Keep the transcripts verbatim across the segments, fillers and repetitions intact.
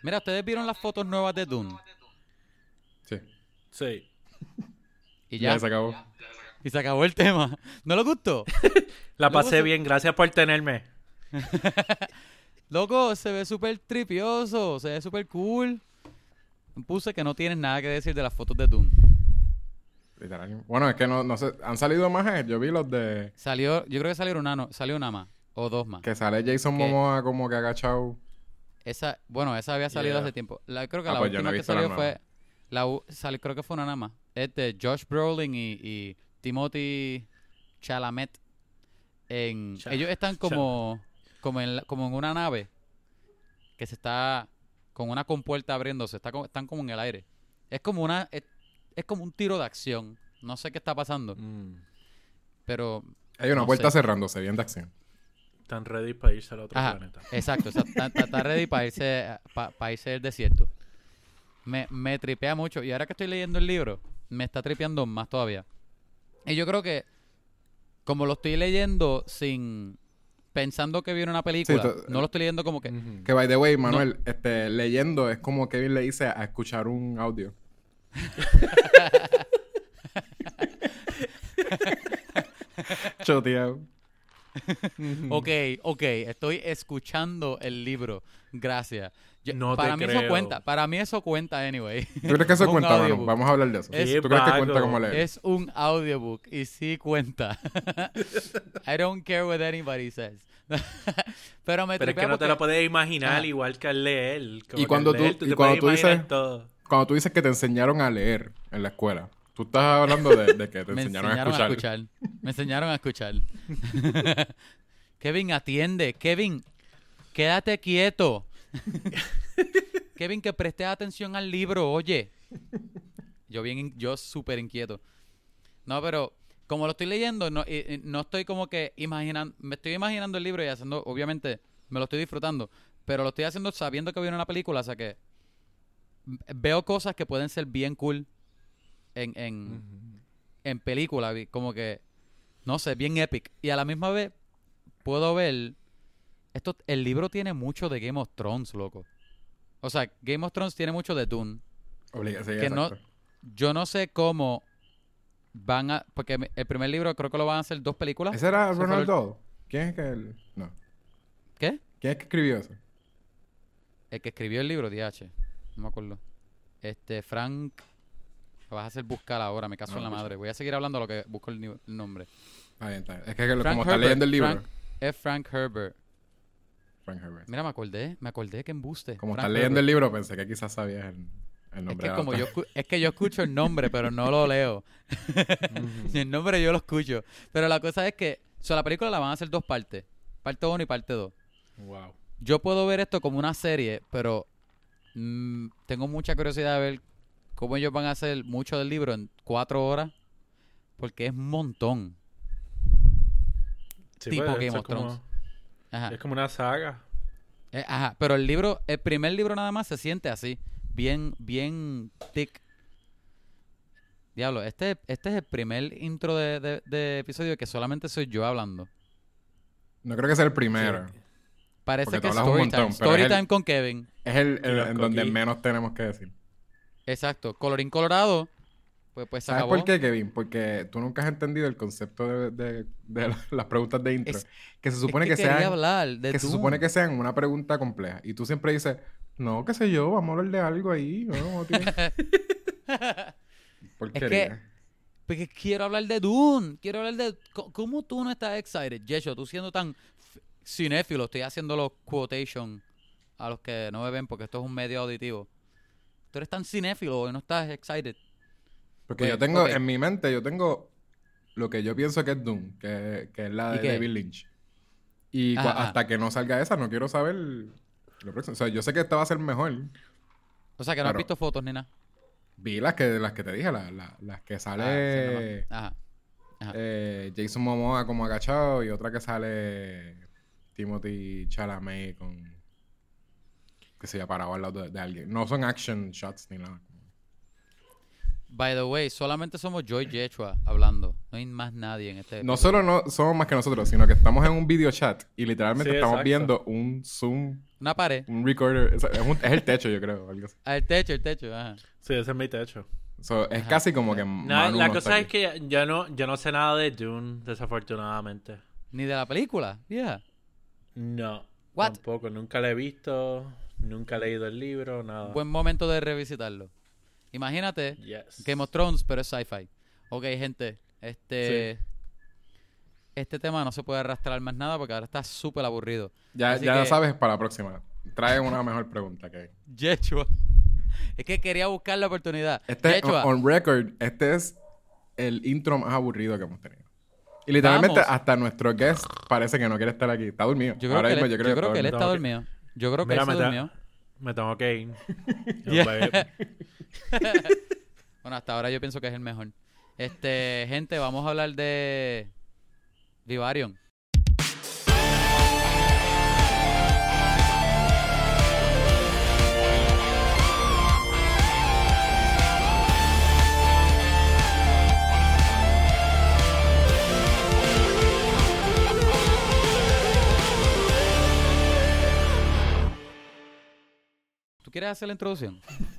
Mira, ¿ustedes vieron las fotos nuevas de Dune? Sí. Sí. Y ya. Ya se acabó. Y se acabó el tema. ¿No le gustó? La Luego pasé se- bien, gracias por tenerme. Loco, se ve súper tripioso. Se ve súper cool. Puse que no tienes nada que decir de las fotos de Dune. Literal. Bueno, es que no, no sé. Han salido más. eh, Yo vi los de. Salió, yo creo que salieron una, no, salió una más. O dos más. Que sale Jason ¿Qué? Momoa como que agachado. Esa, bueno, esa había salido Yeah. hace tiempo. La, creo que Ah, la pues yo no última he que visto la salió nueva. fue... La, u- salió, creo que fue una nada más. Es de Josh Brolin y, y Timothy Chalamet. En, Cha- ellos están como, como, en, la- como en una nave que se está con una compuerta abriéndose. Está como- están como en el aire. Es como una... Es, es como un tiro de acción. No sé qué está pasando. Mm, Pero... Hay una no puerta sé. cerrándose, bien de acción. Están ready para irse al otro Ajá, planeta. exacto. Está, está- está- está ready para irse, para irse del desierto. Me, me tripea mucho. Y ahora que estoy leyendo el libro, me está tripeando más todavía. Y yo creo que, como lo estoy leyendo sin... Pensando que viene una película, tú- no lo estoy leyendo como que... Ujú. Que by the way, Manuel, este, leyendo es como Kevin le dice a escuchar un audio. Choteado. Ok, ok, estoy escuchando el libro. Gracias. Yo- No te para mí eso creo. cuenta. Para mí eso cuenta, anyway. ¿Tú crees que eso Un cuenta, Manu? audiobook. Vamos a hablar de eso. Es- ¿Tú crees que Qué cuenta vago. como leer? Es un audiobook y sí cuenta. I don't care what anybody says. Pero me Pero es tripea que no te porque- lo puedes imaginar Ajá. igual que al leer. Como Y que cuando al tú- leer, y te cuando puedes tú imaginar dices- todo. Cuando tú dices que te enseñaron a leer en la escuela, tú estás hablando de, de que te Me enseñaron, enseñaron a escuchar. Me enseñaron a escuchar. Kevin, atiende. Kevin, quédate quieto. Kevin, que preste atención al libro, oye. Yo bien, in- yo súper inquieto. No, pero como lo estoy leyendo, no, y- y no estoy como que imaginando, me estoy imaginando el libro y haciendo, obviamente, me lo estoy disfrutando, pero lo estoy haciendo sabiendo que viene una película, o sea que m- veo cosas que pueden ser bien cool en, en, en película, vi- como que, no sé, bien epic. Y a la misma vez puedo ver, esto, el libro tiene mucho de Game of Thrones, loco. O sea, Game of Thrones tiene mucho de Dune. Obliga- sí, Que no- exacto. Yo no sé cómo van a, porque me- el primer libro creo que lo van a hacer dos películas. ¿Ese era Ese fue Ronald el- Dahl? ¿Quién es que él...? No. ¿Qué? ¿Quién es que escribió eso? El que escribió el libro, D H. No me acuerdo. Este, Frank. Lo vas a hacer buscar ahora, me caso No, en la escucha. madre. Voy a seguir hablando lo que busco el, ni- el nombre. Ah, bien, está bien. Es que lo- Frank como está Herbert, leyendo el libro. Frank- Es Frank Herbert. Frank Herbert. Mira, me acordé, me acordé que embuste. Como Frank estás leyendo el Herbert. libro, pensé que quizás sabías el, el Es nombre que del como autor. yo escu- es que yo escucho el nombre, pero no lo leo. Ujú. El nombre yo lo escucho. Pero la cosa es que, o sea, la película la van a hacer dos partes. Parte uno y parte dos. Wow. Yo puedo ver esto como una serie, pero mm, tengo mucha curiosidad de ver cómo ellos van a hacer mucho del libro en cuatro horas, porque es un montón. Sí, Tipo pues, Game eso of es como- Thrones. Ajá. Es como una saga. Eh, ajá. Pero el libro, el primer libro nada más se siente así, bien, bien thick. Diablo, este, este es el primer intro de, de- de episodio que solamente soy yo hablando. No creo que sea el primero. Sí. Parece Porque que tú es hablas un story montón, time. pero Story es el- time con Kevin. Es el, el- Y los en donde coquí. menos tenemos que decir. Exacto. Colorín colorado. Pues, pues se ¿Sabes acabó. por qué, Kevin? Porque tú nunca has entendido el concepto de, de- de la- las preguntas de intro. Es- que se supone es que, que quería sean... hablar de que se Doom. supone que sean una pregunta compleja. Y tú siempre dices, no, qué sé yo, vamos a hablar de algo ahí. No, no tiene... Porquería. Porque quiero hablar de Dune. Quiero hablar de... co- ¿Cómo tú no estás excited? Yecho, tú siendo tan f- cinéfilo, estoy haciendo los quotation a los que no me ven porque esto es un medio auditivo. Tú eres tan cinéfilo y no estás excited. Porque Pues, yo tengo, ok. en mi mente, yo tengo lo que yo pienso que es Doom, que, que es la ¿Y de qué? David Lynch. Y Ajá, cua- ajá. hasta que no salga esa, no quiero saber lo próximo. O sea, yo sé que esta va a ser mejor. O sea, que no has Pero- visto fotos ni nada. Vi las que, las que te dije, la- la- las que Ah, sale sí, nomás. Ajá. Ajá. eh, Jason Momoa como agachado y otra que sale Timothy Chalamet con... que se haya parado al lado de, de alguien. No son action shots ni nada. By the way, solamente somos yo y Yechua hablando. No hay más nadie en este... No solo no somos más que nosotros, sino que estamos en un video chat y literalmente Sí, estamos exacto. viendo un Zoom, Una pared. un recorder. Es, es un- es el techo, yo creo. Algo así. Ah, el techo, el techo. Ajá. Sí, ese es mi techo. So, es Ajá. casi como que No, Manu la no cosa está es aquí. que yo no, yo no sé nada de Dune, desafortunadamente. Ni de la película. Yeah. No. What? Tampoco. Nunca la he visto. Nunca he leído el libro. Nada. Buen momento de revisitarlo. Imagínate Yes. Game of Thrones, pero es sci-fi. Ok, gente. Este... Este tema no se puede arrastrar más nada porque ahora está súper aburrido. Ya, Así ya que- sabes para la próxima. Trae una mejor pregunta que... Yechua. Es que quería buscar la oportunidad. Este, Yechua, on, on record, este es el intro más aburrido que hemos tenido. Y literalmente Vamos. hasta nuestro guest parece que no quiere estar aquí. Está dormido. yo creo Ahora que, él, mismo yo yo creo que creo está que él dormido. está Tengo que- dormido. Yo creo que Mira, él se me, ta- durmió. me tengo que ir. Yeah. Bueno, hasta ahora yo pienso que es el mejor. Este, gente, vamos a hablar de Vivarium. ¿Tú quieres hacer la introducción?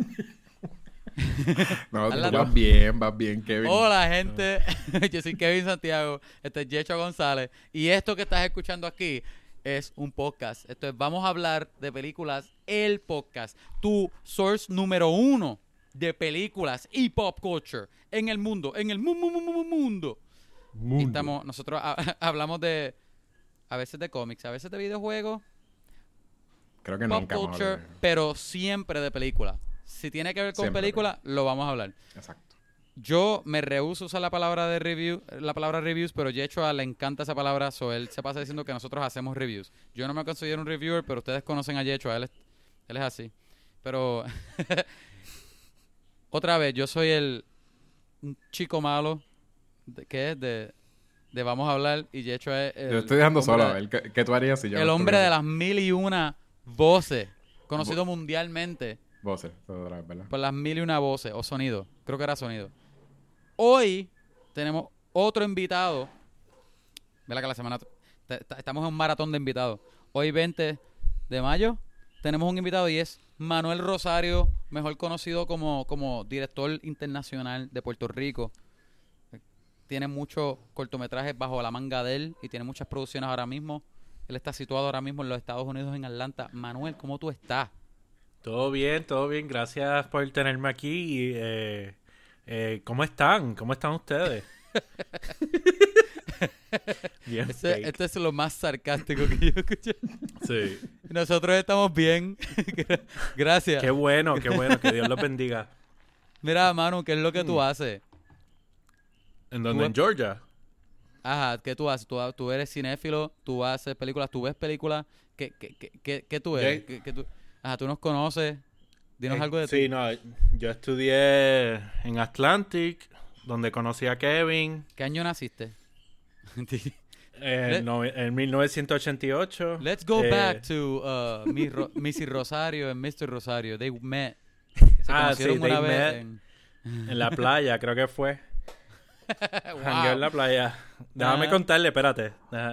No, tú Hazla vas tú. bien, vas bien, Kevin. Hola, gente. Yo soy Kevin Santiago. Este es Yecho González. Y esto que estás escuchando aquí es un podcast. Esto es Vamos a hablar de películas, el podcast. Tu source número uno de películas y pop culture en el mundo. En el mu mu mu mu mundo. Y Mundo. estamos, nosotros ha- hablamos de, a veces de cómics, a veces de videojuegos, Creo que pop nunca vamos a culture, hablar de- pero siempre de películas. Si tiene que ver con Siempre de películas, lo vamos a hablar. Exacto. Yo me rehúso a usar la palabra de review, la palabra reviews, pero Yechua le encanta esa palabra, so él se pasa diciendo que nosotros hacemos reviews. Yo no me considero un reviewer, pero ustedes conocen a Yechua, él es, él es así. Pero otra vez, yo soy el un chico malo, de, ¿qué es? De, de vamos a hablar, y Yechua es el yo estoy dejando hombre solo a de- ver qué, qué tú harías si yo el no hombre de estuviera las mil y una voces, conocido mundialmente aquí? Voces, otra vez, ¿verdad? por las mil y una voces o sonido. Creo que era sonido. Hoy tenemos otro invitado. ¿Verdad que la semana... t- t- Estamos en un maratón de invitados. Hoy veinte de mayo tenemos un invitado y es Manuel Rosario, mejor conocido como, como director internacional de Puerto Rico. Tiene muchos cortometrajes bajo la manga de él y tiene muchas producciones ahora mismo. Él está situado ahora mismo en los Estados Unidos, en Atlanta. Manuel, ¿cómo tú estás? Todo bien, todo bien. Gracias por tenerme aquí. Y, eh, eh, ¿Cómo están? ¿Cómo están ustedes? Bien Este, fake. este es lo más sarcástico que yo escuché. Sí. Nosotros estamos bien. Gra- Gracias. Qué bueno, qué bueno. Que Dios los bendiga. Mira, Manu, ¿qué es lo que tú haces? ¿En dónde? ¿En Georgia? Ajá, ¿qué tú haces? Tú, tú eres cinéfilo, tú haces películas, tú ves películas. ¿Qué, qué, qué, qué, qué tú eres? Yo- ¿Qué, qué tú... Ajá, tú nos conoces. Dinos Eh, algo de Sí, ti. no. Yo estudié en Atlantic, donde conocí a Kevin. ¿Qué año naciste? eh, Let- no- en mil novecientos ochenta y ocho. Let's go Eh, back to uh, Miss Ro- Missy Rosario and mister Rosario. They met. Se Ah, conocieron sí, una they vez met. en... En la playa, creo que fue. Jangueó en la playa. Déjame Ah. contarle, espérate. Deja-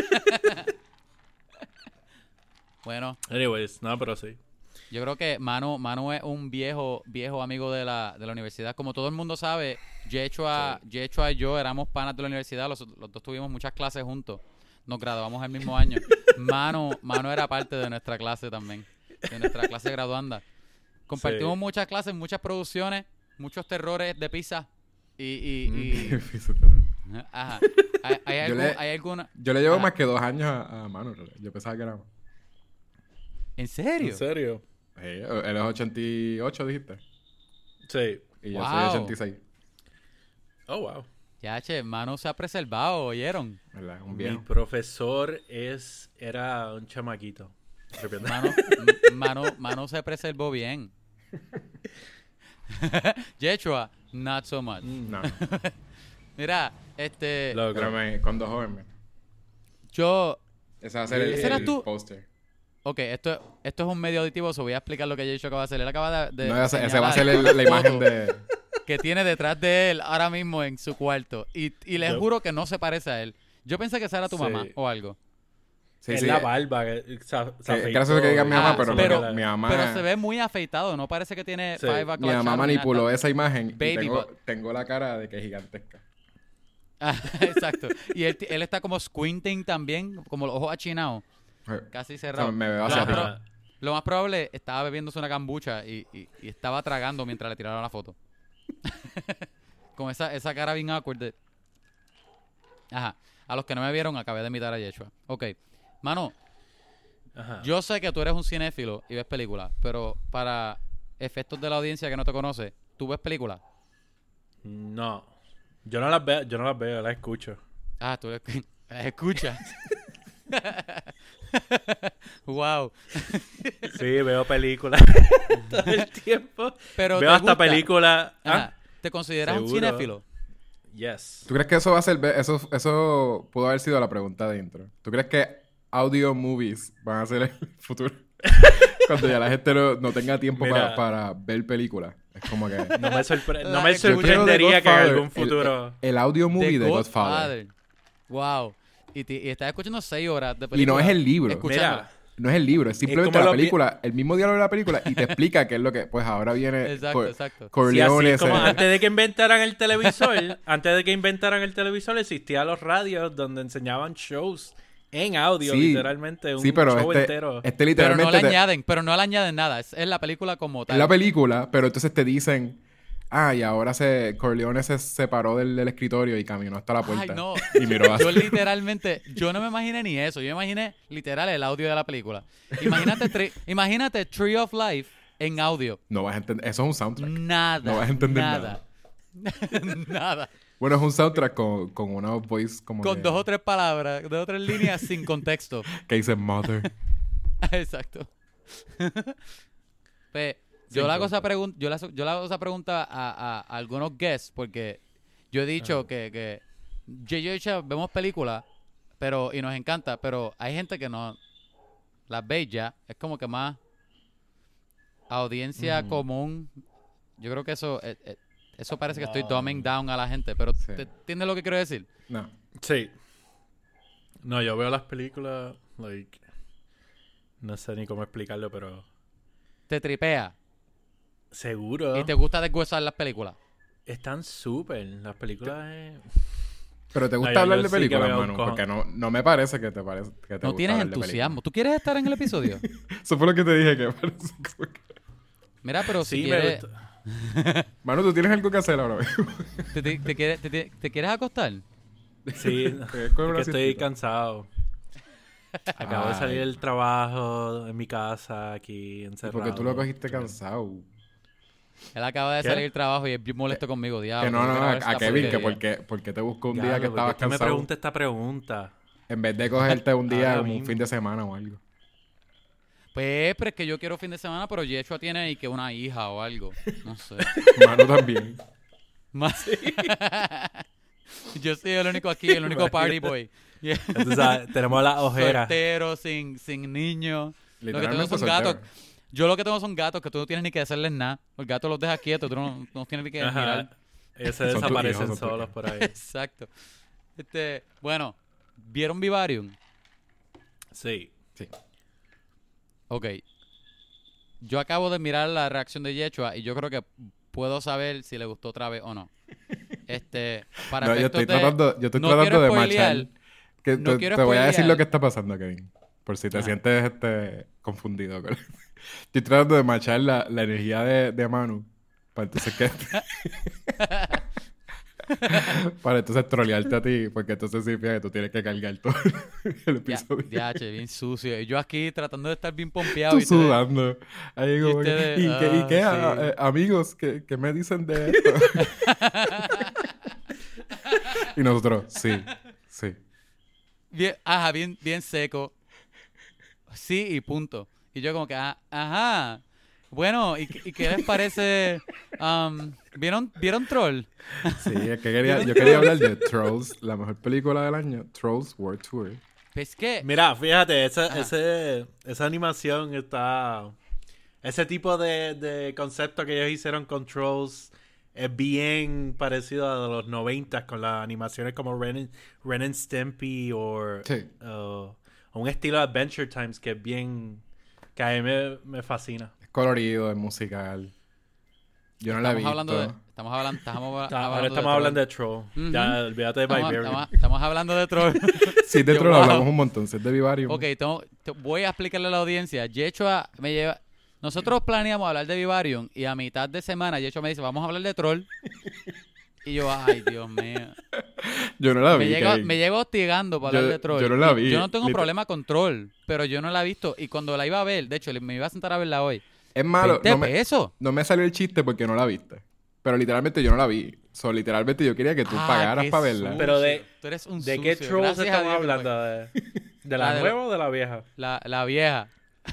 Bueno, Anyways, no, pero sí. yo creo que Manu, Manu es un viejo viejo amigo de la, de la universidad. Como todo el mundo sabe, Yechua, Yechua y yo éramos panas de la universidad. Los, los dos tuvimos muchas clases juntos. Nos graduamos el mismo año. Manu, Manu era parte de nuestra clase también. De nuestra clase graduanda. Compartimos Sí. muchas clases, muchas producciones, muchos terrores de pizza. Y... y, y- ajá. ¿Hay, hay, Yo algún- le- hay alguna...? Yo le llevo Ajá. más que dos años a, a Manu, en realidad. Yo pensaba que era más. ¿En serio? ¿En serio? Sí, él es ochenta y ocho, dijiste. Sí. Y yo Wow. soy ochenta y seis. Oh, wow. Ya, che, Manu se ha preservado, ¿oyeron? ¿Verdad? Un Mi viejo. profesor es era un chamaquito. Repito. Manu, m- Manu, Manu se preservó bien. Yechua, not so much. No, no. Mira, este... Loco. Pero me, cuando joven, me. Yo... Ese va a ser el, ¿Ese eras el tú? póster. Ok, esto, esto es un medio auditivo, so voy a explicar lo que Yechua acaba de hacer. Él acaba de... de No, ese, ese va a señalar ser el- la imagen foto de... Que que tiene detrás de él ahora mismo en su cuarto. Y, y le Yo- juro que no se parece a él. Yo pensé que esa era tu Sí. mamá o algo. Sí, es sí. la eh, barba. que se- se que- es afeitó. gracioso que diga mi mamá, Ah, pero, pero- mi, mi mamá... Pero se ve muy afeitado. No parece que tiene Sí. five o'clock Mi mamá shadow ni manipuló nada. esa imagen y Baby tengo, butt. tengo la cara de que es gigantesca. Ah, exacto. Y él, él está como squinting también, como los ojos achinados, Eh, casi o sea, cerrados. me veo Lo hacia más arriba. pro- Lo más probable, estaba bebiéndose una cambucha y, y- y estaba tragando mientras le tiraron la foto. Con esa, esa cara bien awkward de... Ajá. A los que no me vieron, acabé de imitar a Yeshua. Ok. Mano, Ajá. yo sé que tú eres un cinéfilo y ves películas, pero para efectos de la audiencia que no te conoce, ¿tú ves películas? No. Yo no las veo, yo no las veo, las escucho. Ah, tú las las escuchas. Wow. Sí, veo películas todo el tiempo. Pero Veo ¿te hasta gusta? películas. Ajá. ¿Ah? ¿Te consideras un Seguro. cinéfilo? Yes. ¿Tú crees que eso va a ser... Eso, eso pudo haber sido la pregunta de intro? ¿Tú crees que audio movies van a ser el futuro? Cuando ya la gente no, no tenga tiempo Mira. para, para ver películas. Es como que... No me, sorpre- no La- me Yo quiero The sorprendería que en Godfather, algún futuro... El, el audio movie The de Godfather. Wow. Y, te- y estás escuchando seis horas de Y película. no es el libro. escuchándola. Mira, No es el libro, es simplemente como la los vi- película, el mismo diálogo de la película y te explica qué es lo que... Pues ahora viene... Exacto, Cor- exacto. sí, así Corleone... es como se- antes de que inventaran el televisor, antes de que inventaran el televisor, existían los radios donde enseñaban shows en audio, Sí. literalmente, un Sí, pero show este, entero. este Pero literalmente... no le te- añaden, pero no le añaden nada. Es, es la película como es tal. la película, pero entonces te dicen... Ah, y ahora se Corleone se separó del, del escritorio y caminó hasta la puerta. Ay, no. Y miró hacia... Yo literalmente, yo no me imaginé ni eso. Yo me imaginé literal el audio de la película. Imagínate, tri- imagínate Tree of Life en audio. No vas a entender... Eso es un soundtrack. Nada. No vas a entender nada. Nada. Bueno, es un soundtrack con, con una voice como Con que, dos o tres palabras, dos o tres líneas sin contexto. que dice mother. Exacto. Pues, yo, Sin le hago esa contexto. pregun- yo, le hago- yo le hago esa pregunta a, a- a algunos guests porque yo he dicho que, que yo y yo y Chef vemos películas pero y nos encanta, pero hay gente que no las ve y ya. Es como que más audiencia Mm. común. Yo creo que eso eh, eh, eso parece que estoy No. dumbing down a la gente, pero Sí. ¿te entiendes lo que quiero decir? No. Sí. No, yo veo las películas, like... No sé ni cómo explicarlo, pero... Te tripea Seguro. y te gusta deshuesar las películas. Están súper. Las películas... eh, Pero te gusta yo- hablar yo de sí que películas, veo un Manu, cojón. porque no, no me parece que te parece que te No gusta tienes hablar de entusiasmo. ¿Tú quieres estar en el episodio? películas. Eso fue lo que te dije que parece como que- Mira, pero si sí, me quieres... gusta. Manu, tú tienes algo que hacer ahora mismo. ¿Te, te, te quieres, te, te- te quieres acostar? Sí, Es con es una que estoy siestita. cansado. Acabo de salir Ay. del trabajo, en mi casa, aquí, encerrado. Porque tú lo cogiste cansado. Él acaba de ¿Qué? salir del trabajo y es bien molesto conmigo, diablo. Que no, no, quiero a, ver esta a Kevin, que porquería. porque, porque te buscó un día Diablo, que ¿por estabas qué es que me cansado. pregunta esta pregunta? En vez de cogerte un día Ahora como un mismo. fin de semana o algo. Pues, pero es que yo quiero fin de semana, pero Yeshua tiene y que una hija o algo. No sé. Manu también. Más- yo soy el único aquí, el único party boy. Yeah. Tú sabes, tenemos las ojeras. Soltero, sin, sin niños. Lo que tengo Literalmente son gatos. soltero. Yo lo que tengo son gatos que tú no tienes ni que hacerles nada. Los gatos los dejas quietos, tú no, no tienes ni que Ajá. mirar. Ellos se Son tus desaparecen hijos, son tus solos hijos. por ahí. Exacto. Este, bueno, ¿vieron Vivarium? Sí. Sí. Ok. Yo acabo de mirar la reacción de Yeshua y yo creo que puedo saber si le gustó otra vez o no. Este, para No, yo efectos estoy de- tratando, yo estoy no tratando quiero de spoilear, machar. Que no te, quiero te voy a decir spoilear. lo que está pasando, Kevin. Por si te Ajá. sientes este, confundido. con- Estoy tratando de machar la, la energía de, de Manu. Para entonces que... para entonces trolearte a ti. Porque entonces significa que tú tienes que cargar todo el Ya, episodio. ya, che, bien sucio. Y yo aquí tratando de estar bien pompeado. Tú y ustedes- sudando. Ahí como que- ustedes, ¿Y qué, y ah, qué, sí. a- eh, amigos? ¿qué, ¿Qué me dicen de esto? Y nosotros, sí, sí. Bien, ajá, bien, bien seco. Sí, y punto. Y yo como que, ah, ajá. Bueno, ¿y, qué- y qué les parece? Um, ¿vieron, ¿Vieron Troll? Sí, es que quería, yo quería hablar de Trolls, la mejor película del año, Trolls World Tour. Pues que... Mira, fíjate, esa, Ajá. ese, esa animación está... Ese tipo de, de concepto que ellos hicieron con Trolls es bien parecido a los noventa con las animaciones como Ren and, Ren and Stimpy o Sí. uh, un estilo de Adventure Times que es bien... que a mí me, me fascina. Es colorido, es musical. Yo no la he Estamos visto. hablando de... Estamos hablando... Estamos Ta- Ahora hablando estamos de hablando Troll. de Troll. Ujú. Ya, olvídate de Estamos, Vivarium. estamos- estamos hablando de Troll. Sí, dentro Yo, lo wow. hablamos un montón. Si es de Vivarium. Ok, tengo- te- voy a explicarle a la audiencia. Yechua me lleva... Nosotros planeamos hablar de Vivarium y a mitad de semana Yechua me dice, vamos a hablar de Troll. Y yo, ay, Dios mío. Yo no la vi. Me llega, Kevin. me llega hostigando para Yo- hablar de Troll. yo no la Y vi, Yo no tengo liter- problema con Troll, pero yo no la he visto. Y cuando la iba a ver, de hecho, me iba a sentar a verla hoy. Es malo. veinte No me, pesos. no me salió el chiste porque no la viste. Pero literalmente yo no la vi. So, literalmente yo quería que tú Ah, pagaras qué para verla. sucio. Pero de- Tú eres un ¿De qué sucio. Trolls Gracias a estamos Dios que fue. hablando? ¿De, de la La de nueva o de la vieja? La, la vieja.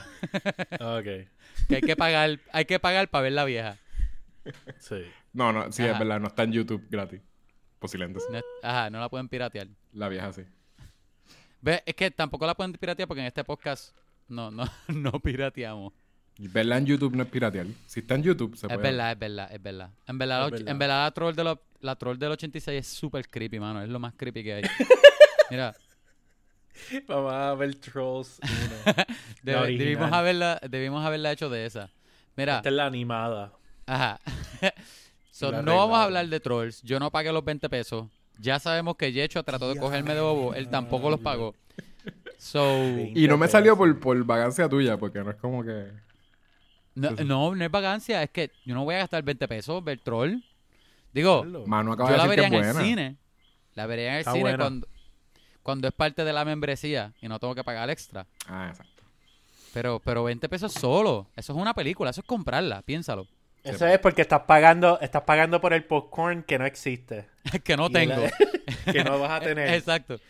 Ok. Que hay que pagar, hay que pagar para ver la vieja. Sí. No, no, sí, Ajá. es verdad. No está en YouTube gratis. Posiblemente. No es- ajá, no la pueden piratear. La vieja sí. Ve, es que tampoco la pueden piratear porque en este podcast no, no, no pirateamos. Y verla en YouTube no es piratear. Si está en YouTube, se Es puede. verdad, es verdad, es verdad. En verdad, Es la, verdad. en verdad la troll de lo- la troll del ochenta y seis es súper creepy, mano. Es lo más creepy que hay. Mira, Vamos a ver Trolls uno. debe- La original. debimos haberla, debimos haberla hecho de esa. Mira, Esta es la animada. ajá. So, La no vamos a arreglaron. hablar de trolls. Yo no pagué los veinte pesos. Ya sabemos que Yecho trató de cogerme de bobo. Él tampoco los pagó. So, Y no me salió por, por vagancia tuya, porque no es como que... no, no, no es vagancia. Es que yo no voy a gastar veinte pesos ver troll. Digo, Manu acaba yo de la decir que vería es en el buena. cine. La vería en el Está cine buena. cuando, cuando es parte de la membresía y no tengo que pagar extra. Ah, exacto. Pero, pero veinte pesos solo. Eso es una película. Eso es comprarla. Piénsalo. Eso es porque estás pagando, estás pagando por el popcorn que no existe. que no Y tengo. el- que no vas a tener. Exacto.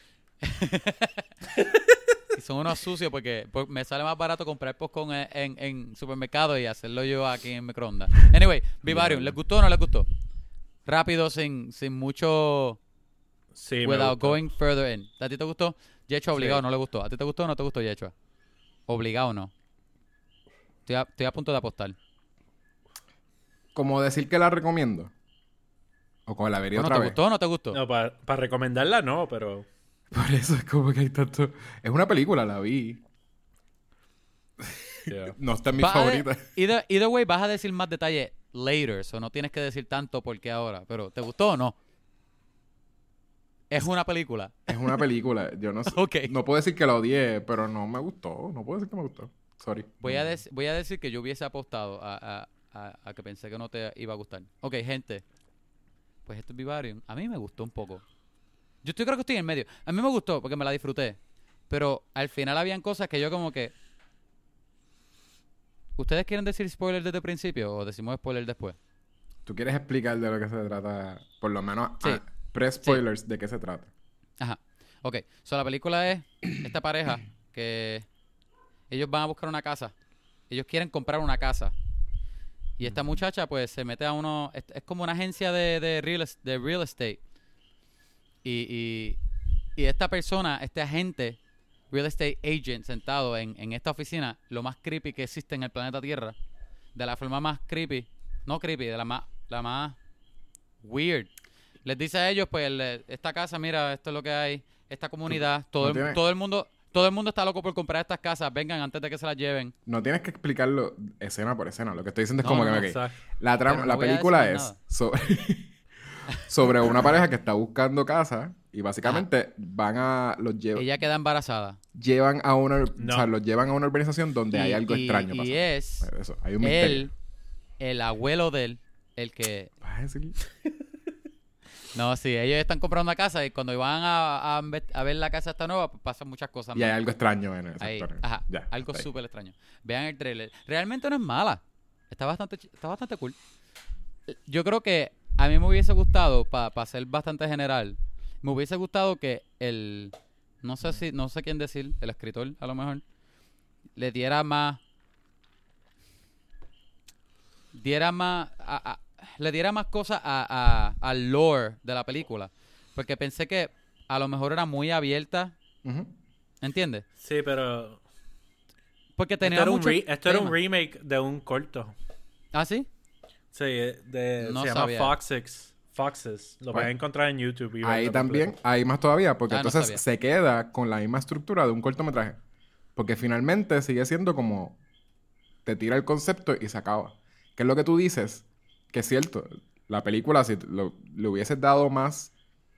Y son unos sucios porque, porque me sale más barato comprar popcorn en, en, en supermercado y hacerlo yo aquí en microondas. Anyway, Vivarium, ¿les gustó o no les gustó? Rápido, sin, sin mucho... Sí, me without gustó. going further in. ¿A ti te gustó? Yechua, obligado, Sí. no le gustó. ¿A ti te gustó o no te gustó, Yechua? Obligado, no. Estoy a, estoy a punto de apostar. Como decir que la recomiendo. O como la vería Bueno, otra ¿te vez. gustó o no te gustó? No, para recomendarla no, pero... Por eso es como que hay tanto... Es una película, la vi. yeah. No está en mis Vas a de- favoritas. Either, either way, vas a decir más detalle later. So no tienes que decir tanto porque ahora. Pero, ¿te gustó o no? Es una película. Es una película. Yo no sé. Ok. No puedo decir que la odié, pero no me gustó. No puedo decir que me gustó. Sorry. Voy a, dec- voy a decir que yo hubiese apostado a, a- a- a que pensé que no te iba a gustar. Ok, gente. Pues esto es Vivarium. A mí me gustó un poco. Yo estoy, creo que estoy en medio. A mí me gustó porque me la disfruté. Pero al final habían cosas que yo como que... ¿Ustedes quieren decir spoiler desde el principio o decimos spoiler después? ¿Tú quieres explicar de lo que se trata? Por lo menos Sí. ah, pre-spoilers de qué se trata. Ajá. Ok. So, la película es esta pareja que ellos van a buscar una casa. Ellos quieren comprar una casa. Y esta muchacha, pues, se mete a uno... Es, es como una agencia de, de, real, es- de real estate. Y, y, y esta persona, este agente, real estate agent, sentado en, en esta oficina, lo más creepy que existe en el planeta Tierra, de la forma más creepy, no creepy, de la más, la más weird. Les dice a ellos, pues, le- esta casa, mira, esto es lo que hay, esta comunidad, todo, no el, tiene- todo el mundo... Todo el mundo está loco por comprar estas casas. Vengan antes de que se las lleven. No tienes que explicarlo escena por escena. Lo que estoy diciendo es No, como no, que... no, ok, Exacto. La, trama, Pero no la voy a película decir es más nada. sobre, sobre una pareja que está buscando casa y básicamente van a... Los lle- Ella queda embarazada. llevan a una... No. O sea, los llevan a una urbanización donde hay Y- algo y- extraño Y pasando. es Pues eso, hay un misterio. él, el abuelo de él, el que... ¿Vas a decir? No, sí, ellos están comprando una casa y cuando van a, a, ve- a ver la casa esta nueva, pues pasan muchas cosas. Y hay más. algo extraño en el Ahí, sector. ajá, Ya, algo ahí. súper extraño. Vean el trailer. Realmente no es mala. Está bastante, ch- está bastante cool. Yo creo que a mí me hubiese gustado, para ser bastante general, me hubiese gustado que el... No sé si, no sé quién decir, el escritor a lo mejor, le diera más... Diera más... a- a- le diera más cosas a, a- al lore de la película. Porque pensé que a lo mejor era muy abierta. Ujú. ¿Entiendes? Sí, pero... Porque Esto tenía era, un, mucho re- esto era un tema. remake de un corto. ¿Ah, sí? Sí, de, No se llama sabía. Foxes. Foxes. Lo Pues, puedes encontrar en YouTube. Y Ahí verlo también, completo. hay más todavía, porque Ah, no entonces sabía. se queda con la misma estructura de un cortometraje. Porque finalmente sigue siendo como te tira el concepto y se acaba. Que es lo que tú dices, que es cierto. La película, si lo- le hubieses dado más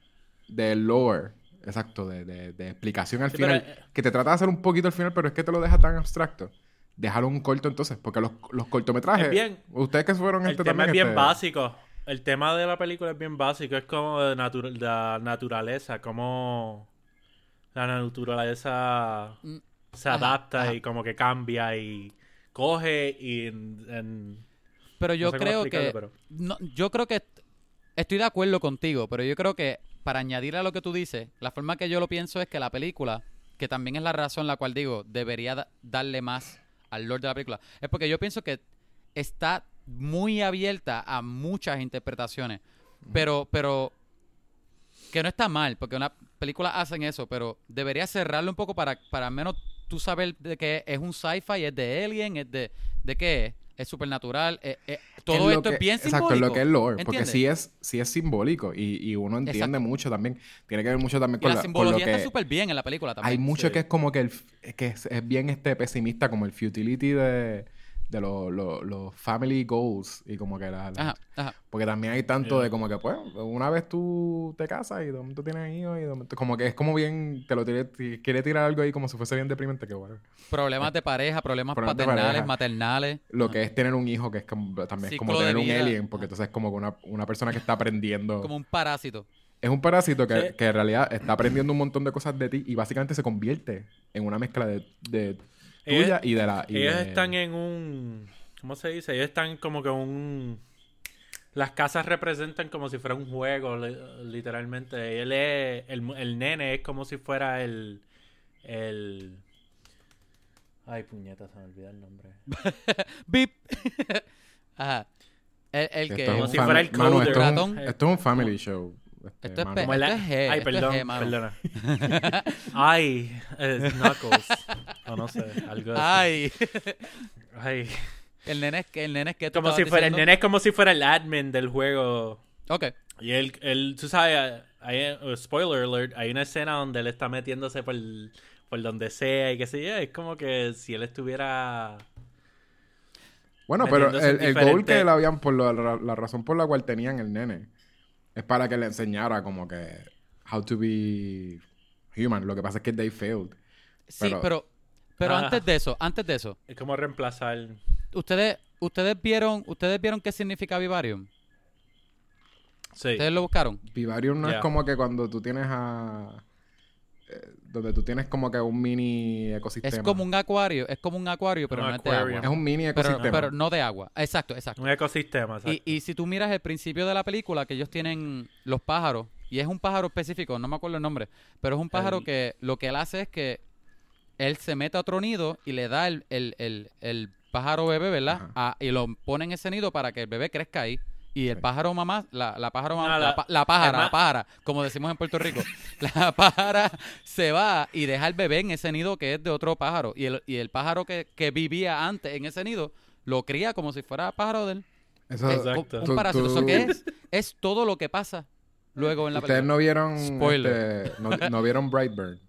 de lore, exacto, de, de- de explicación al Sí, final, pero, eh, que te trata de hacer un poquito al final, pero es que te lo deja tan abstracto. Déjalo un corto entonces, porque los, los cortometrajes, Es bien- ustedes que fueron El este tema también, es bien este, básico. El tema de la película es bien básico. Es como de, natu- de la naturaleza. Como la naturaleza Mm, se ajá, adapta ajá. y como que cambia y coge y... en- en- Pero yo no sé cómo creo explicarlo, que... pero- No, yo creo que... est- Estoy de acuerdo contigo, pero yo creo que para añadir a lo que tú dices, la forma que yo lo pienso es que la película, que también es la razón la cual digo, debería da- darle más al lore de la película, es porque yo pienso que está muy abierta a muchas interpretaciones, pero, pero que no está mal, porque una película hacen eso, pero debería cerrarlo un poco para, para al menos tú saber de qué es un sci-fi, es de alien, es de, de qué es, es supernatural, es- es- todo es lo esto que- es bien exacto, simbólico. es lo que es lore, porque ¿entiendes? sí es, sí es simbólico y, y uno entiende Exacto. mucho también. Tiene que ver mucho también Y con, la la- con lo simbología está que... súper bien en la película Hay también. mucho sí. que es como que, el, f- que es, es bien este pesimista, como el futility de, de los los- los family goals y como que la, la- Ajá, ajá. porque también hay tanto Yeah. de como que pues una vez tú te casas y de momento tienes hijos y de momento- como que es como bien te lo tire- ti- quiere tirar algo ahí como si fuese bien deprimente que bueno. Problemas de pareja, problemas Problemas de paternales, pareja. maternales. Lo Ajá. que es tener un hijo que es como, también es como Ciclo de tener un vida. alien porque Ajá. entonces es como que una, una persona que está aprendiendo Como un parásito. es un parásito que, Sí. que en realidad está aprendiendo un montón de cosas de ti y básicamente se convierte en una mezcla de, de Ellos- tuya y de la... y Ellos de- están en un... ¿Cómo se dice? Ellos están como que un... Las casas representan como si fuera un juego, li- literalmente. Él es... El, el nene es como si fuera el... El... Ay, puñeta, se me olvida el nombre. ¡Bip! Ajá. El, el Esto que... es Como un si fam- fuera el Manu, esto, es ratón. un, esto es un family show. este, Esto es Manu. pe- Como el- esto es G, Ay, esto es perdón, G, mano. perdona. Ay, es Knuckles. O no sé, algo así. Ay. Ay. El nene es que... El nene es que tú Como si estabas fuera... El diciendo. nene es como si fuera el admin del juego. Ok. Y él, él, tú sabes, hay, uh, spoiler alert, hay una escena donde él está metiéndose por, por donde sea y qué sé yo. Es como que si él estuviera... Bueno, pero metiéndose el, en el goal diferentes- que le habían, por lo- la, la razón por la cual tenían el nene, es para que le enseñara como que how to be human. Lo que pasa es que they failed. Sí, Pero- pero... Pero Ah. antes de eso, antes de eso, Es como reemplazar... ustedes, ustedes vieron, ustedes vieron qué significa Vivarium. Sí. Ustedes lo buscaron. Vivarium no es Ya. como que cuando tú tienes a... eh, donde tú tienes como que un mini ecosistema. Es como un acuario, es como un acuario, pero Un no es de aquarium. agua. Es un mini Pero, ecosistema. pero no de agua. Exacto, exacto. Un ecosistema, exacto. Y, y si tú miras el principio de la película, que ellos tienen los pájaros, y es un pájaro específico, no me acuerdo el nombre, pero es un pájaro El- que lo que él hace es que él se mete a otro nido y le da el, el, el, el pájaro bebé, ¿verdad? Ajá. A- y lo pone en ese nido para que el bebé crezca ahí. Y el Sí. pájaro mamá, la, la pájaro mamá, No, la, la- pa- la pájara, es la más- pájara, como decimos en Puerto Rico, la pájara se va y deja el bebé en ese nido que es de otro pájaro. Y el, y el pájaro que, que vivía antes en ese nido lo cría como si fuera pájaro de él. Eso, Es Exacto. un tú- parásito. tú- ¿Eso qué es? Es todo lo que pasa luego en la Ustedes película. no vieron... Spoiler. este, no, no vieron Brightburn.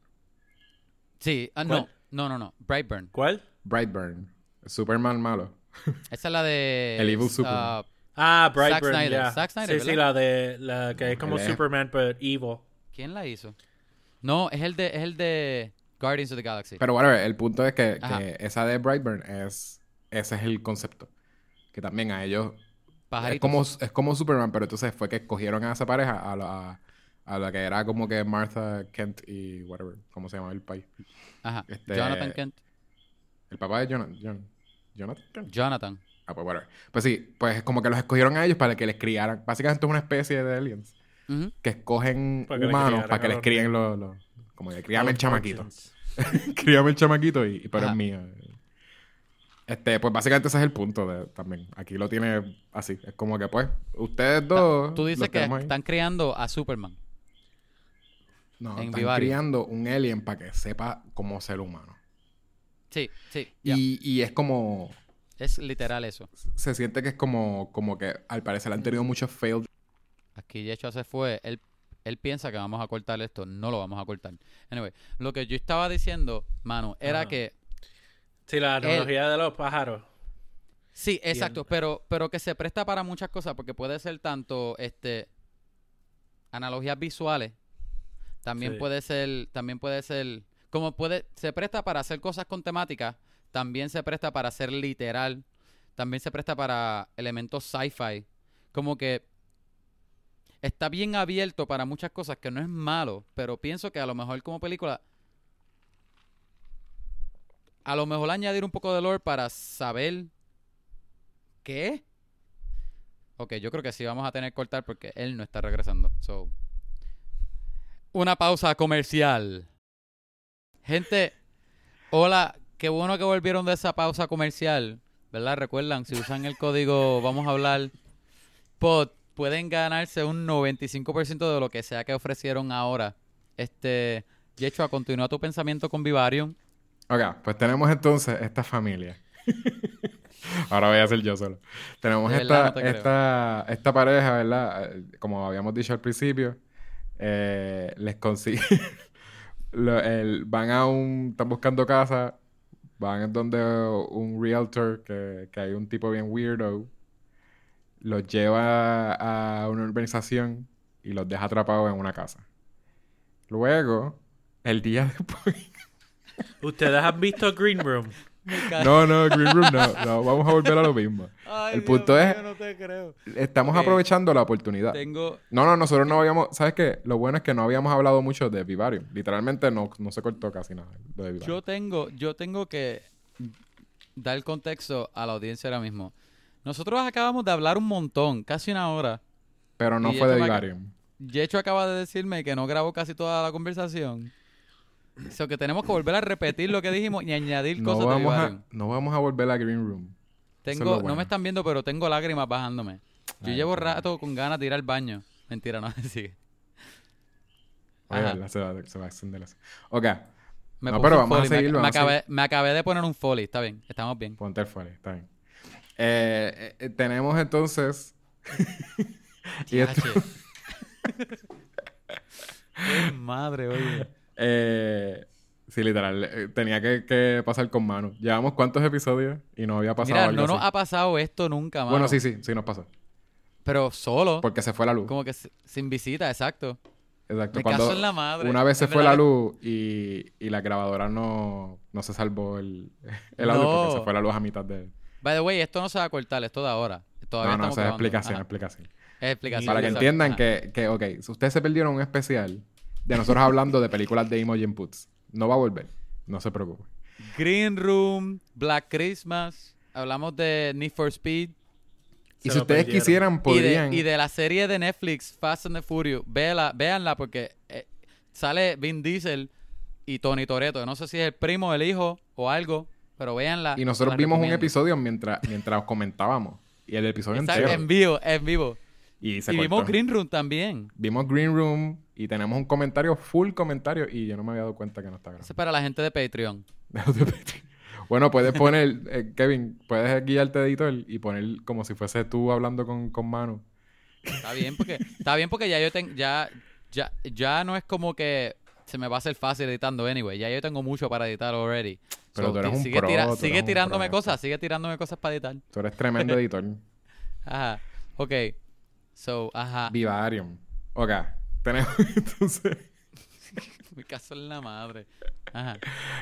Sí, ah, ¿Cuál? no, no, no, no. Brightburn. ¿Cuál? Brightburn. Superman malo. Esa es la de... El Evil ah, Superman. Ah, Zack Brightburn, Snyder. ya. Zack Snyder, Sí, sí, ¿verdad? la de... La que es como Él es- Superman, pero evil. ¿Quién la hizo? No, es el de, es el de Guardians of the Galaxy. Pero whatever, el punto es que, Ajá. que esa de Brightburn es... Ese es el concepto. Que también a ellos... Es Pajaritos. como, es como Superman, pero entonces fue que escogieron a esa pareja, a la, a la que era como que Martha Kent y whatever, ¿cómo se llama el país? Ajá. este- Jonathan Kent. El papá de Jonathan. Jonathan Kent. Jonathan. Ah, pues whatever. Pues sí, pues es como que los escogieron a ellos para que les criaran. Básicamente es una especie de aliens Ujú. que escogen Para que les humanos criaran para que a les los críen los... los- como que críame el Los chamaquito. Fortunes. Críame el chamaquito y, y pero Ajá. es mío. Este, pues básicamente ese es el punto de, también. Aquí lo tiene así. Es como que pues, ustedes dos... Tú dices los que tenemos ahí. están criando a Superman. No, en están Vivarium. criando un alien para que sepa cómo ser humano. Sí, sí. ya. Y, y es como... Es literal eso. Se siente que es como, como que al parecer han tenido muchos failed. Aquí Yeshua se fue. Él, él piensa que vamos a cortar esto. No lo vamos a cortar. Anyway, lo que yo estaba diciendo, mano, era Ajá. que... Sí, la Él- analogía de los pájaros. Sí, exacto. Bien. Pero, pero que se presta para muchas cosas. Porque puede ser tanto este analogías visuales. También Sí. puede ser... También puede ser... Como puede... Se presta para hacer cosas con temáticas. También se presta para ser literal. También se presta para elementos sci-fi. Como que está bien abierto para muchas cosas, que no es malo, pero pienso que a lo mejor como película, a lo mejor añadir un poco de lore para saber qué. Ok, yo creo que sí vamos a tener que cortar porque él no está regresando. So, una pausa comercial. Gente, hola, qué bueno que volvieron de esa pausa comercial, ¿verdad? Recuerdan, si usan el código vamos a hablar pod, pueden ganarse un noventa y cinco por ciento de lo que sea que ofrecieron ahora. Este, Yechua, continúa tu pensamiento con Vivarium. Ok, pues tenemos entonces esta familia. Ahora voy a ser yo solo. Tenemos De esta, verdad, no te creo. esta, esta pareja, ¿verdad? Eh, Como habíamos dicho al principio, eh, les consigue... lo- el- van a un... Están buscando casa, van donde un realtor, que, que hay un tipo bien weirdo, los lleva a una urbanización y los deja atrapados en una casa. Luego, el día después... ¿Ustedes han visto Green Room? No, no, Green Room no, no, vamos a volver a lo mismo. Ay, El Dios punto mío, es, no te creo. estamos Ok. aprovechando la oportunidad. Tengo... No, no, nosotros no habíamos, ¿sabes qué? Lo bueno es que no habíamos hablado mucho de Vivarium. Literalmente no, no se cortó casi nada lo de Vivarium. Yo tengo, yo tengo que dar contexto a la audiencia ahora mismo. Nosotros acabamos de hablar un montón, casi una hora. Pero no y fue de esto me- Vivarium. Yecho acaba de decirme que no grabó casi toda la conversación. So que tenemos que volver a repetir lo que dijimos y añadir No cosas de vamos, a, Vivarium. no vamos a volver a Green Room. Eso es Tengo, lo no bueno. me están viendo, pero tengo lágrimas bajándome. Yo Ay, llevo qué bueno. rato con ganas de ir al baño. Mentira, no, sigue. Oye, Ajá. ¿verdad? Se va, se va a extender eso. Ok, Me No, puse pero un vamos a foley, me- seguir, me, vamos a acabé, me acabé de poner un foley, está bien, estamos bien. ponte el folio, está bien. Eh, eh, eh, tenemos entonces... y esto- Yache. Qué madre, oye. eh, sí, literal. eh, tenía que, que pasar con mano. Llevamos cuántos episodios y no había pasado Mira, algo no nos así. ha pasado esto nunca, mano. Bueno, sí, sí, sí nos pasó. Pero solo, Porque se fue la luz. como que si- sin visita, exacto. Exacto. Me Cuando caso en la madre. una vez se Es fue la verdad. luz y, y la grabadora no, no se salvó el, el audio No. porque se fue la luz a mitad de... By the way, esto no se va a cortar, esto de ahora. Todavía No, no, estamos esa es grabando. explicación, Ajá. explicación. Es explicación. Para que exacto. entiendan Ajá. que, que, ok, si ustedes se perdieron un especial de nosotros hablando de películas de Emoji Inputs, no va a volver. No se preocupen. Green Room, Black Christmas, hablamos de Need for Speed Y Se si lo ustedes perdieron. quisieran, y de, podrían... y de la serie de Netflix Fast and the Furious. Véala, véanla porque eh, sale Vin Diesel y Tony Toretto. No sé si es el primo, el hijo o algo, pero véanla. Y nosotros la vimos un recomiendo. episodio mientras, mientras comentábamos. Y el episodio Exacto, entero. en vivo, en vivo. Y se Y cortó. vimos Green Room también. Vimos Green Room y tenemos un comentario, full comentario, y yo no me había dado cuenta que no está grabando. Eso es para la gente de Patreon. Bueno, puedes poner, eh, Kevin, puedes guiarte de editor y poner como si fuese tú hablando con, con Manu. Está bien porque está bien porque ya yo tengo ya ya ya no es como que se me va a hacer fácil editando anyway. Ya yo tengo mucho para editar already. Pero So, tú eres ti- un sigue pro, tira- tú sigue eres un tirándome pro. cosas, sigue tirándome cosas para editar. Tú eres tremendo editor. Ajá. Ok. So, ajá. Vivarium. Ok. Tenemos entonces... Me caso en la madre. Ajá.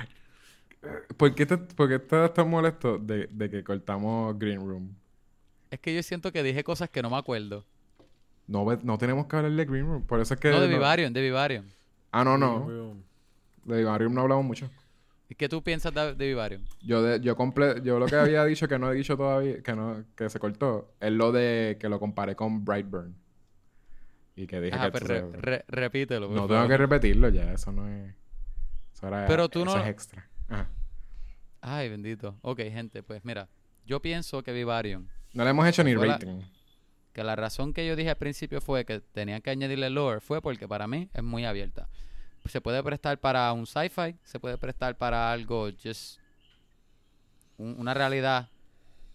¿Por qué, te, por qué estás tan molesto de, de que cortamos Green Room? Es que yo siento que dije cosas que no me acuerdo. No, ve- no tenemos que hablar de Green Room. Por eso es que... No, de no- Vivarium, de Vivarium. Ah, no, Green no. Room. De Vivarium no hablamos mucho. ¿Y qué tú piensas de, de Vivarium? Yo de, yo comple yo lo que había dicho que no he dicho todavía, que no, que se cortó, es lo de que lo comparé con Brightburn. Y que dije Ajá, que pero eso re- se- re- repítelo. por no favor. tengo que repetirlo ya, eso no es. Eso era, Pero tú eso no- es extra. Ajá. Ay, bendito. Ok, gente, pues mira. Yo pienso que Vivarium, No le hemos hecho ni Fue la- rating. que la razón que yo dije al principio fue que tenían que añadirle lore fue porque para mí es muy abierta. Se puede prestar para un sci-fi, se puede prestar para algo just un- una realidad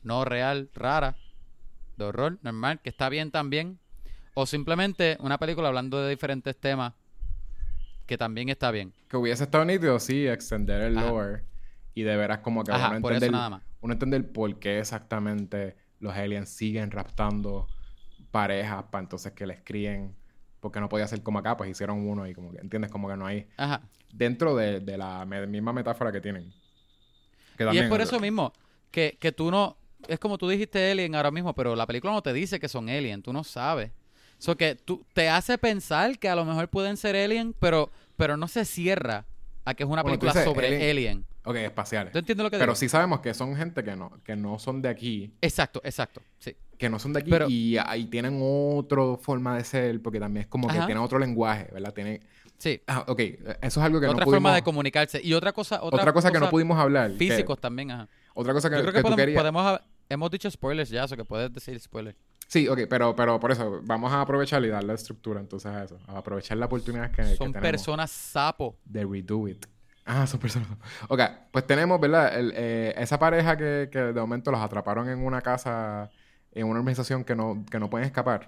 no real, rara, de horror, normal, que está bien también. O simplemente una película hablando de diferentes temas que también está bien. Que hubiese estado nítido, sí, extender el Ajá. lore y de veras como que Ajá, uno por eso entender, nada más. uno entender por qué exactamente los aliens siguen raptando parejas para entonces que les críen, porque no podía ser como acá, pues hicieron uno y como que, ¿entiendes? Como que no hay... Ajá. Dentro de, de la me- misma metáfora que tienen. Que Y también es por eso mismo que, que tú no... Es como tú dijiste alien ahora mismo, pero la película no te dice que son alien, tú no sabes. So que tú te hace pensar que a lo mejor pueden ser alien, pero, pero no se cierra a que es una Bueno, tú película dices sobre alien. alien. Ok, espaciales. ¿Tú entiendes lo que Pero digo? sí sabemos que son gente que no, que no son de aquí. Exacto, exacto, sí. Que no son de aquí Pero- y ahí tienen otra forma de ser, porque también es como que Ajá. tienen otro lenguaje, ¿verdad? Tienen... Sí. Ah, ok, eso es algo que Otra no pudimos... forma de comunicarse. Y otra cosa... Otra, Otra cosa que no pudimos hablar. que- Físicos también, ajá. Otra cosa que, Yo creo que que tú podemos... querías... podemos hab- hemos dicho spoilers ya, eso que puedes decir spoilers. Sí, ok, pero, pero por eso vamos a aprovechar y darle estructura entonces a eso. A aprovechar la oportunidad que, que Son tenemos personas sapo. de redo it. Ah, son personas. Ok, pues tenemos, ¿verdad? El, eh, esa pareja que, que de momento los atraparon en una casa, en una organización que no, que no pueden escapar.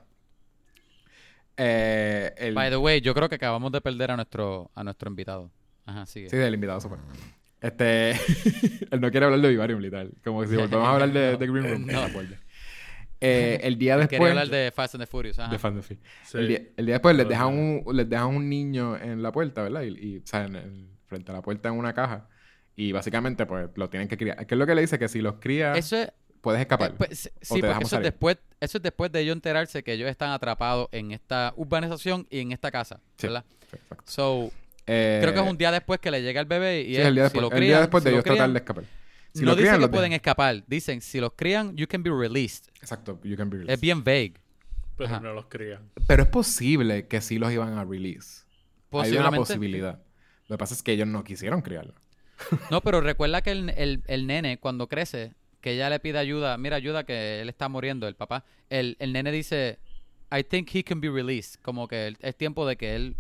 Eh, el, By the way, yo creo que acabamos de perder a nuestro, a nuestro invitado. Ajá, sigue. Sí, del invitado super. Este, él no quiere hablar de Vivarium, literal. Como si volvemos a hablar de, de Green Room. No. No. Eh, el día después... Quería hablar de Fast and the Furious. Ajá. de Fan de Fi- Sí. El, día, el día después les Pero dejan, no. un, les dejan un niño en la puerta, ¿verdad? Y, y, o sea, en el- frente a la puerta en una caja. Y básicamente, pues, lo tienen que criar. ¿Qué es lo que le dice? Que si los crías, Eso es... puedes escapar. eh, pues, sí, te porque dejamos eso es, salir. después, eso es después de ellos enterarse que ellos están atrapados en esta urbanización y en esta casa, Sí. ¿verdad? Sí, exacto. So, Eh, creo que es un día después que le llega el bebé y sí, es, el día si después, lo el crían, día después de si lo ellos tratar crían, de escapar. Si no lo dicen crían, que los pueden dejan. escapar. Dicen, si los crían, you can be released. Exacto, you can be Es released. bien vague. Pero Ajá. no los crían. Pero es posible que sí los iban a release. Hay una Posiblemente. posibilidad. Lo que pasa es que ellos no quisieron criarlo. No, pero recuerda que el, el, el nene, cuando crece, que ella le pide ayuda, mira, ayuda que él está muriendo, el papá. El, el nene dice, I think he can be released. Como que el- es tiempo de que él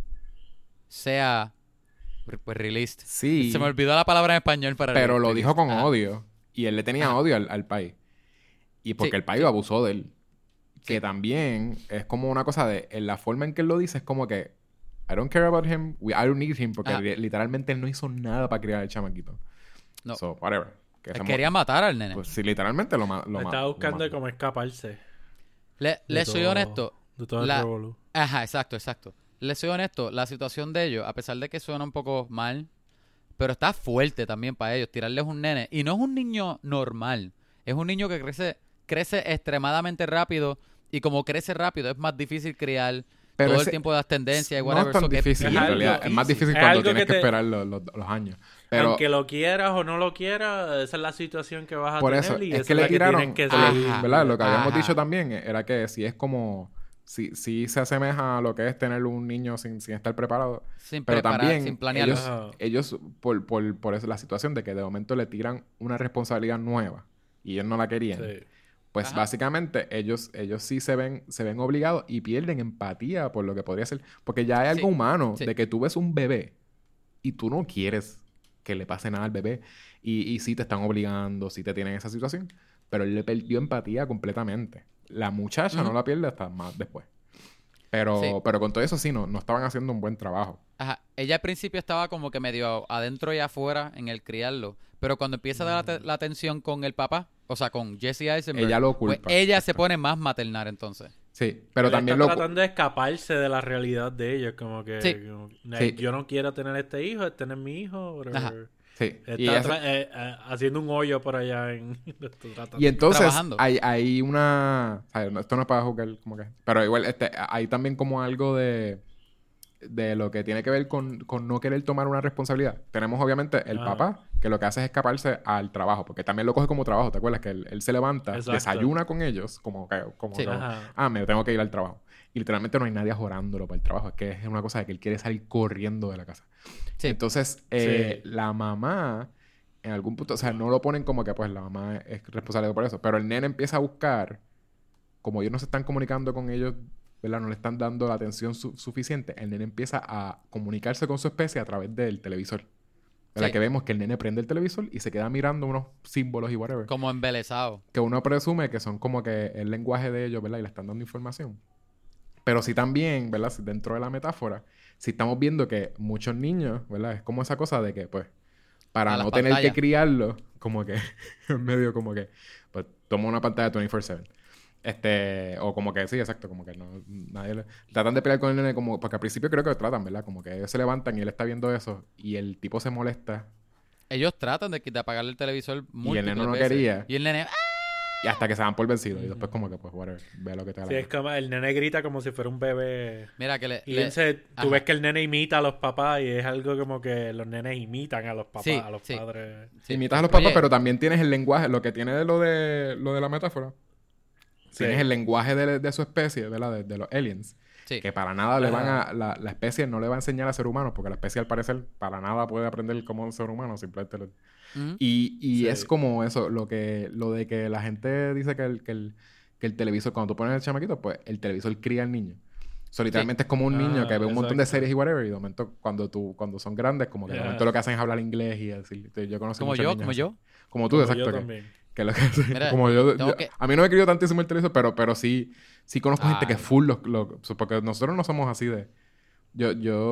sea re- pues released. Sí. Se me olvidó la palabra en español para Pero lo released. dijo con Ajá. odio. Y él le tenía Ajá. odio al, al país. Y porque Sí, el país sí. abusó de él. Que Sí. también es como una cosa de... En la forma en que él lo dice es como que... I don't care about him. We, I don't need him. Porque Ajá. li- literalmente él no hizo nada para criar al chamaquito. No. So, whatever. Que Él somos- quería matar al nene. Pues sí, literalmente lo, ma lo ma- Estaba lo buscando mató. cómo escaparse. le de le soy todo- honesto. De todo el la- revolú. Ajá, exacto, exacto. Le soy honesto, la situación de ellos, a pesar de que suena un poco mal, pero está fuerte también para ellos, tirarles un nene. Y no es un niño normal, es un niño que crece, crece extremadamente rápido y como crece rápido es más difícil criar Pero todo ese- el tiempo de las tendencias y No whatever. es tan so que difícil, en bien realidad. Es más difícil Es cuando algo tienes que que, te- esperar los, los- los años. Pero Aunque lo quieras o no lo quieras, esa es la situación que vas a por tener. eso, y es esa que le la tiraron... tienes que Ajá. seguir. ¿Verdad? Lo que habíamos Ajá. dicho también era que si es como... Si, si se asemeja a lo que es tener un niño sin, sin estar preparado. sin Pero preparar, también sin planearlo. ellos, Ajá. ellos por, por, por eso, la situación de que de momento le tiran una responsabilidad nueva y ellos no la querían. Sí. Pues Ajá. básicamente ellos, ellos sí se ven, se ven obligados y pierden empatía por lo que podría ser. Porque ya hay algo Sí, humano sí. de que tú ves un bebé y tú no quieres que le pase nada al bebé. Y, y sí te están obligando, sí te tienen esa situación. Pero él le perdió empatía completamente. La muchacha no Ujú. la pierde hasta más después. Pero, Sí. pero con todo eso sí, no, no estaban haciendo un buen trabajo. Ajá. Ella al principio estaba como que medio adentro y afuera en el criarlo. Pero cuando empieza a dar la, te- la atención con el papá, o sea, con Jesse Eisenberg, Ella lo pues culpa. ella se Exacto. pone más maternal entonces. Sí, pero Él también está lo... tratando de escaparse de la realidad de ellos. Como que, Sí. como, Sí. yo no quiero tener este hijo, este no es mi hijo. whatever. Ajá. Sí. Está Y, esa- tra- eh, eh, haciendo un hoyo por allá en... está tratando- y entonces Trabajando. hay, hay una... o sea, no- esto no es para jugar como que... Pero igual este, hay también como algo de... De lo que tiene que ver con, con no querer tomar una responsabilidad. Tenemos obviamente el Ajá. papá, que lo que hace es escaparse al trabajo, porque también lo coge como trabajo, ¿te acuerdas? Que él, él se levanta, Exacto. desayuna con ellos, como que... Como Sí. que, Ajá. ah, me tengo que ir al trabajo. Y literalmente no hay nadie jorándolo para el trabajo. Es que es una cosa de que él quiere salir corriendo de la casa. Sí. Entonces, eh, Sí. la mamá, en algún punto, o sea, no lo ponen como que pues la mamá es responsable por eso, pero el nene empieza a buscar, como ellos no se están comunicando con ellos, ¿verdad? No le están dando la atención su- suficiente, el nene empieza a comunicarse con su especie a través del televisor. En la Sí. que vemos que el nene prende el televisor y se queda mirando unos símbolos y whatever. Como embelesado. Que uno presume que son como que el lenguaje de ellos, ¿verdad? Y le están dando información. Pero sí también, ¿verdad? Si dentro de la metáfora, sí estamos viendo que muchos niños, ¿verdad? Es como esa cosa de que, pues, para A las no tener pantallas. que criarlo, como que, en medio como que, pues, toma una pantalla veinticuatro siete. Este, o como que, sí, exacto, como que no, nadie le... Tratan de pelear con el nene como, porque al principio creo que lo tratan, ¿verdad? Como que ellos se levantan y él está viendo eso y el tipo se molesta Ellos tratan de, de apagarle el televisor múltiples nene no veces. quería. Y el nene... ¡ah! y hasta que se dan por vencidos. Y después como que, pues, whatever, ve lo que te da la Sí, gana. es como el nene grita como si fuera un bebé. Mira que le... Y le- entonces tú ajá. ves que el nene imita a los papás y es algo como que los nenes imitan a los papás, Sí, a los sí. padres. sí. Imitas a los papás, Oye, pero también tienes el lenguaje, lo que tiene de lo de, lo de la metáfora. Sí. Tienes el lenguaje de, de su especie, ¿verdad? De, de los aliens. sí. Que para nada le van Ajá. a... La, la especie no le va a enseñar a ser humano, porque la especie al parecer para nada puede aprender como un ser humano, simplemente... lo- Ujú. Y, y Sí. es como eso, lo que lo de que la gente dice que el, que el, que el televisor, cuando tú pones el chamaquito, pues el televisor cría al niño. So, literalmente es como un niño Ah, que ve un montón de exacto. series y whatever, y de momento cuando tú, cuando son grandes, como que de Yeah. momento lo que hacen es hablar inglés y así. Entonces, yo conozco Como muchos yo, niños como así. yo. Como tú, Como exacto. yo que- también. Que lo que hace- Mira, como yo, tengo yo- que- A mí no me crió tantísimo el televisor, pero, pero sí, sí conozco gente que Ay. full los, los- porque nosotros no somos así de... Yo,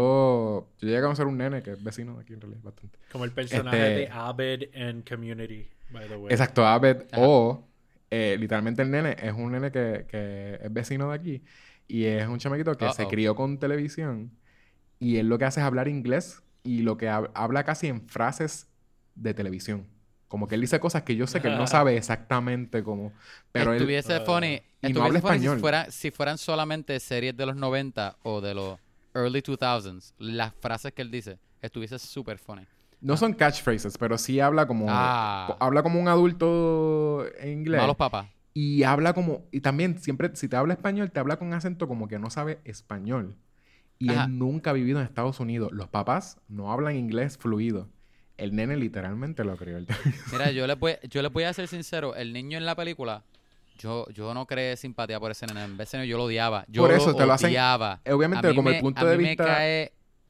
yo, yo llegué a conocer un nene que es vecino de aquí en realidad, bastante. Como el personaje Este- de Abed en Community, by the way. Exacto, Abed. Ajá. O eh, literalmente el nene es un nene que, que es vecino de aquí y es un chamaquito que se Uh-oh. crió con televisión y él lo que hace es hablar inglés y lo que hab- habla casi en frases de televisión. Como que él dice cosas que yo sé que él no sabe exactamente cómo, pero él... estuviese Ah. funny, Y no estuviese habla funny español. Si, fuera, si fueran solamente series de los noventa o de los early two thousands, las frases que él dice, estuviese súper funny. No son catchphrases, pero sí habla como... Ah. co- Habla como un adulto en inglés. Malos papás. Y habla como... Y también siempre, si te habla español, te habla con acento como que no sabe español. Y Ajá. él nunca ha vivido en Estados Unidos. Los papás no hablan inglés fluido. El nene literalmente lo crió. Mira, yo les voy, yo les voy a ser sincero, el niño en la película, yo, yo no creé simpatía por ese nene. En vez de nene, yo lo odiaba. Yo Por eso lo te lo hacen- odiaba. Obviamente, A mí como el me- punto a de mí me vista... cae-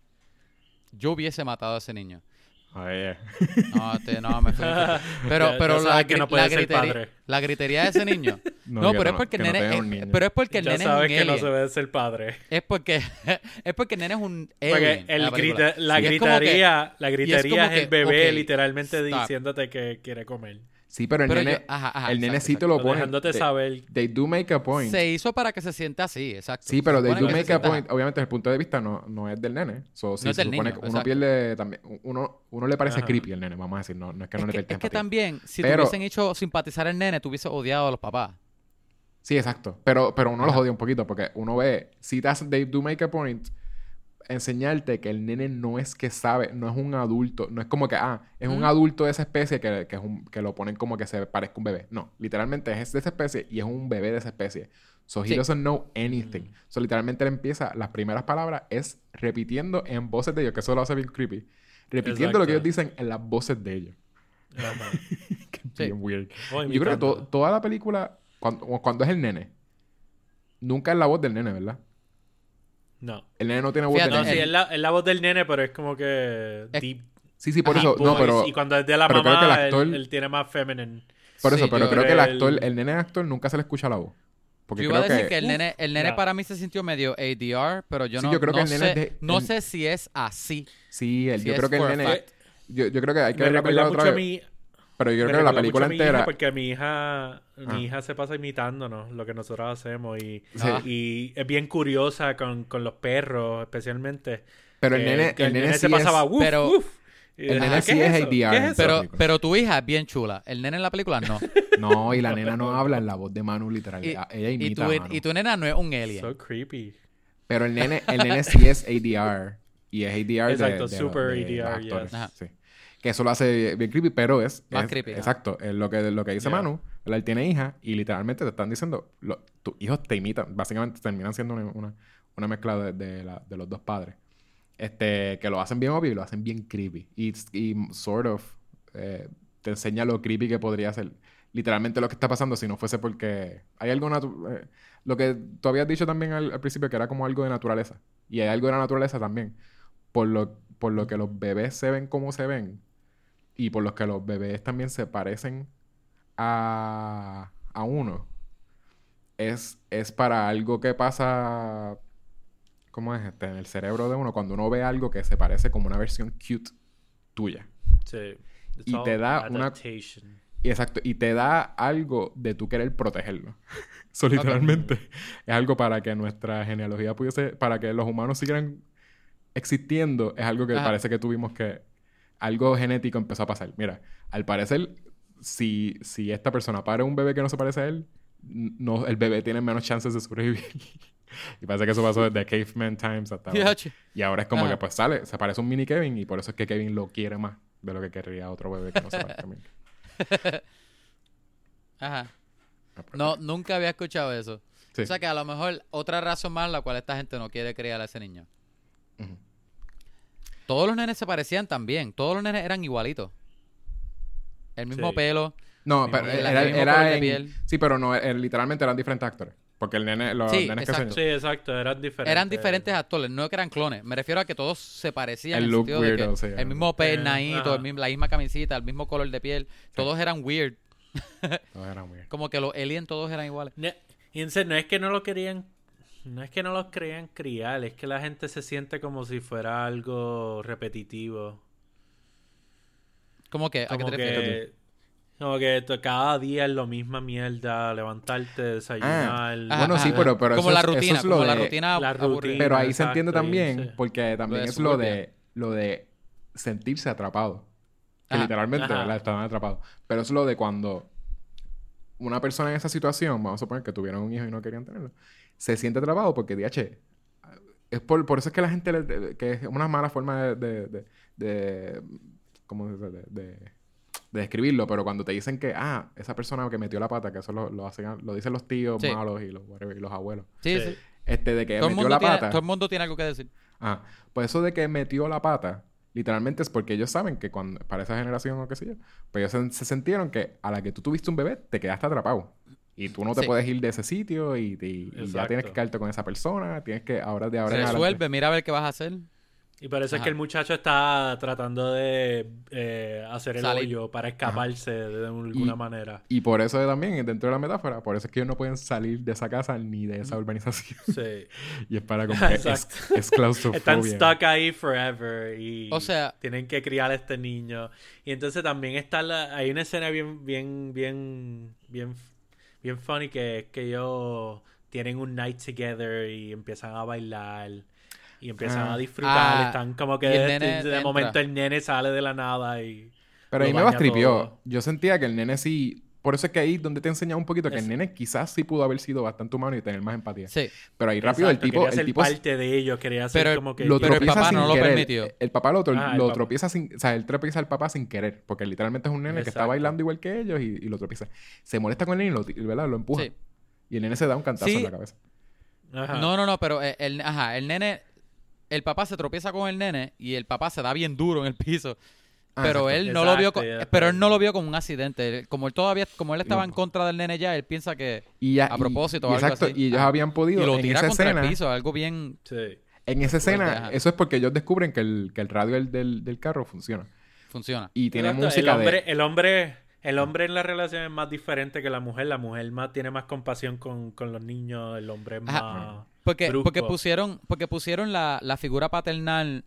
Yo hubiese matado a ese niño. Oye. No, este, no, me fue. Pero, Ya- pero ya la, sabes que gri- no puede la ser gritería, padre. la gritería de ese niño. No, No, que pero no- es porque el que no nene, tenga un es- niño. pero es porque el ya nene sabes es un que no alien. se debe ser padre. Es porque es porque el nene es un Porque alien. en el la película. grita- la Y es como que- gritería, la gritería es, como el que, bebé ok, literalmente stop. diciéndote que quiere comer. Sí, pero el Pero nene... yo- ajá, ajá, el nene exacto, sí te exacto. lo O pone... dejándote they- saber. They do make a point. Se hizo para que se sienta así, exacto. Sí, pero Se they supone do que se make a sienta- point. Obviamente, desde el punto de vista no, no es del nene. So, sí, No es se del supone niño, que uno exacto. pierde también... Uno, uno le parece Ajá. creepy al nene, vamos a decir. No, no es que no Es le que, pierdes es que empatía. también, si Pero- te hubiesen hecho simpatizar al nene, te hubiese odiado a los papás. Sí, exacto. Pero, pero uno los Ajá. odia un poquito porque uno ve... Si te hacen... They do make a point... Enseñarte que el nene no es que sabe... No es un adulto. No es como que... Ah, es un Ujú. adulto de esa especie que, que, es un, que lo ponen como que se parezca un bebé. No. Literalmente es de esa especie y es un bebé de esa especie. So he Sí. doesn't know anything. So literalmente él empieza... Las primeras palabras es repitiendo en voces de ellos. Que eso lo hace bien creepy. Repitiendo lo que ellos Exacto. dicen en las voces de ellos. Ajá. Que es Sí. bien weird. O Yo creo que to- imitando. toda la película... Cuando, cuando es el nene... Nunca es la voz del nene, ¿verdad? No. El nene no tiene voz Fíjate, de No, nene. sí, es la, es la voz del nene, pero es como que Es- deep, Sí, sí, por Ajá, eso. No, voice. pero... Y cuando es de la pero creo mamá, que el actor- él, él tiene más feminine. Por Sí, eso, pero yo- creo que el el- actor... El nene actor nunca se le escucha la voz. Porque Yo iba a creo decir que... que, el nene, el nene ya. para mí se sintió medio A D R, pero yo Sí, no, yo creo que no el nene sé, es de- no el- sé si es así. Sí, el- Si yo es creo que el for a nene... fact. Yo, yo creo que hay que Me ver la recuerda película mucho otra a vez. mi... Pero yo me creo que la recuerda película mucho a mi hija entera... porque mi hija, Ah. mi hija se pasa imitándonos lo que nosotros hacemos y, Sí. y es bien curiosa con, con los perros especialmente. Pero el Que- nene... que El nene se sí es... pasaba woof, pero- woof. Y el yo, nene ¿qué sí es eso? A D R ¿Qué en es eso? Pero, película. pero tu hija es bien chula. El nene en la película no. No, y la nena no habla en la voz de Manu, literal. Y, Ella y, imita tu, a Manu. y tu nena no es un alien. So creepy. Pero el nene, el nene sí es A D R. Y es A D R Exacto, de, de, super de A D R, los actores. yes. Ajá. Sí. Que eso lo hace bien creepy, pero es... Más es- creepy, ajá. Exacto. Es lo que, lo que dice Yeah. Manu. ¿Verdad? Él tiene hija y literalmente te están diciendo... Lo, tus hijos te imitan. Básicamente terminan siendo una, una, una mezcla de, de, la- de los dos padres. Este... Que lo hacen bien obvio y lo hacen bien creepy. Y, y sort of... eh, te enseña lo creepy que podría ser. Literalmente lo que está pasando si no fuese porque... Hay algo... natu- eh, lo que tú habías dicho también al, al principio que era como algo de naturaleza. Y hay algo de la naturaleza también. Por lo, por lo que los bebés se ven como se ven y por lo que los bebés también se parecen a, a uno, es, es para algo que pasa, ¿cómo es este? En el cerebro de uno, cuando uno ve algo que se parece como una versión cute tuya. Sí. It's Y all te da una... adaptation. Y exacto, y te da algo de tú querer protegerlo. Eso literalmente es algo para que nuestra genealogía pudiese, para que los humanos siguieran existiendo, es algo que Ajá. parece que tuvimos que, algo genético empezó a pasar. Mira, al parecer, si, si esta persona para un bebé que no se parece a él, no, el bebé tiene menos chances de sobrevivir. Y parece que eso pasó desde Caveman Times hasta ahora. Yache. Y ahora es como Ajá. que pues sale, se parece a un mini Kevin y por eso es que Kevin lo quiere más de lo que querría otro bebé que no se parezca a mí. Ajá. Ah, pero- No, nunca había escuchado eso. Sí. O sea que a lo mejor otra razón más la cual esta gente no quiere criar a ese niño. Ujú. Todos los nenes se parecían también. Todos los nenes eran igualitos. El mismo Sí. pelo. No, Mi pero mamá- era, el mismo era color de en- piel. Sí, pero no, eh, literalmente eran diferentes actores. Porque el nene, los Sí, nenes exacto. que Sí, se... exacto, eran diferentes. Eran diferentes actores, no que eran clones. Me refiero a que todos se parecían. El en look sentido de que weirdo, sí. el mismo peinadito, ajá. el mismo- la misma camisita, el mismo color de piel. Todos eran weird. Todos eran weird. Como que los aliens todos eran iguales. No, y en serio, no es que no lo querían, no es que no los querían criar, es que la gente se siente como si fuera algo repetitivo. Como que, ¿a qué Como te refieres? que, como que to- cada día es lo misma mierda, levantarte, desayunar. Ajá, Bueno, sí, ajá. pero, pero como eso la es- eso rutina, es lo como la de- rutina, la aburrida. rutina. Pero ahí se Exacto, entiende y también, sí. porque también Lo de es lo suburbia. de, lo de sentirse atrapado. Que Ajá. literalmente, Ajá. ¿verdad? Estaban atrapados. Pero es lo de cuando una persona en esa situación, vamos a suponer que tuvieron un hijo y no querían tenerlo, se siente atrapado porque, D H, es por, por eso es que la gente, le- de- que es una mala forma de, de, de, de- ¿cómo se dice? De, de, de describirlo, pero cuando te dicen que, ah, esa persona que metió la pata, que eso lo, lo, hacen, lo dicen los tíos Sí. malos y los, whatever, y los abuelos, Sí, Sí. sí. este, de que Todo el, metió mundo la tiene, pata. todo el mundo tiene algo que decir. Ajá. Pues eso de que metió la pata, literalmente es porque ellos saben que cuando, para esa generación o qué sé yo, pues ellos se, se sintieron que a la que tú tuviste un bebé, te quedaste atrapado. Y tú no te Sí. puedes ir de ese sitio y, y- y ya Exacto. tienes que quedarte con esa persona, tienes que, ahora de ahora en Resuelve, adelante. mira a ver qué vas a hacer. Y parece Ajá. que el muchacho está tratando de eh, hacer el Salir. hoyo para escaparse de alguna Y- manera. Y por eso también, dentro de la metáfora, por eso es que ellos no pueden salir de esa casa ni de esa urbanización. Sí. Y es para como que es, Exacto. es claustrofobia. Están stuck ahí forever y O sea- tienen que criar a este niño. Y entonces también está la, hay una escena bien, bien, bien, bien, bien funny que es que ellos tienen un night together y empiezan a bailar y empiezan Ah. a disfrutar. Ah, Están como que y el de, nene de entra. momento el nene sale de la nada y Pero lo ahí me baña bastripió. todo. Yo sentía que el nene sí... Por eso es que ahí donde te enseña un poquito que Es- el nene quizás sí pudo haber sido bastante humano y tener más empatía. Sí. Pero ahí rápido Exacto, el tipo... quería El ser tipo parte de ellos, quería ser Pero como que lo Pero el tropieza papá sin no lo querer. permitió. El papá lo, tro- Ah, el lo papá. tropieza sin... O sea, él tropieza al papá sin querer. Porque literalmente es un nene que está Exacto. bailando igual que ellos y, y lo tropieza. Se molesta con el nene y lo, ti- ¿verdad? Lo empuja. Sí. Y el nene se da un cantazo Sí. en la cabeza. Ajá. No, no, no, pero el, el- ajá, el nene, el papá se tropieza con el nene y el papá se da bien duro en el piso. Ah, pero exacto. él no lo vio, Exacto, co- ya, pero pero- él no lo vio como un accidente. Él- Como él todavía, como él estaba No. en contra del nene ya, él piensa que Y ya, a y- propósito y o algo exacto, así. y ellos Ah. habían podido y lo en tira esa contra escena... el piso, algo bien Sí. En esa escena, Ajá. eso es porque ellos descubren que el, que el radio del, del, del carro funciona. funciona. Y tiene Exacto, música el hombre, de... el hombre, el hombre en la relación es más diferente que la mujer. La mujer más tiene más compasión con, con los niños, el hombre es Ajá. más Porque, brusco. porque pusieron, porque pusieron la, la figura paternal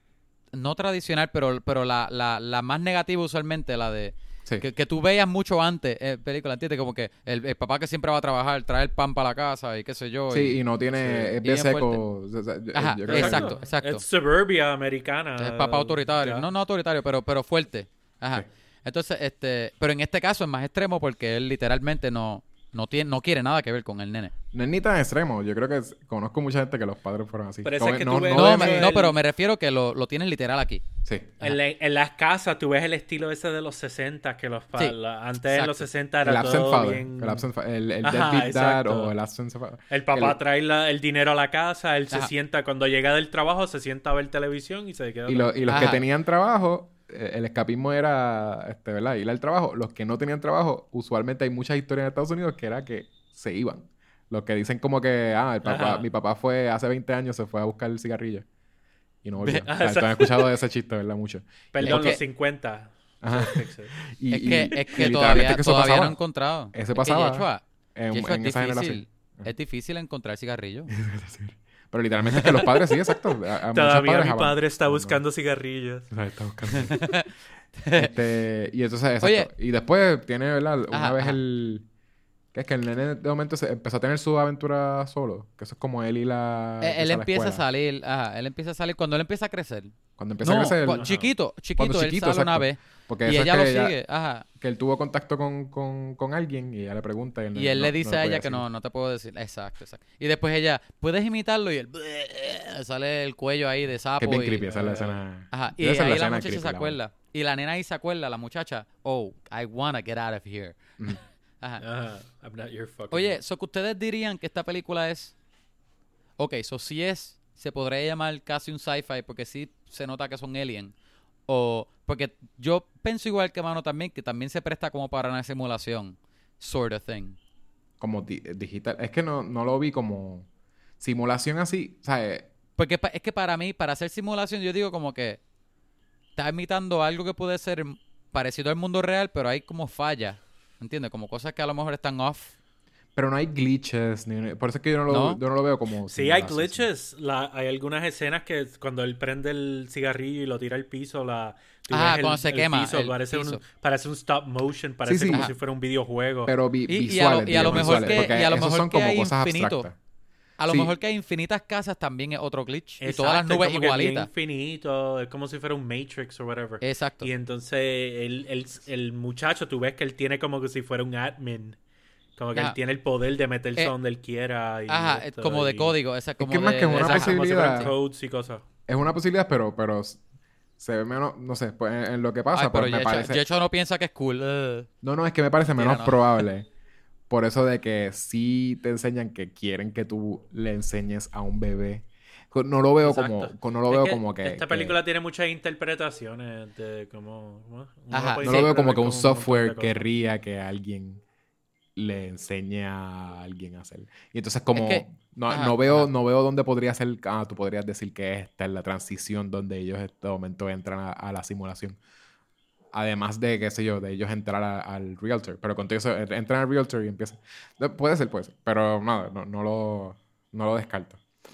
no tradicional, pero, pero la, la, la más negativa usualmente, la de Sí. que, que tú veías mucho antes en película, ¿entiendes? Como que el, el papá que siempre va a trabajar, trae el pan para la casa y qué sé yo. Sí, y- y no tiene... Sí. Es Y bien bien seco. O sea, yo- Ajá, yo creo que- exacto, exacto. Es suburbia americana. es papá autoritario. Ya. No, no autoritario, pero, pero fuerte. Ajá. Sí. Entonces, este, pero en este caso es más extremo porque él literalmente no, no tiene, no quiere nada que ver con el nene. No es ni tan extremo. Yo creo que es- conozco mucha gente que los padres fueron así. Pero eso No- es que no, tú ves- no No, de- me- el- no, pero me refiero que lo, lo tienen literal aquí. Sí. En, la- en las casas tú ves el estilo ese de los sesenta, que los pa- Sí, la- antes en los exacto. sesenta El era absent todo father. bien... El absent fa- El, el Ajá, deadbeat dad exacto. o el absent father. El papá El- trae la- el dinero a la casa, él se Ajá. sienta, cuando llega del trabajo, se sienta a ver televisión y se queda... Y, lo- y los que Ajá. tenían trabajo, eh, el escapismo era, este, ¿verdad? Ir al trabajo. Los que no tenían trabajo, usualmente hay muchas historias en Estados Unidos que era que se iban. Los que dicen como que, ah, el papá, Ajá. mi papá fue hace veinte años, se fue a buscar el cigarrillo. y no volvió. Ve- O sea, tú has escuchado de ese chiste, ¿verdad? Mucho. Perdón, Es que- los cincuenta. Ajá. Y, es y- que, es y que literalmente todavía, que eso todavía no pasaba he encontrado. Ese Es que, pasaba Yeshua, en, Yeshua, en es esa difícil. generación. Es difícil encontrar cigarrillos. Pero literalmente es que los padres, sí, exacto. A, a muchos Todavía padres mi aban- padre está abandonan. buscando cigarrillos. O sea, está buscando. Este, y entonces, exacto. Oye. Y después tiene, ¿verdad? Una Ajá, vez ajá. el... Que es que el nene de momento se empezó a tener su aventura solo. Que eso es como él y la... Eh, él la empieza a escuela. salir, ajá, él empieza a salir cuando él empieza a crecer. Cuando empieza No, a crecer... cu- el- chiquito, chiquito, Cuando él chiquito, sale una exacto. vez. Porque Y eso ella es lo que ella- sigue, ajá. que él tuvo contacto con, con, con alguien y ella le pregunta y él, Y él no- le no dice puede a ella que decir. no, no te puedo decir. Exacto, exacto. Y después ella, ¿puedes imitarlo? Y él, sale el cuello ahí de sapo. Que es bien y, creepy, esa es la escena. Ajá. Y Esa es ahí la escena muchacha creepy, se la acuerda. Y la nena ahí se acuerda, la muchacha, oh, I wanna get out of here. Ujú. Ajá. Ajá. I'm not your fucking... Oye, so que ustedes dirían que esta película es... Ok, so si es, se podría llamar casi un sci-fi porque sí se nota que son aliens. O... Porque yo pienso igual que Mano también, que también se presta como para una simulación. Sort of thing. Como di- digital. Es que no, no lo vi como simulación así. O sea, eh, Porque pa- es que para mí, para hacer simulación, yo digo como que está imitando algo que puede ser parecido al mundo real, pero hay como fallas. ¿Entiendes? Como cosas que a lo mejor están off. pero no hay glitches. Ni, por eso es que yo no lo, ¿No? yo no lo veo como. Sí, hay simulación. glitches. La, hay algunas escenas que cuando él prende el cigarrillo y lo tira al piso, la, tú Ah, ves cuando el- se el quema, piso, el parece, piso. Un, parece un stop motion, parece sí. como Ajá. si fuera un videojuego. Pero vi, Y- y a lo- visuales. y a lo digamos, mejor visuales, que- porque y a lo esos mejor son que como hay cosas infinito. abstractas. A lo Sí. mejor que hay infinitas casas también es otro glitch. Y Exacto, todas las es nubes como que bien igualitas. infinito, es como si fuera un Matrix o whatever. Exacto. Y entonces el, el, el muchacho, tú ves que él tiene como que si fuera un admin. Como que Ajá. él tiene el poder de meterse Eh, donde él quiera. Y Ajá, esto, como de y- código. Esa como que más de- que una esa- Exacto, como si fueran posibilidad. codes y cosas. Es una posibilidad, pero, pero se ve menos. No sé, pues en, en lo que pasa, Ay, pero pues me Yecho, parece. Yecho no piensa que es cool. Ugh. No, no, es que me parece Mentira, menos no. probable. Por eso de que sí te enseñan que quieren que tú le enseñes a un bebé. Co- No lo veo como, Exacto. co- no lo Es veo que como que. Esta que- película tiene muchas interpretaciones de como... ¿cómo? Uno Ajá, puede no lo veo como interpretar que un montón de software cosas. querría que alguien le enseñe a alguien a hacer. Y entonces como Es que- no, ajá, no veo, ajá. no veo dónde podría ser, ah, tú podrías decir que esta es la transición donde ellos en este momento entran a, a la simulación. Además de, qué sé yo, de ellos entrar a- al realtor. Pero contigo eso, eh, entran al realtor y empiezan. No, puede ser, puede ser. Pero nada, no, no lo, no lo descarto.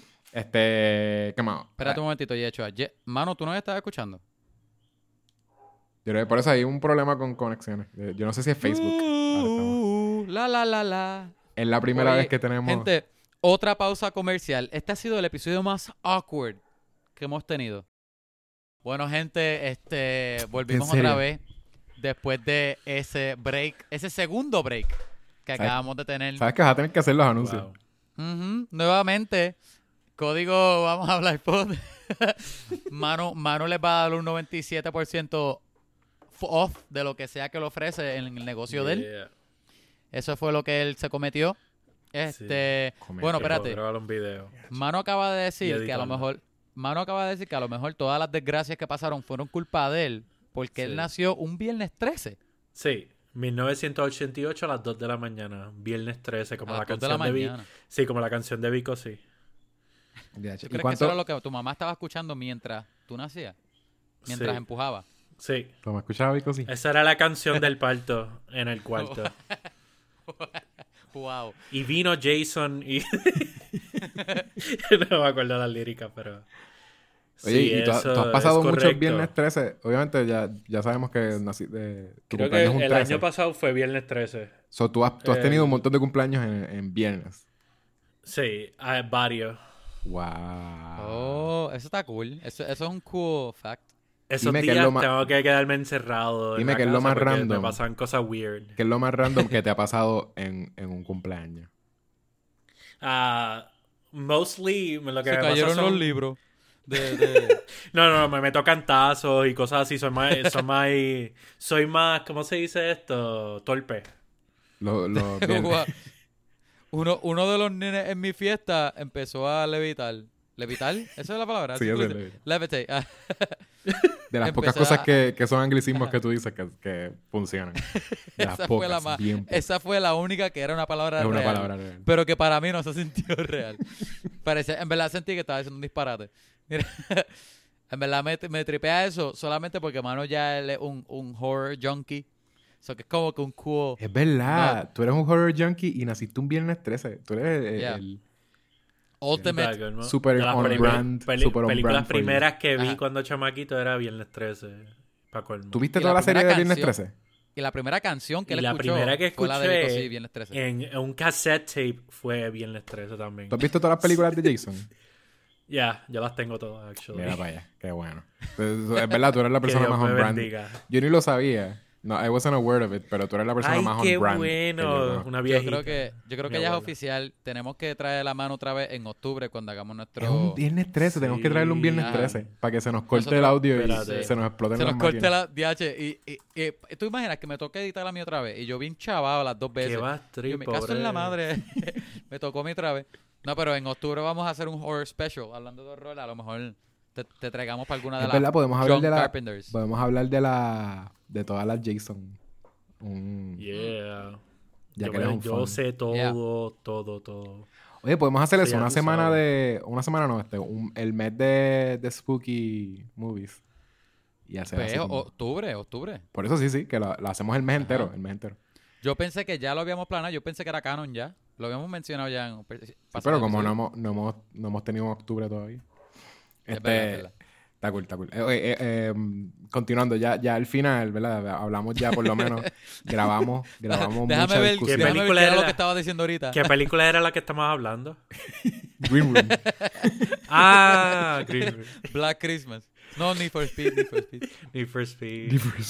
Este, ¿qué más? Espérate un momentito, Yecho. Ye- Mano, ¿tú no me estás escuchando? Yo creo que por eso hay un problema con conexiones. Eh, Yo no sé si es Facebook. Ahora estamos- Uh, la, la, la, la. Es la primera Oye, vez que tenemos... Gente, otra pausa comercial. Este ha sido el episodio más awkward que hemos tenido. Bueno, gente, este volvimos serio? otra vez después de ese break, ese segundo break que ¿Sabes? acabamos de tener. Sabes que vas a tener que hacer los anuncios. Wow. Ujú, nuevamente, código vamos a hablar pod. Mano, Mano les va a dar un noventa y siete por ciento off de lo que sea que le ofrece en el negocio de él. Yeah. Eso fue lo que él se cometió. Este, Cometió. bueno, Que puedo espérate. grabar un video. Mano acaba de Y decir que a lo editarlo. mejor Mano acaba de decir que a lo mejor todas las desgracias que pasaron fueron culpa de él porque Sí. él nació un viernes trece. Sí, mil novecientos ochenta y ocho a las dos de la mañana, viernes trece, como A la las dos de canción la de, Vi- mañana. Sí, como la canción de Vico, sí. De hecho. ¿Tú ¿Y crees que cuánto? eso era lo que tu mamá estaba escuchando mientras tú nacías? Mientras Sí. empujaba. Sí, ¿Lo me escuchaba, Vico? Sí. esa era la canción del parto en el cuarto. Wow. Y vino Jason y... no me acuerdo las líricas, pero... Oye, sí, y tú, has- eso tú has pasado es muchos correcto. viernes trece. Obviamente ya, ya sabemos que nací de, tu Creo que cumpleaños es un el trece. año pasado fue viernes trece. So, tú has, tú has tenido el- un montón de cumpleaños en, en viernes. Sí, ah, varios. Wow. Oh, eso está cool. Eso, eso es un cool fact. Esos Dime que es días lo más- tengo que quedarme encerrado en Dime la que es lo casa más porque random. me pasan cosas weird. ¿Qué es lo más random que te ha pasado en, en un cumpleaños? Ah, mostly lo que Se me pasa cayeron son- los libros. De, de... No, no, me meto cantazos y cosas así. Soy más, soy más, soy más, ¿cómo se dice esto? Torpe. Los, los viernes. Guau. uno, uno de los nenes en mi fiesta empezó a levitar. ¿Levitar? ¿Esa es la palabra? Sí, ¿Eso esa tú es dices? Levitate. Ah. De las Empecé pocas cosas a- que, que son anglicismos que tú dices que, que funcionan. De las Esa pocas, fue la más- bien pocas. Esa fue la única que era una palabra Es una real. palabra real. Pero que para mí no se sintió real. Parece, en verdad sentí que estaba diciendo un disparate. Mira, En verdad me, me tripea eso solamente porque mano ya él es un, un horror junkie. So que es como que un cool... Es verdad. No. Tú eres un horror junkie y naciste un viernes trece. Tú eres el... Yeah. el Ultimate. Verdad, ¿no? Super De las on primer- brand, peli- super on películas brand for you. primeras que vi Ajá. cuando chamaquito era Viernes trece. Pa' colmo. ¿Tú viste Y toda la la serie de primera Viernes canción- trece? Y la primera canción que Y él la escuchó primera que fue la de Vico, escuché sí, Viernes trece. En, en un cassette tape fue Viernes trece también. ¿Tú has visto todas las películas de Jason? Ya, ya las tengo todas, actually. Mira para allá. Qué bueno. Entonces, es verdad, tú eres la Que persona Dios más me on brand. bendiga. Yo ni lo sabía. No, I wasn't aware of it, pero tú eres la persona Ay, más qué on brand. que yo bueno. conozco. Una Yo viejita. creo que, yo creo que Mi ya es abuela. oficial. Tenemos que traer la mano otra vez en octubre cuando hagamos nuestro... Es un viernes trece, tenemos que Sí. traerle un viernes Ajá. trece para que se nos corte Nosotros- el audio y Espérate. se nos exploten Se las nos corte máquinas. la D H. Y, y, y- tú imaginas que me toque editar a mí otra vez. Y yo bien chavado las dos veces. Qué vas Yo trip, me caso en la pobre. madre. Me tocó a mí otra vez. No, pero en octubre vamos a hacer un horror special. Hablando de horror, a lo mejor te, te traigamos para alguna de Es las verdad, podemos hablar John de la... Carpenters. Podemos hablar de la... De todas las Jason. Un- Yeah. Ya yo que me- eres un yo fan. sé todo, Yeah. todo, todo. Oye, podemos hacer Sí, eso, ya una tú semana sabes. de... Una semana no, este, un- el mes de, de Spooky Movies. Y hacer Pues, así como- octubre, octubre. Por eso sí, sí, que lo, lo hacemos el mes Ajá. entero, el mes entero. Yo pensé que ya lo habíamos planeado. Yo pensé que era canon ya. Lo habíamos mencionado ya en un pe- Sí, pasado pero como no episodio. hemos, no, hemos, no hemos tenido un octubre todavía. Es Este, verdad, es verdad. Está cool, está cool. Eh, oye, eh, eh, continuando, ya, ya al final, ¿verdad? Hablamos ya por lo menos, grabamos, grabamos Déjame mucha ver, discusión. ¿Qué déjame ver película qué era era lo la- que estaba diciendo ahorita. ¿Qué película era la que estamos hablando? Green Room. Ah, Green Room. Black Christmas. No, Need for Speed, Need for Speed. Need for Speed.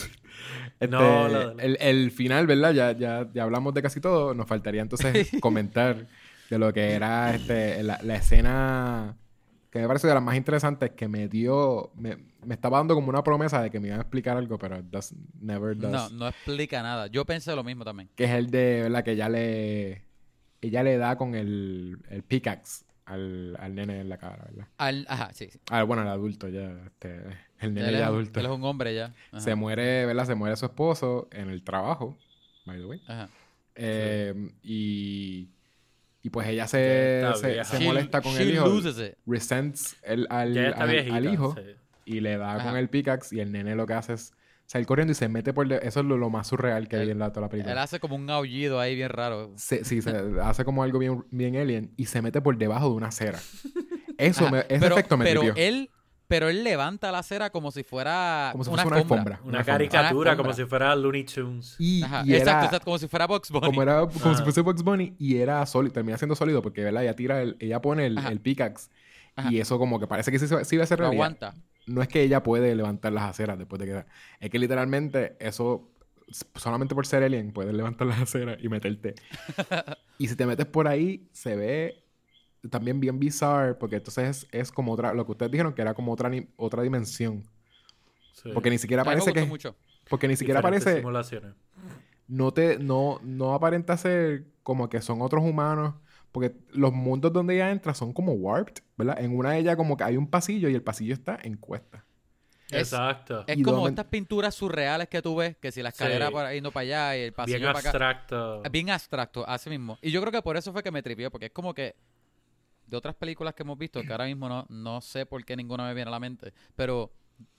Este, No, lo- el, el final, ¿verdad? Ya, ya, ya hablamos de casi todo. Nos faltaría entonces comentar de lo que era este, la, la escena que me parece de las más interesantes, que me dio, me, me estaba dando como una promesa de que me iban a explicar algo, pero it does, never does. No, no explica nada. Yo pensé lo mismo también. Que es el de, ¿verdad? Que ella le, ella le da con el, el pickaxe al, al nene en la cara, ¿verdad? Al, ajá, sí, sí. Ah, bueno, el adulto ya, este, el nene Él ya es, adulto. él es un hombre ya. Ajá. Se muere, ¿verdad? Se muere su esposo en el trabajo, by the way. Ajá. Eh, y, y pues ella se, Ya está se, vieja. se She- molesta con she el hijo. loses it. Resents el, al, Ya está al- viejita. al hijo sí. y le da con Ajá. el pickaxe y el nene lo que hace es salir corriendo y se mete por... de- Eso es lo, lo más surreal que Él- hay en la, toda la película. Él hace como un aullido ahí bien raro. Se- sí, se hace como algo bien, bien alien y se mete por debajo de una acera. Eso, Ajá. me, ese pero, efecto me pero tripió. él, pero él levanta la acera como si fuera Como si una, fuese una alfombra. alfombra. Una alfombra. caricatura Una como alfombra. si fuera Looney Tunes. Y, Ajá, y exacto, era, exacto, como si fuera Bugs Bunny. como era como si Ajá. fuese Bugs Bunny y era sólido, termina siendo sólido porque, ¿verdad? Ella tira el, ella pone el, Ajá. el pickaxe Ajá. y eso como que parece que sí, se- sí iba a ser Lo realidad. aguanta. No es que ella puede levantar las aceras después de que... Es que literalmente eso, solamente por ser alien, puedes levantar las aceras y meterte. Y si te metes por ahí, se ve también bien bizarre, porque entonces es, es como otra... Lo que ustedes dijeron, que era como otra, ni- otra dimensión. Sí. Porque ni siquiera A mí me parece gustó que... mucho. Porque ni siquiera Diferentes parece... simulaciones. No te... No, no aparenta ser como que son otros humanos. Porque los mundos donde ella entra son como warped, ¿verdad? En una de ellas como que hay un pasillo y el pasillo está en cuesta. Es- Exacto. Es Y como donde- estas pinturas surreales que tú ves, que si la escalera Sí. para yendo para allá y el pasillo Bien para acá. abstracto. Es bien abstracto, así mismo. Y yo creo que por eso fue que me tripió, porque es como que de otras películas que hemos visto, que ahora mismo no, no sé por qué ninguna me viene a la mente, pero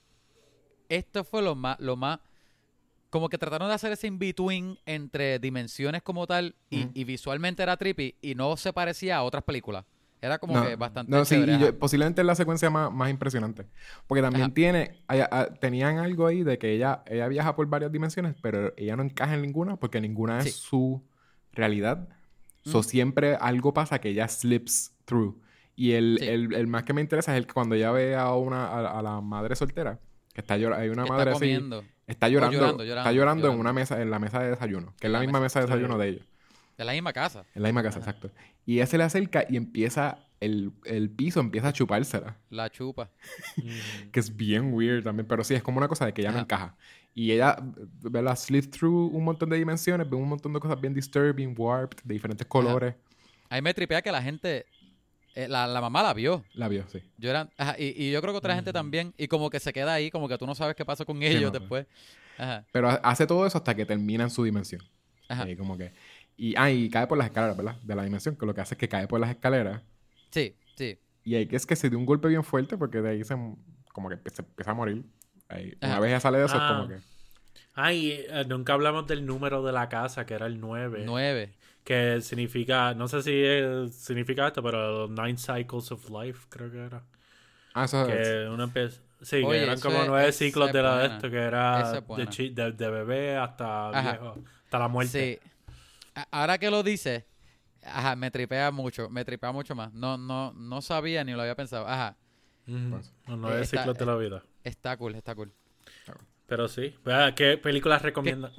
esto fue lo más, lo más, como que trataron de hacer ese in-between entre dimensiones como tal y, Ujú. y visualmente era trippy y no se parecía a otras películas. Era como No, que bastante no, sí, chévere, y ajá. yo- posiblemente es la secuencia más, más impresionante. Porque también Ajá. tiene, hay- a- tenían algo ahí de que ella, ella viaja por varias dimensiones, pero ella no encaja en ninguna porque ninguna Sí. es su realidad. So Mm. siempre algo pasa que ella slips through. Y el, Sí. el, el más que me interesa es el que cuando ella ve a una, a, a la madre soltera, que está llorando, hay una Que madre está así, comiendo. está llorando, llorando, está llorando, llorando en llorando. una mesa, en la mesa de desayuno, que es En la la misma mesa mesa, de desayuno sí. de ella. De la misma casa. En la misma casa, Ajá. exacto. Y ella se le acerca y empieza, el, el piso empieza a chupársela. La chupa. Ujú. Que es bien weird también, pero sí, es como una cosa de que ella no Ajá. encaja. Y ella, ¿verdad? Slip through un montón de dimensiones, ve un montón de cosas bien disturbing, warped, de diferentes colores. A mí me tripea que la gente, eh, la, la mamá la vio. La vio, sí. Yo era, ajá, y, y yo creo que otra gente también. Y como que se queda ahí, como que tú no sabes qué pasa con ellos no. después. Ajá, Pero ha- hace todo eso hasta que termina en su dimensión. ajá. Y como que... Y, ah, y cae por las escaleras, ¿verdad? De la dimensión, que lo que hace es que cae por las escaleras. Sí, sí. Y ahí que es que se dio un golpe bien fuerte porque de ahí se... como que se empieza a morir. Ahí, una Ajá. vez ya sale de eso, es Ah. como que... Ay, eh, nunca hablamos del número de la casa, que era el nueve. Nueve. Que significa, no sé si eh, significa esto, pero Nine Cycles of Life, creo que era. Ah, eso es... Que una empe- Sí, Oye, que eran eso como es- nueve esa ciclos es de la de buena. esto, que Esa era es buena. de, chi- de, de bebé hasta Ajá. viejo, hasta la muerte. Sí. A- Ahora que lo dices, ajá, me tripea mucho, me tripea mucho más. No, no, no sabía ni lo había pensado. Ajá, Ujú. Pues, Los nueve eh, está- ciclos de la vida. está cool, está cool. Pero sí. Vea, ¿qué películas recomiendan?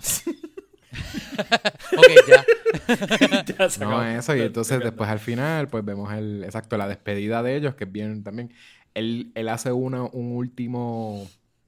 Ok, ya. Ya se No, acabó. eso, y entonces Recomienda. después al final, pues vemos el, exacto, la despedida de ellos, que es bien también. Él, él hace una, un último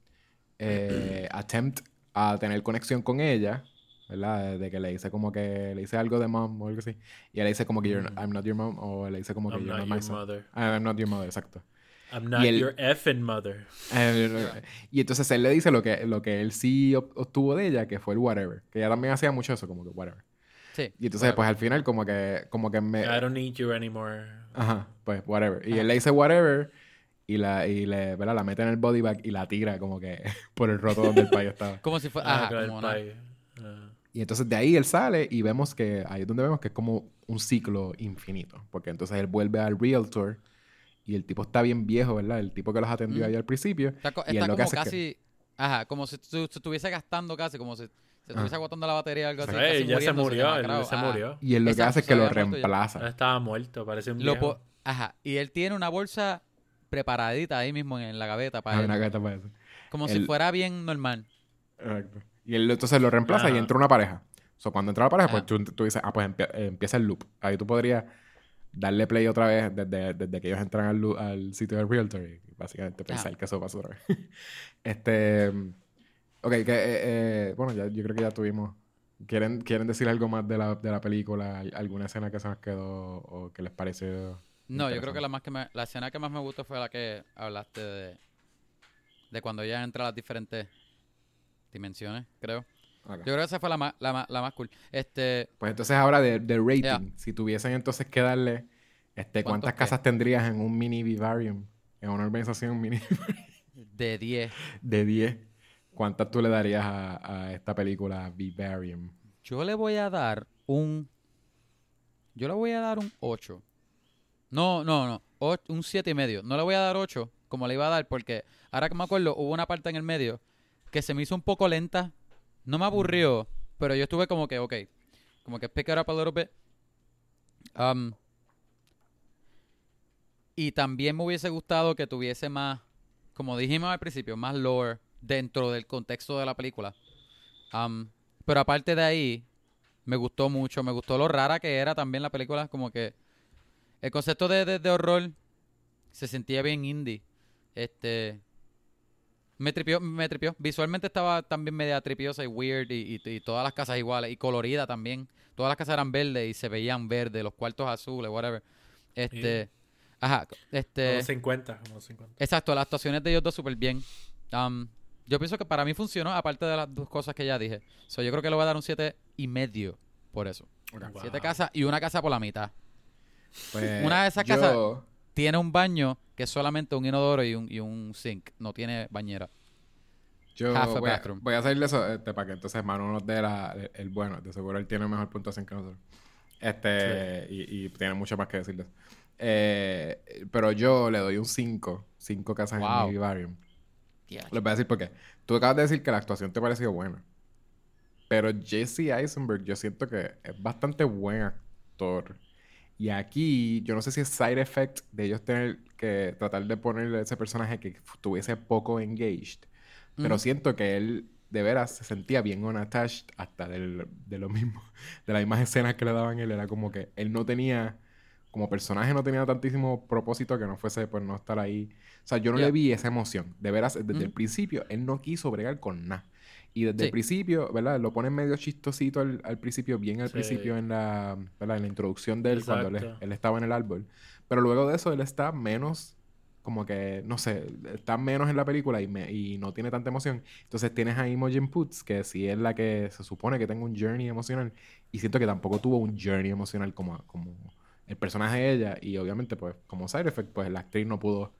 eh, attempt a tener conexión con ella, ¿verdad? De que le dice como que le dice algo de mom o algo así. Y ella le dice como que you're- Mm. I'm not your mom, o le dice como que I'm you're not not my your son. mother. Ah, I'm not your mother, exacto. I'm not él- your effing mother. Eh, y entonces él le dice lo que, lo que él sí ob- obtuvo de ella, que fue el whatever. Que ella también hacía mucho eso, como que whatever. Sí. Y entonces, pues al final, como que, como que me. I don't need you anymore. Ajá, pues whatever. Y Ajá. él le dice whatever y la, y le, ¿verdad? La mete en el body bag y la tira como que por el roto donde el payo estaba. Como si fuera. Ah, Ajá, con el como una- pie. Ah. Y entonces de ahí él sale y vemos que ahí es donde vemos que es como un ciclo infinito. Porque entonces él vuelve al realtor y el tipo está bien viejo, ¿verdad? El tipo que los atendió Mm. ahí al principio. Está, co- Y él está lo que como hace es que- casi. Ajá, como si tu- se estuviese gastando casi, como si se estuviese Ah. agotando la batería o algo así. Ey, casi ya se muriéndose, murió, él demacrado. se Ajá. murió. Y él lo que Exacto, hace es se que lo había muerto ya. Él reemplaza. estaba muerto, parece un Lo viejo. po- Ajá. Y él tiene una bolsa preparadita ahí mismo en la gaveta para Ah, él. una gata para eso. Como si él- fuera bien normal. Exacto. Y él entonces lo reemplaza y Ajá. entra una pareja. O sea, cuando entra la pareja, pues Ajá. tú, tú dices, ah, pues empie- eh, empieza el loop. Ahí tú podrías darle play otra vez desde, desde que ellos entran al, lu- al sitio del realtor y básicamente pensar Ajá. que eso pasó otra vez. este... Ok, que... eh, eh, bueno, ya, yo creo que ya tuvimos... ¿Quieren, ¿Quieren decir algo más de la, de la película? ¿Al- ¿Alguna escena que se nos quedó o que les pareció? No, yo creo interesante? que la más que me, la escena que más me gustó fue la que hablaste de, de cuando ella entra a las diferentes dimensiones, creo. Ok. Yo creo que esa fue la más, la más, la más cool. Este, Pues entonces ahora de, de rating. Ya. Si tuviesen entonces que darle... Este, ¿Cuántos ¿Cuántas qué? casas tendrías en un mini vivarium? En una organización mini de diez. de diez. ¿Cuántas tú le darías a, a esta película Vivarium? Yo le voy a dar un. Yo le voy a dar un ocho. No, no, no. Och- un siete y medio. No le voy a dar ocho como le iba a dar porque ahora que me acuerdo hubo una parte en el medio que se me hizo un poco lenta. No me aburrió, pero yo estuve como que, ok. Como que pick it up a little bit. Um, y también me hubiese gustado que tuviese más, como dijimos al principio, más lore dentro del contexto de la película. Um, pero aparte de ahí, me gustó mucho. Me gustó lo rara que era también la película. Como que el concepto de, de, de horror se sentía bien indie. Este... Me tripió, me tripió. Visualmente estaba también media tripiosa y weird y, y, y todas las casas iguales. Y colorida también. Todas las casas eran verdes y se veían verdes. Los cuartos azules, whatever. Este... Ajá. Este... Como cincuenta, como cincuenta. Exacto, las actuaciones de ellos dos súper bien. Um, yo pienso que para mí funcionó, aparte de las dos cosas que ya dije. So, yo creo que le voy a dar un siete y medio por eso. Wow. Siete casas y una casa por la mitad. Pues, Una de esas yo- casas- Tiene un baño que es solamente un inodoro y un, y un sink. No tiene bañera. Yo Half a voy a, bathroom. voy a hacer de eso este, para que entonces Manu nos dé la- el, el bueno. De seguro él tiene mejor puntuación que nosotros. Este, y, y tiene mucho más que decir de eso. Eh, pero yo le doy un cinco. cinco casas Wow. en mi vivarium. Yeah. Les voy a decir por qué. Tú acabas de decir que la actuación te pareció buena. Pero Jesse Eisenberg, yo siento que es bastante buen actor. Y aquí, yo no sé si es side effect de ellos tener que tratar de ponerle ese personaje que estuviese poco engaged. Pero Ujú. siento que él, de veras, se sentía bien unattached hasta del, de lo mismo. De las mismas escenas que le daban él. Era como que él no tenía... Como personaje no tenía tantísimo propósito que no fuese por no estar ahí. O sea, yo no Yeah. le vi esa emoción. De veras, desde el Ujú. principio, él no quiso bregar con nada. Y desde Sí. el principio, ¿verdad? Lo ponen medio chistosito al, al principio, bien al Sí. principio en la, ¿verdad? En la introducción de él, cuando él, Exacto. él estaba en el árbol. Pero luego de eso, él está menos, como que, no sé, está menos en la película y, me- y no tiene tanta emoción. Entonces tienes a Imogen Poots, que sí es la que se supone que tenga un journey emocional. Y siento que tampoco tuvo un journey emocional como, como el personaje de ella. Y obviamente, pues, como side effect, pues la actriz no pudo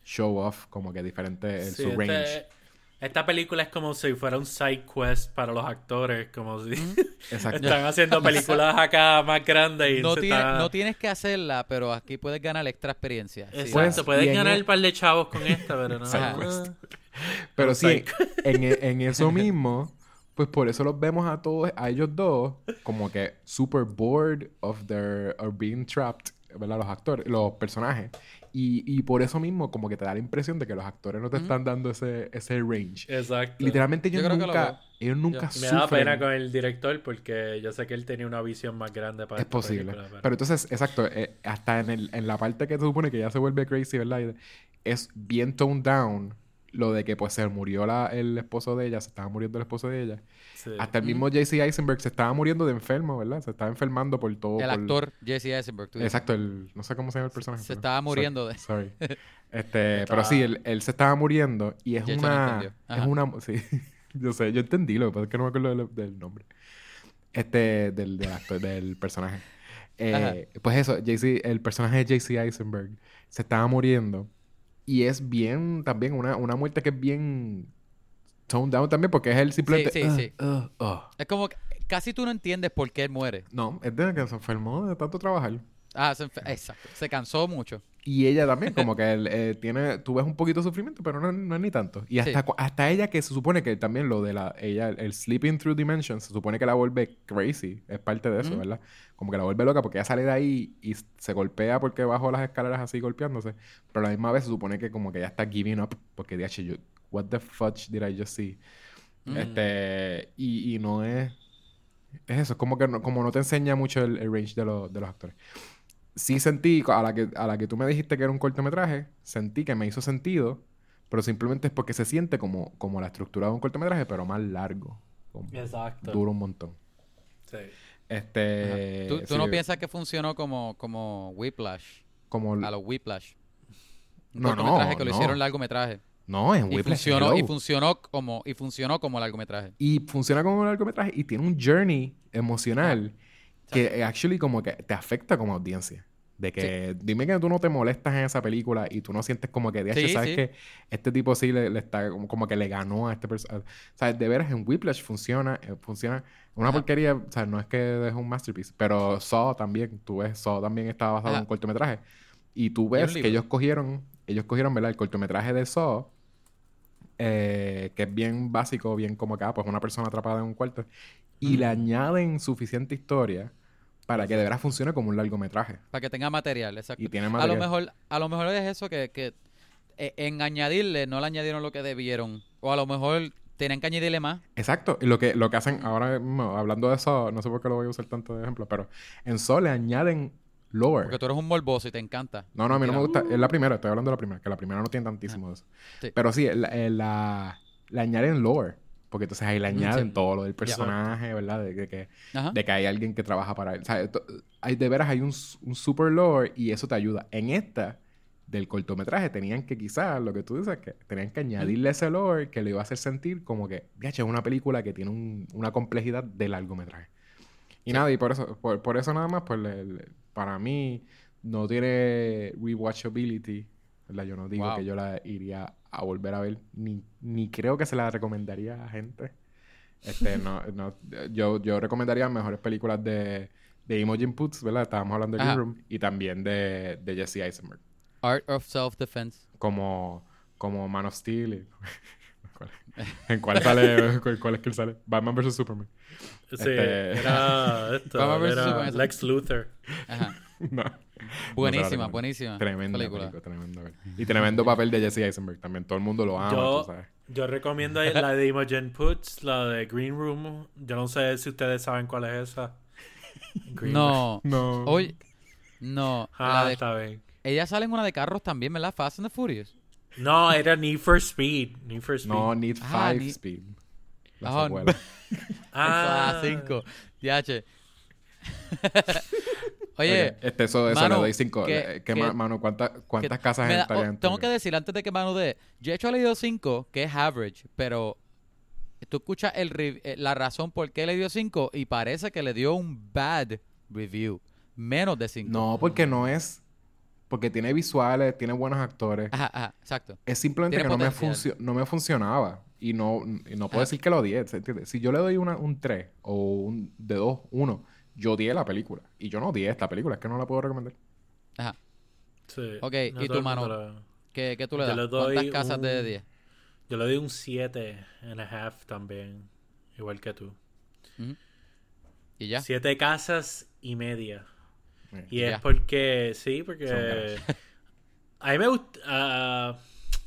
show off como que diferente en Sí, su este- range. esta película es como si fuera un side quest para los actores, como si Exacto. están haciendo películas acá más grandes y No, se tiene- está- no tienes que hacerla, pero aquí puedes ganar extra experiencia. Sí. Exacto, Pues, puedes y en ganar el- un par de chavos con esta, pero no. Side Ajá. quest. Pero Un sí, side en, e- en eso mismo, pues por eso los vemos a todos, a ellos dos, como que super bored of their, of being trapped, ¿verdad? Los actores, los personajes. Y, y por eso mismo, como que te da la impresión de que los actores no te Ujú. están dando ese, ese range. Exacto. Y literalmente ellos Yo creo que lo nunca, veo. ellos nunca Me da sufren. pena con el director porque yo sé que él tenía una visión más grande para Es esta posible. película, pero- Pero entonces, exacto, eh, hasta en, el, en la parte que se supone que ya se vuelve crazy, ¿verdad? Y es bien toned down lo de que pues se murió la, el esposo de ella, se estaba muriendo el esposo de ella. Sí. Hasta el mismo J C Eisenberg se estaba muriendo de enfermo, ¿verdad? Se estaba enfermando por todo. El por- actor Jesse Eisenberg. tú dices. Exacto, el, no sé cómo se llama el personaje. se pero- estaba sorry, muriendo de- Sorry. Este, Estaba- pero sí, él, él se estaba muriendo y es Jason una... entendió. Es Ajá. una... Sí, yo sé, yo entendí, lo que pasa es que no me acuerdo del, del nombre. Este, del, del actor, del personaje. Eh, pues eso, J C, el personaje de J C Eisenberg se estaba muriendo y es bien, también una, una muerte que es bien toned down también porque es él simplemente... Sí, sí, sí. "Ugh, ugh, ugh". Es como que casi tú no entiendes por qué él muere. No, es de que se enfermó de tanto trabajar. Ah, se enfe- exacto. Se cansó mucho. Y ella también, como que él, eh, tiene, tú ves un poquito de sufrimiento, pero no, no es ni tanto. Y hasta, Sí. cu- hasta ella, que se supone que también lo de la, ella, el sleeping through dimensions, se supone que la vuelve crazy, es parte de eso, Ujú. ¿verdad? Como que la vuelve loca porque ella sale de ahí y se golpea porque bajó las escaleras así golpeándose, pero a la misma vez se supone que como que ella está giving up porque dice, yo, what the fudge did I just see? Mm. Este, y, y no es, es eso, es como que no, como no te enseña mucho el, el range de, los de los actores. Sí sentí, a la, que, a la que tú me dijiste que era un cortometraje, sentí que me hizo sentido, pero simplemente es porque se siente como, como la estructura de un cortometraje, pero más largo. Como Exacto. dura un montón. Sí. Este... Ajá. ¿Tú, tú sí, no piensas que funcionó como, como Whiplash? Como... A los Whiplash. Un No, cortometraje no, que lo no. hicieron largometraje. No, en Y Whiplash, funcionó, y hello. funcionó como, y funcionó como largometraje. Y funciona como un largometraje y tiene un journey emocional que eh, actually como que te afecta como audiencia. De que dime que tú no te molestas en esa película y tú no sientes como que, "Diache, Sí, ¿sabes sí. que este tipo sí le, le está como, como que le ganó a este personaje?" O sea, de veras en Whiplash funciona, eh, funciona. Una Ajá. porquería, o sea, no es que es un masterpiece, pero Saw también, tú ves, Saw también estaba basado Ajá. en un cortometraje. Y tú un ves que libro. ellos cogieron, ellos cogieron, ¿verdad? El cortometraje de Saw, eh, que es bien básico, bien como que, ah, pues una persona atrapada en un cuarto, y le añaden suficiente historia para que de verdad funcione como un largometraje. Para que tenga material, exacto. Y tiene A lo material. mejor, a lo mejor es eso que, que eh, en añadirle no le añadieron lo que debieron. O a lo mejor tenían que añadirle más. Exacto. Y lo que, lo que hacen ahora mismo, hablando de Saw, no sé por qué lo voy a usar tanto de ejemplo, pero en Saw le añaden lore. Porque tú eres un morboso y te encanta. No, no, a mí no me Mentira. gusta. Es la primera, estoy hablando de la primera, que la primera no tiene tantísimo de eso. Sí. Pero sí, la, eh, la, le añaden lore. Porque entonces ahí le Ujú, añaden sí. todo lo del personaje, ¿verdad? De, que- que, Ajá. de que hay alguien que trabaja para él. O sea, to- hay, de veras hay un, s- un super lore y eso te ayuda. En esta, del cortometraje, tenían que quizás, lo que tú dices, que tenían que añadirle ese lore que le iba a hacer sentir como que, "Diache, es una película que tiene un- una complejidad de largometraje." Y Sí. nada, y por eso, por, por eso nada más, pues le- le- para mí no tiene rewatchability, ¿verdad? Yo no digo Wow. que yo la iría a volver a ver, ni, ni creo que se la recomendaría a gente. Este, no, no, yo, yo recomendaría mejores películas de, de Imogen Poots, ¿verdad? Estábamos hablando de Ajá. Green Room, y también de, de Jesse Eisenberg, Art of Self-Defense. como, como Man of Steel. y- ¿Cuál es? ¿En cuál sale? ¿Cuál, cuál es que él sale? Batman versus Superman. Sí, Este- era esto, Vamos a ver si era Superman- Lex Luthor. Ajá. No. Buenísima, No se la recomiendo. buenísima. Tremenda película. película, tremenda película. Y tremendo papel de Jesse Eisenberg también. Todo el mundo lo ama, Yo- tú sabes. Yo recomiendo la de Imogen Poots, la de Green Room. Yo no sé si ustedes saben cuál es esa. Green Room. No. No. Oye, no. Ah, la de- está bien. ella sale en una de carros también, ¿verdad? Fast and the Furious. No, era Need for Speed. Need for Speed. No, Need Ah, five Need- Speed. La Ah, secuela. Ah, Ah, cinco. D H. Ok, Oye, este, eso, eso, Manu, le doy cinco. que- Eh, ¿Qué que- más, Manu? ¿Cuántas, cuántas que casas me da- estarían oh, tengo en que tu- decir antes de que Manu dé, yo he hecho le dio cinco, que es average, pero tú escuchas el re- eh, la razón por qué le dio cinco y parece que le dio un bad review, menos de cinco. No, porque no es... porque tiene visuales, tiene buenos actores. Ajá, ajá, exacto. Es simplemente Tiene que no me, potencial. funcio- no me funcionaba. Y no, y no puedo Ajá. decir que lo odié, ¿se entiende? Si yo le doy una, un tres o un de dos, uno, yo odié la película. Y yo no odié esta película, es que no la puedo recomendar. Ajá. Sí. Ok, No ¿y todo tu el mundo mano? la- ¿Qué, qué tú le Yo das? le doy ¿Cuántas casas de un- diez? Yo le doy un siete and a half también. Igual que tú. Ujú. ¿Y ya? Siete casas y media. Y Ya. es porque, sí, Son porque gracias. a mí me gusta,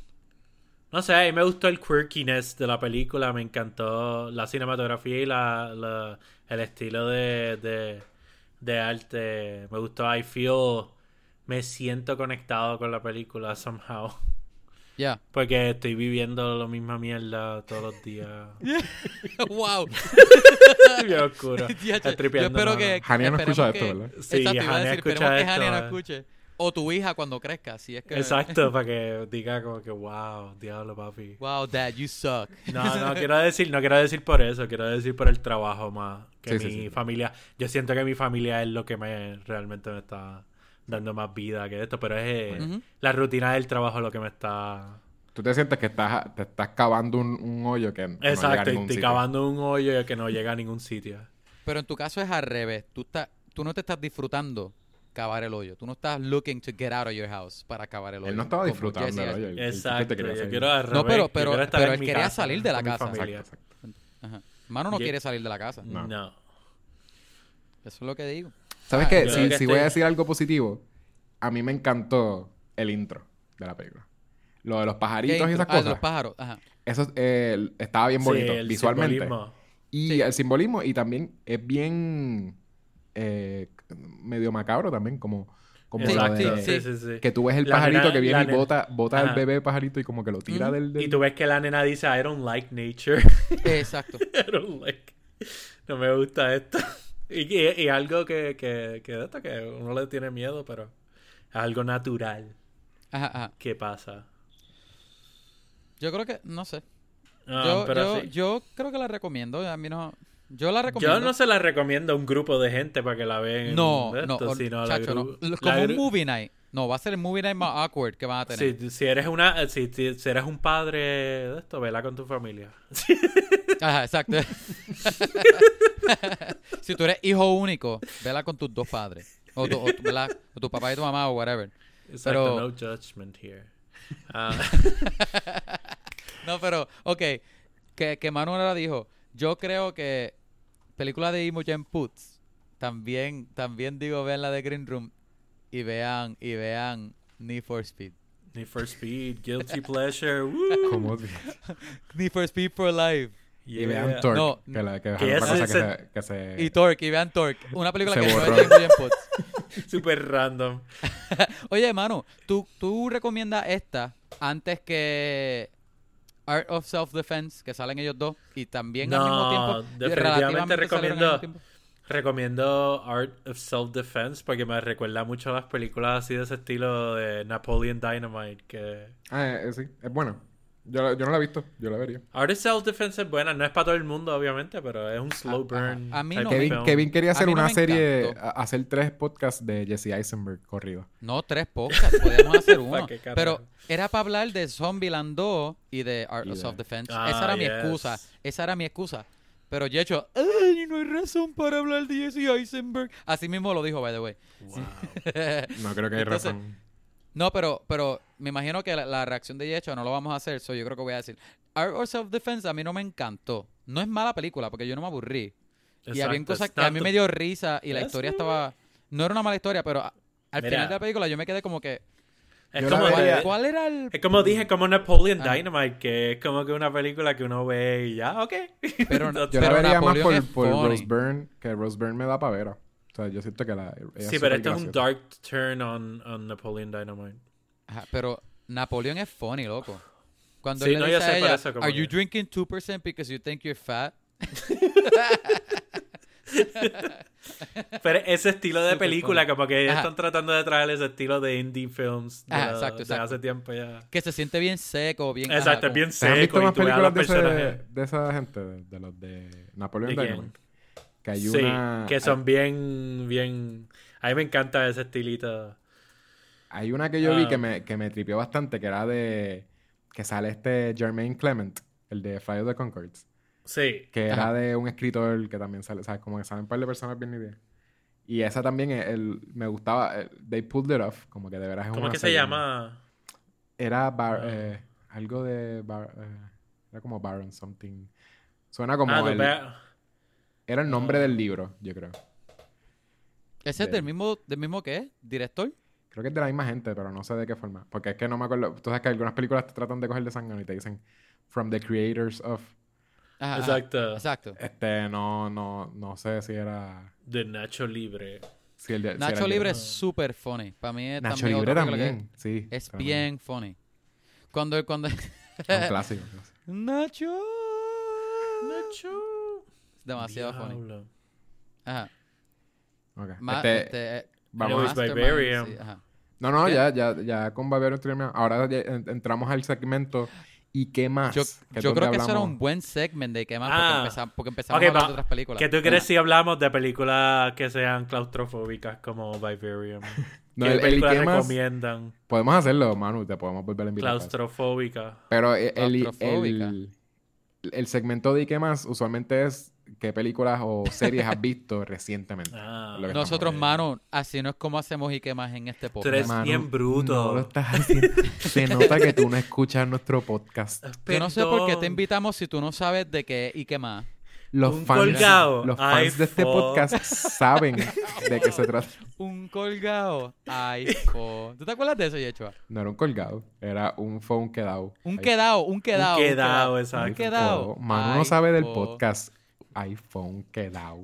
no sé, a mí me gustó el quirkiness de la película, me encantó la cinematografía y la, la- el estilo de, de, de arte, me gustó, I feel, me siento conectado con la película somehow, Ya. porque estoy viviendo la misma mierda todos los días. ¡Wow! Bien oscuro. Ya, che, Estoy yo tripeando, espero no, que... no. Hania no esperemos escucha que- esto, ¿verdad? Sí, Exacto, iba a Hania decir, escucha esperemos que esto, Hania no eh. escuche. O tu hija cuando crezca, si es que... Exacto, para que diga como que wow, diablo papi. Wow, dad, you suck. No, no quiero decir, no quiero decir por eso, quiero decir por el trabajo más que Sí, mi sí, sí. familia. Yo siento que mi familia es lo que me realmente me está dando más vida que esto, pero es eh, Ujú. la rutina del trabajo lo que me está. Tú te sientes que estás, te estás cavando un, un hoyo que, que no llega a Exacto, y ningún estoy sitio. cavando un hoyo que no llega a ningún sitio. Pero en tu caso es al revés. Tú, estás, tú no te estás disfrutando cavar el hoyo. Tú no estás looking to get out of your house para cavar el hoyo. Él no estaba como disfrutando Jesse del Eisenberg. hoyo. él- él Exacto, simplemente quería yo salir. quiero al No, revés, pero- yo pero- quiero estar pero en él mi quería casa, salir de la con mi casa. familia. Exacto, exacto. Ajá. Mano no Yo- quiere salir de la casa. No. No. Eso es lo que digo. ¿Sabes Ah, qué? yo Si, creo que si voy a estoy- decir algo positivo, a mí me encantó el intro de la película. Lo de los ¿Qué pajaritos y intro? esas Ah, de cosas. los pájaros. Ajá. Eso eh, estaba bien bonito, Sí, el visualmente. simbolismo. Y Sí. el simbolismo, y también es bien eh, medio macabro también, como, como lo Exacto, de sí, sí, sí. que tú ves el La pajarito nena- que viene la y nena- bota, bota al Ajá. bebé pajarito y como que lo tira Ujú. del, del... Y tú ves que la nena dice, I don't like nature. Exacto. I don't like... No me gusta esto. Y, y, y algo que, que, que de esto que uno le tiene miedo, pero es algo natural Ajá, ajá. que pasa. Yo creo que, no sé. Ah, yo, pero yo, sí. yo creo que la recomiendo. A mí no... Yo la recomiendo. Yo no se la recomiendo a un grupo de gente para que la vean. No, de no, esto, o- sino a la chacho, no. gru- Lo- la Como un gru- movie night. No, va a ser el movie night más awkward que van a tener. Si, si eres una, si, si- si eres un padre de esto, vela con tu familia. Ajá, exacto. Si tú eres hijo único, vela con tus dos padres. O tu, o tu- ¿verdad? O tu papá y tu mamá o whatever. Exacto, Pero- no judgment here. Ah, No, pero, ok. Que, que Manu ahora dijo, yo creo que película de Imogen Poots, también, también digo, vean la de Green Room y vean, y vean Need for Speed. Need for Speed, Guilty Pleasure. Woo. como- Need for Speed for Life. Y vean Yeah. Torque, No, que, la, que es que otra cosa ese- que se... Que se Y Torque, y vean Torque. Una película Se que no es borró. de Imogen Poots. Super random. Oye, Manu, ¿tú, tú recomiendas esta antes que Art of Self-Defense, que salen ellos dos, y también al No, mismo tiempo? definitivamente relativamente salieron al recomiendo- mismo tiempo? Recomiendo Art of Self-Defense porque me recuerda mucho a las películas así de ese estilo de Napoleon Dynamite. Que... Ah, eh, sí, es bueno. Yo, la- yo no la he visto, yo la vería. Art of Self-Defense es buena, no es para todo el mundo obviamente, pero es un slow burn. a mí type no of me- Kevin, film. Kevin quería A hacer mí no una me serie, encantó. a- hacer tres podcasts de Jesse Eisenberg corrido. No, tres podcasts, podíamos hacer uno. qué carajo? Pero era para hablar de Zombieland dos y de Art Y of de- Self-Defense. Ah, esa era mi yes. excusa. Esa era mi excusa. Pero Yecho, ay, no hay razón para hablar de Jesse Eisenberg. Así mismo lo dijo, by the way. Wow. No creo que hay Entonces, razón. No, pero, pero me imagino que la, la reacción de Yecho no lo vamos a hacer, so yo creo que voy a decir. Art of Self-Defense a mí no me encantó. No es mala película, porque yo no me aburrí. Y había Exacto, cosas it's que a not mí the- me dio risa y la Yes, historia yeah. estaba... No era una mala historia, pero a- al Mira. final de la película yo me quedé como que... Es Yo como, la vería- de- ¿Cuál era el...? es como dije, como Napoleon Ah. Dynamite, que es como que una película que uno ve y ya, ok. Pero, That's Yo it. la pero vería más Napoleon por, es por funny. Rose Byrne, que Rose Byrne me da pavera. O sea, yo siento que la... ella es Sí, pero súper este es un graciosa. dark turn on, on Napoleon Dynamite. Ajá, pero Napoleón es funny, loco. Cuando Sí, él le no, dice yo a sé, por ella, eso como "Are you que- drinking two percent because you think you're fat?" Pero ese estilo de Súper película, funny. como que ellos Ajá. están tratando de traer ese estilo de indie films de, Ajá, la- exacto, de exacto. hace tiempo ya. Que se siente bien seco, bien... ajá, Exacto, es como- bien ¿Te has visto seco y más tú ves a los películas de, ese- personajes. de esa gente? De, de los de Napoleon ¿De quién? Dynamite. Que hay Sí, una... que son bien, bien... A mí me encanta ese estilito. Hay una que yo vi Ah. que me, que me tripió bastante, que era de... Que sale este Jermaine Clement, el de Flight of the Conchords. Sí. Que Ajá. era de un escritor que también sale, ¿sabes? Como que salen un par de personas bien nítidas. Y esa también, el, el- me gustaba. el- They pulled it off, como que de veras es ¿Cómo una es que se serie. llama? Era Bar- Ah. eh, algo de... Bar- eh, era como Baron something. Suena como Ah, The el... Bear. Era el nombre Ah. del libro, yo creo. ¿Ese es de- del mismo, del mismo que es? ¿Director? Creo que es de la misma gente, pero no sé de qué forma. Porque es que no me acuerdo. Tú sabes que algunas películas te tratan de coger de sangre y te dicen from the creators of... Ajá, ajá. Exacto. Exacto. Este, no, no, no sé si era... De Nacho Libre. Si el de- si era Nacho el Libre de- es súper funny. Para mí es Nacho también Libre otra película que también, sí. Es tremendo. bien funny. Cuando... cuando Un clásico. un clásico. Nacho... Nacho. Es demasiado funny. Diablo. Ajá. Ok. Ma- Este, este, eh, vamos a- Mastermind, Barbarian. sí, ajá. No, no, ¿Qué? ya, ya, ya con Barbarian terminamos. Ahora ya en- entramos al segmento ¿y qué más? Yo, Que es yo donde creo que eso era hablamos- un buen segment de qué más, Ah. porque, empezamos, porque empezamos Ok, a hablar va- de otras películas. ¿Qué tú crees Ajá. si hablamos de películas que sean claustrofóbicas como Vivarium? No, ¿Qué el- el películas ¿y qué más? recomiendan? Podemos hacerlo, Manu, te podemos volver a invitar. para eso. Claustrofóbicas. Pero el, el, Claustrofóbica. el, el segmento de ¿y qué más? Usualmente es qué películas o series has visto recientemente. Ah. Lo que Nosotros, estamos- mano, así no es como hacemos y qué más en este Tú podcast. eres Manu, bien bruto. No lo estás haciendo. Se nota que tú no escuchas nuestro podcast. Yo no sé por qué te Perdón. invitamos si tú no sabes de qué y qué más. Los Un fans, colgado. los Ay, fans de este fo. podcast saben de qué se trata. Un colgado. Ay, po. ¿Tú te acuerdas de eso, Yechua? No era un colgado, era un phone quedado. Un Ahí. quedado, un quedado. Un quedado, exacto. Un quedado. Oh, Manu Ay, no sabe del po. podcast. iPhone quedado.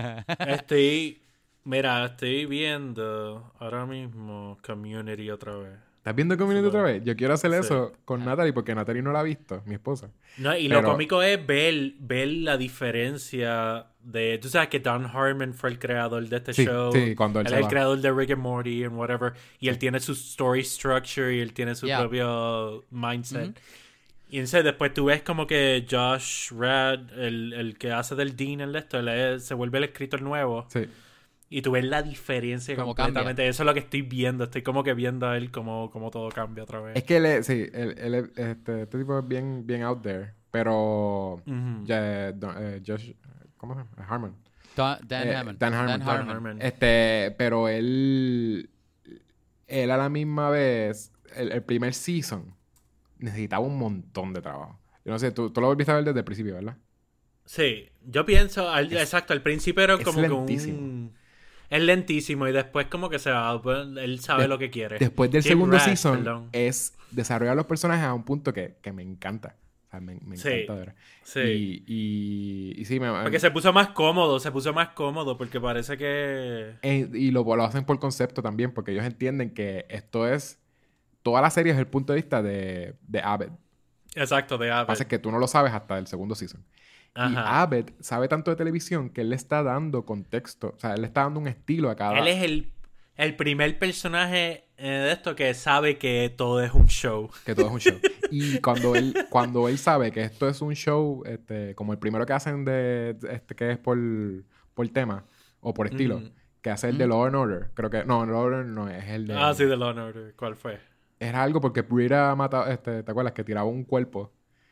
Estoy... Mira, estoy viendo ahora mismo Community otra vez. ¿Estás viendo Community Súper. otra vez? Yo quiero hacer Sí. eso con Natalie porque Natalie no la ha visto, mi esposa. No, y lo Pero- cómico es ver, ver la diferencia de... Tú sabes que Don Harmon fue el creador de este Sí, show. sí, cuando él Él se es el va. creador de Rick and Morty and whatever. Y él tiene su story structure y él tiene su Yeah. propio mindset. Ujú. Y entonces después tú ves como que Josh Rad, el, el que hace del Dean en esto, él es- se vuelve el escritor nuevo. Sí. Y tú ves la diferencia Cómo completamente. cambia. Eso es lo que estoy viendo. Estoy como que viendo a él como, como todo cambia otra vez. Es que él es, sí, él, él es- este, este tipo es bien, bien out there. Pero Ujú. ya, do- eh, Josh, ¿cómo se llama? Harmon. Dan, Dan Eh, Harmon. Dan Harmon. Dan Harmon. Harmon. Este, pero él, él a la misma vez, el, el primer season, necesitaba un montón de trabajo. Yo no sé, tú, tú lo volviste a ver desde el principio, ¿verdad? Sí, yo pienso, al- Es- exacto, al principio era es como que lentísimo. un... Es lentísimo y después como que se va, pues, él sabe De- lo que quiere. Después del Jim segundo Rash, season, perdón. es desarrollar los personajes a un punto que, que me encanta. O sea, me, me Sí. encanta de verdad. Sí. Y, y, y sí, me, Porque se puso más cómodo, se puso más cómodo porque parece que... Eh, y lo, lo hacen por concepto también, porque ellos entienden que esto es... Toda la serie es el punto de vista de, de Abed. Exacto, de Lo que Abed. pasa es que tú no lo sabes hasta el segundo season. Y Ajá. Abed sabe tanto de televisión que él le está dando contexto. O sea, él le está dando un estilo a cada... Él es el, el primer personaje eh, de esto que sabe que todo es un show. Que todo es un show. Y cuando él, cuando él sabe que esto es un show, este, como el primero que hacen de... Este, que es por, por tema o por estilo. Ujú. Que hace el de Law and Order. Creo que... No, Law and Order no es el de... Ah, sí, de Law and Order. ¿Cuál fue? Era algo porque Brita mataba, este, ¿te acuerdas? Que tiraba un cuerpo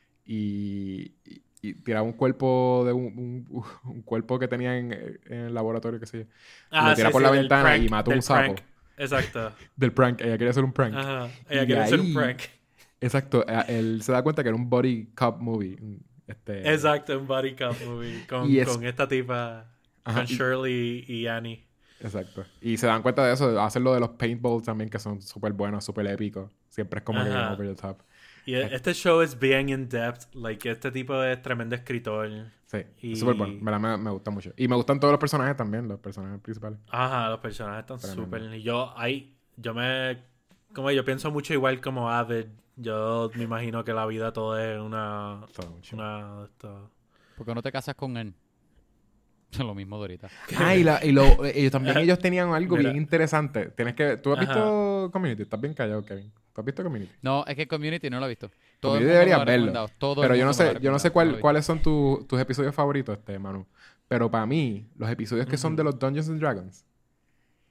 y, y, y tiraba un cuerpo de un, un, un cuerpo que tenía en, en el laboratorio, qué sé yo. Ah, lo tira por la del ventana y prank, mató del un sapo. prank. Exacto. Del prank. Ella quería hacer un prank. Ajá. Y Ella quiere de hacer un ahí- prank. Exacto. eh, Él se da cuenta que era un body cop movie. un- Este, Exacto, un body cop movie. Con, Y es- con esta tipa. Ajá, con y- Shirley y Annie. Exacto. Y se dan cuenta de eso. Hacen lo de los paintballs también, que son súper buenos, súper épicos. Siempre es como que Ajá. over the top. Y este show es bien in depth. Like, este tipo es tremendo escritor. Sí, Y- súper bueno. En verdad me, me gusta mucho. Y me gustan todos los personajes también, los personajes principales. Ajá, los personajes están Tremendo. súper. Y yo, ahí, yo me. Como yo pienso mucho igual como Avid. Yo me imagino que la vida todo es una. Todo mucho. Una. Esto. ¿Por qué no te casas con él? Lo mismo de ahorita. Ah, y, la- y lo- ellos también ellos tenían algo Mira. bien interesante. Tienes que... ¿Tú has Ajá. visto Community? Estás bien callado, Kevin. ¿Tú has visto Community? No, es que Community no lo he visto. Todo Community el mundo deberías me lo ha verlo. recomendado, todo el Pero yo no mundo me lo sé, ha yo no sé recomendado, cuál, no lo he cuáles son tu- tus episodios favoritos, este, Manu. Pero para mí, los episodios que son Ujú. de los Dungeons and Dragons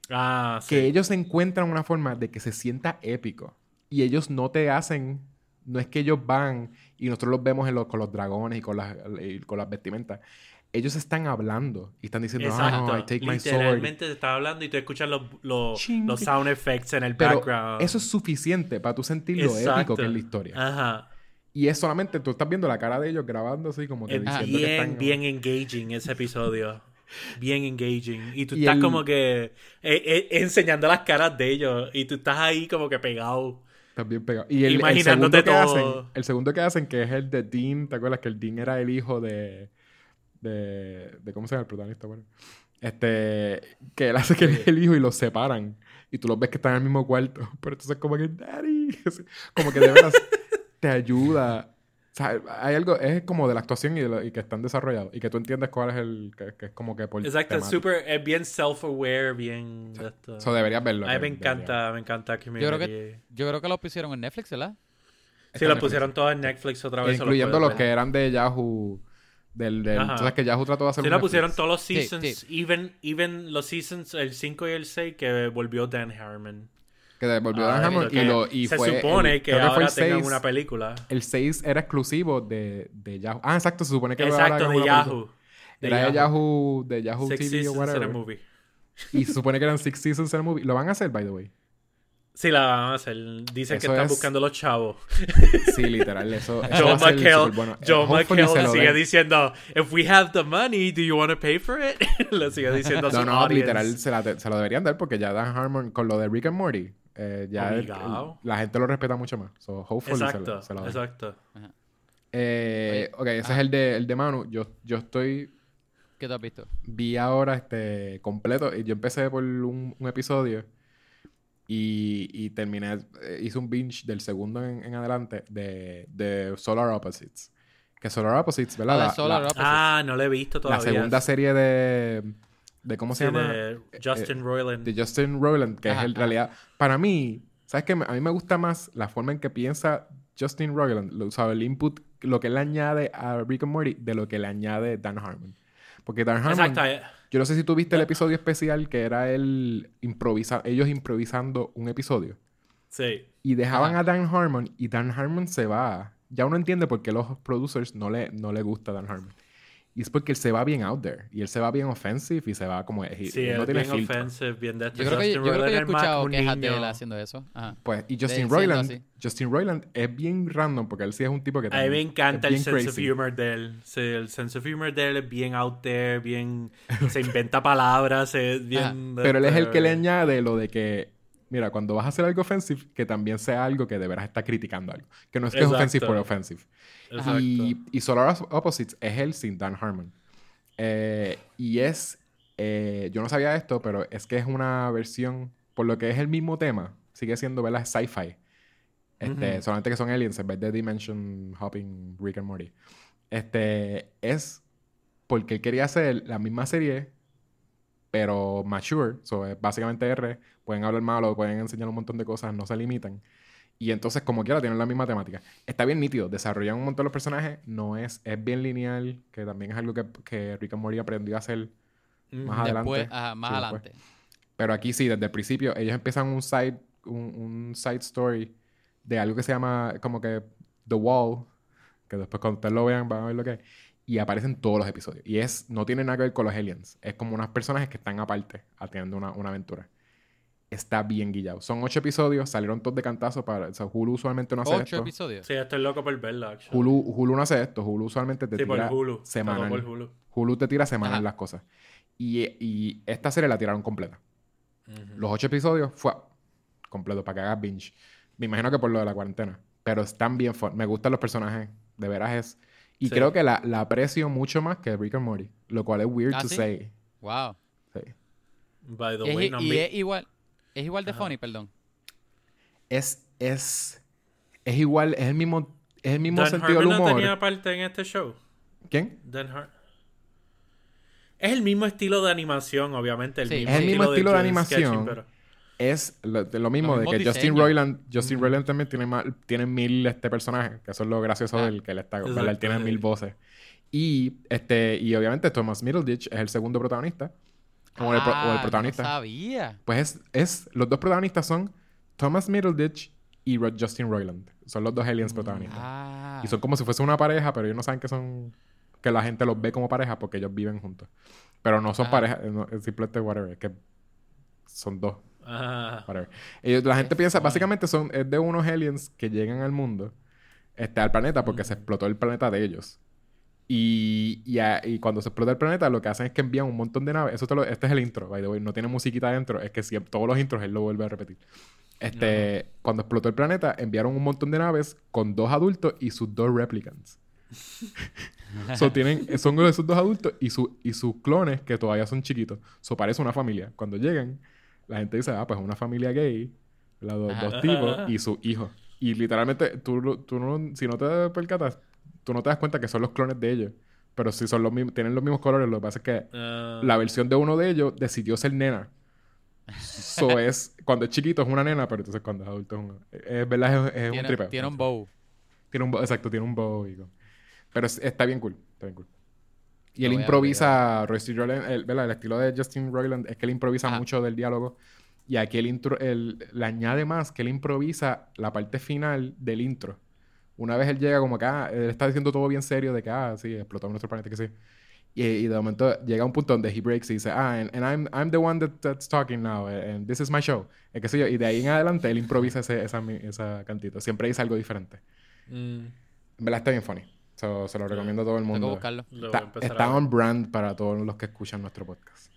Ah, sí. que ellos encuentran una forma de que se sienta épico. Y ellos no te hacen... No es que ellos van y nosotros los vemos en los, con los dragones y con las, y con las vestimentas. Ellos están hablando y están diciendo, Exacto. ah, I take my sword. Literalmente te está hablando y tú escuchas los, los, Ching. los sound effects en el Pero background. eso es suficiente para tú sentir lo Exacto. épico que es la historia. Ajá. Y es solamente, tú estás viendo la cara de ellos grabando así como que Es diciendo bien, que están... bien engaging ese episodio. Bien engaging. Y tú Y estás el- como que eh, eh, enseñando las caras de ellos. Y tú estás ahí como que pegado. Están bien pegados. Y el, el Imaginándote segundo que todo. hacen, el segundo que hacen, que es el de Dean, ¿te acuerdas? Que el Dean era el hijo de... de, de ¿cómo se llama el protagonista? Bueno, este... que él hace que él es el hijo y los separan. Y tú los ves que están en el mismo cuarto. Pero entonces como que, Daddy... como que de veras te ayuda. O sea, hay algo... Es como de la actuación y, de lo- y que están desarrollados. Y que tú entiendes cuál es el... Que, que es como que por Exacto. Es temática. super, es bien self-aware, bien... de esto. Eso deberías verlo. A mí me deberías. encanta, me encanta Community. Yo creo que, yo creo que lo pusieron en Netflix, ¿verdad? Sí, lo pusieron todo en Netflix otra vez. Incluyendo se lo los que puedes ver. eran de Yahoo... Del, del, Ajá. tú sabes que Yahoo trató de hacer Sí, un lo Netflix. pusieron todos los Sí, seasons. sí. Even, even los seasons, el cinco y el seis, que volvió Dan Harmon. Que devolvió Ah, Dan Harmon lo y, que lo, y se fue... supone el- que creo fue ahora el tengan seis. una película. El seis era exclusivo de, de Yahoo. Ah, exacto, se supone que ahora Exacto, hagan de una película. Yahoo. De Era de Yahoo, de Yahoo Six T V o seasons in a whatever. movie. Y se supone que eran six seasons en el movie. Lo van a hacer, by the way. Sí, la van a hacer. Dicen que Eso están es- buscando los chavos. Sí, literal. Eso, eso va Joe a ser McHale, superbueno. Joe Hopefully McHale se le lo sigue den. diciendo, if we have the money, do you want to pay for it? Le sigue diciendo a su No, no, audience. literal, se, la, se lo deberían dar porque ya Dan Harmon, con lo de Rick and Morty, eh, ya el- Obligado. el- la gente lo respeta mucho más. So, hopefully se Exacto, lo, se lo den. exacto. Eh, ok, ese ah. es el de, el de Manu. Yo, yo estoy... ¿Qué tú has visto? Vi ahora este completo. Y yo empecé por un, un episodio. Y, y terminé... eh, hice un binge del segundo en, en adelante de, de Solar Opposites. Que Solar Opposites, ¿verdad? Ah, de La- Solar la, Opposites. Ah, no lo he visto la todavía. segunda serie de... de ¿Cómo se Sí, llama? de Justin Eh, Roiland. De Justin Roiland, que Ajá, es en ajá. realidad... Para mí, ¿sabes qué? A mí me gusta más la forma en que piensa Justin Roiland, lo, o sea, el input, lo que él añade a Rick and Morty de lo que le añade Dan Harmon. Porque Dan Harmon... Exacto. eh, Yo no sé si tú viste el episodio especial que era él improvisa ellos improvisando un episodio. Sí. Y dejaban Ajá. a Dan Harmon y Dan Harmon se va. Ya uno entiende por qué los producers no le, no le gusta Dan Harmon. Y es porque él se va bien out there. Y él se va bien offensive y se va como... y- Sí, y no es tiene bien filtro. offensive, bien de esto. Yo creo que yo, Justin creo que yo he Roiland es más escuchado un quejas de niño. él haciendo eso. Ajá. Pues, y De- Justin siendo Roiland... así. Justin Roiland es bien random porque él sí es un tipo que... A mí también me encanta es el bien sense of crazy. humor de él. Sí, el sense of humor de él es bien out there, bien... se inventa palabras, es bien... Pero él es el que le eh, añade lo de que, mira, cuando vas a hacer algo offensive, que también sea algo que de veras está criticando algo. Que no es que Exacto. es offensive por offensive. Exacto. Y, y Solar Opposites es él sin Dan Harmon. Eh, y es, eh, yo no sabía esto, pero es que es una versión, por lo que es el mismo tema, sigue siendo, ¿verdad? Sci-fi. Este, Ujú. Solamente que son aliens en vez de Dimension Hopping Rick and Morty. Este, es porque él quería hacer la misma serie, pero mature, so, es básicamente R, pueden hablar malo, pueden enseñar un montón de cosas, no se limitan. Y entonces, como quiera, tienen la misma temática. Está bien nítido, desarrollan un montón de los personajes, no es, es bien lineal, que también es algo que, que Rick and Morty aprendió a hacer Ujú. más adelante. Después, ajá, más Sí, adelante. Pero aquí sí, desde el principio, ellos empiezan un side, un, un side story de algo que se llama como que The Wall, que después cuando ustedes lo vean van a ver lo que es. Y aparecen todos los episodios. Y es, no tiene nada que ver con los aliens. Es como unos personajes que están aparte, teniendo una, una aventura. Está bien guillado. Son ocho episodios, salieron todos de cantazo para... O sea, Hulu usualmente no hace Ocho esto. episodios. Sí, estoy loco por verlo, actually. Hulu, Hulu no hace esto. Hulu usualmente te Sí, por tira Hulu. semanal. Todo por Hulu. Hulu te tira semanal Ajá. las cosas. Y, y esta serie la tiraron completa. Ujú. Los ocho episodios fue completo para que hagas binge. Me imagino que por lo de la cuarentena. Pero están bien fun. Me gustan los personajes. De veras es... Y Sí. creo que la, la aprecio mucho más que Rick and Morty. Lo cual es weird ¿Ah, to sí? say. Wow. Sí. By the Es way, i- no y vi- es igual, es igual de Ajá. funny, perdón. Es... Es... Es igual... Es el mismo... Es el mismo Dan sentido Harmon del no humor. tenía parte en este show. ¿Quién? Dan Har- Es el mismo estilo de animación, obviamente. El Sí. mismo Es el mismo estilo de Joe animación. Sketching, pero- Es lo, de lo mismo Los de que mismos Justin diseños. Roiland... Justin Roiland también tiene, más, tiene mil este, personajes. Que eso es lo gracioso Ah. del que él está... ¿verdad? Él Exacto, tiene sí. mil voces. Y, este, y obviamente Thomas Middleditch es el segundo protagonista. O el, pro- o el Ah, protagonista. No sabía. Pues es, es... Los dos protagonistas son Thomas Middleditch y Ro- Justin Roiland. Son los dos aliens protagonistas. Ah. Y son como si fuese una pareja, pero ellos no saben que son... Que la gente los ve como pareja porque ellos viven juntos. Pero no son Ajá. pareja. No, es simplemente whatever. Es que son dos. Ah, Whatever. Ellos, la gente Qué piensa... funny. Básicamente son... Es de unos aliens que llegan al mundo. Este, al planeta porque se explotó el planeta de ellos. Y, y, a- y cuando se explota el planeta, lo que hacen es que envían un montón de naves. Eso te lo- este es el intro, by the way. No tiene musiquita adentro. Es que si, todos los intros él lo vuelve a repetir. Este, cuando explotó el planeta, enviaron un montón de naves con dos adultos y sus dos replicants. so, tienen, son esos dos adultos y, su, y sus clones que todavía son chiquitos. So, parece una familia. Cuando llegan, la gente dice, ah, pues es una familia gay. Los dos, Ajá. dos tipos y su hijo. Y literalmente, tú, tú no, si no te percatas, tú no te das cuenta que son los clones de ellos. Pero sí son los mismos, tienen los mismos colores. Lo que pasa es que ah. la versión de uno de ellos decidió ser nena. So es... Cuando es chiquito es una nena, pero entonces cuando es adulto es un... Es verdad, es, es un Tiene, tripeo. tiene un bow. Tiene un bow, exacto, tiene un bow. y con- Pero es- está bien cool, está bien cool. Y Lo él voy a improvisa... Royce Roland, el, ¿verdad? El estilo de Justin Roiland es que él improvisa Ajá. mucho del diálogo. Y aquí él, intro, él le añade más que él improvisa la parte final del intro. Una vez él llega como que... Ah, él está diciendo todo bien serio de que... Ah, sí, explotó nuestro planeta, que sí. Y, y de momento llega a un punto donde he breaks y dice, ah, and, and I'm, I'm the one that, that's talking now, and this is my show. Es que sé yo. Y de ahí en adelante él improvisa ese, esa, mi- esa cantito. Siempre dice algo diferente. Mm, En verdad está bien funny. So, se lo recomiendo a todo el Tengo que mundo. buscarlo. lo voy a Está, empezar está a ver. on brand para todos los que escuchan nuestro podcast.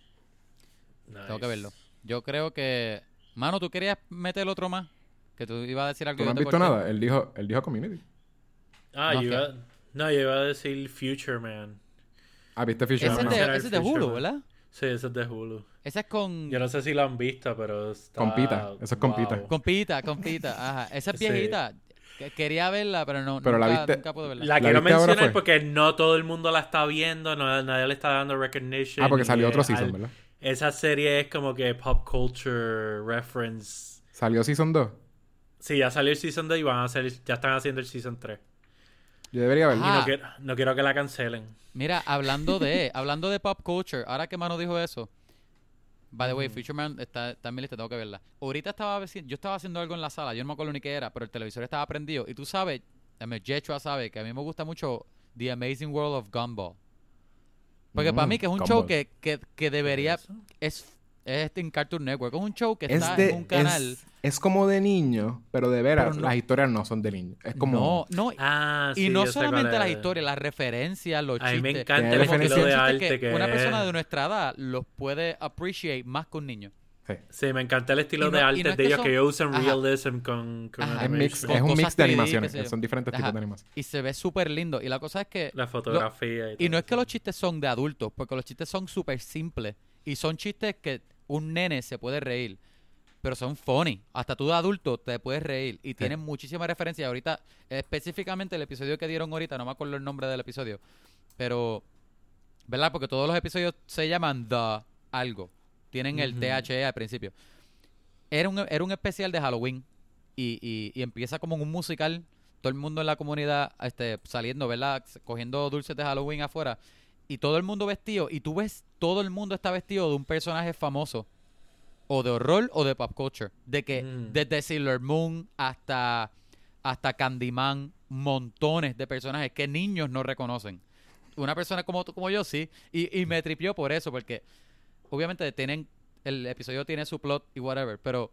Nice. Tengo que verlo. Yo creo que... Mano, ¿tú querías meter otro más? Que tú ibas a decir algo. ¿Tú no y has yo te visto corté. nada? Él dijo, él dijo Community. Ah, No, yo ¿qué? iba... No, yo iba a decir Future Man. Ah, ¿viste Future Ese es Man? Vamos a de, hacer ese es de Future Hulu, Man. ¿verdad? Sí, ese es de Hulu. Ese es con... Yo no sé si lo han visto, pero está... Compita, eso es Compita. Wow. Compita, compita. Ajá. Esa es Sí. viejita. Que- Quería verla, pero no, Pero la nunca, viste- nunca pude verla. La ¿La quiero viste ahora mencionar fue? porque no todo el mundo la está viendo, no, nadie le está dando recognition. Ah, porque y, salió eh, otro season, al- ¿verdad? Esa serie es como que pop culture reference. ¿Salió Season dos? Sí, ya salió el season dos y van a hacer, ya están haciendo el season tres. Yo debería verlo. Y Ah. no, quiero, no quiero que la cancelen. Mira, hablando de, hablando de pop culture, ahora que Mano dijo eso, by the way, Future Man está, está en mi lista, tengo que verla. Ahorita estaba, haci- yo estaba haciendo algo en la sala, yo no me acuerdo ni qué era, pero el televisor estaba prendido. Y tú sabes, dame, Jechua sabe que a mí me gusta mucho The Amazing World of Gumball. Porque para Mm, mí que es un Gumball. show que, que, que debería, ¿Eso? es, es este en Cartoon Network, es un show que Es, está de, en un canal. es, es como de niño, pero de veras, Pero no- las historias no son de niño. Es como... No, no, Ah, sí, y no yo sé cuál solamente las es. historias, las referencias, los A mí chistes. me encanta Tiene el estilo referencias. de Chistes arte que, una es. persona de nuestra edad los puede appreciate más que un niño. Sí. Sí, me encanta el estilo Y no- de y arte no es de que ellos son- que ellos usan Ajá. realism con, con Ajá. Es, mix, animation. es un Con mix cosas de tres D, animaciones. qué sé yo. Son diferentes tipos Ajá. de animación. Y se ve súper lindo. Y la cosa es que... La fotografía y todo Y no es que eso. los chistes son de adultos, porque los chistes son súper simples. Y son chistes que un nene se puede reír. Pero son funny. Hasta tú de adulto te puedes reír. Y tienen muchísimas referencias. Ahorita, específicamente el episodio que dieron ahorita, no me acuerdo el nombre del episodio. Pero, ¿verdad? Porque todos los episodios se llaman The algo. Tienen el Ujú. T H E al principio. Era un, era un especial de Halloween. Y, y, y empieza como en un musical. Todo el mundo en la comunidad este, saliendo, ¿verdad? Cogiendo dulces de Halloween afuera. Y todo el mundo vestido. Y tú ves, todo el mundo está vestido de un personaje famoso. O de horror o de pop culture. De que Mm. desde Sailor Moon hasta, hasta Candyman, montones de personajes que niños no reconocen. Una persona como tú, como yo, sí. Y, y me tripió por eso, porque obviamente tienen, el episodio tiene su plot y whatever, pero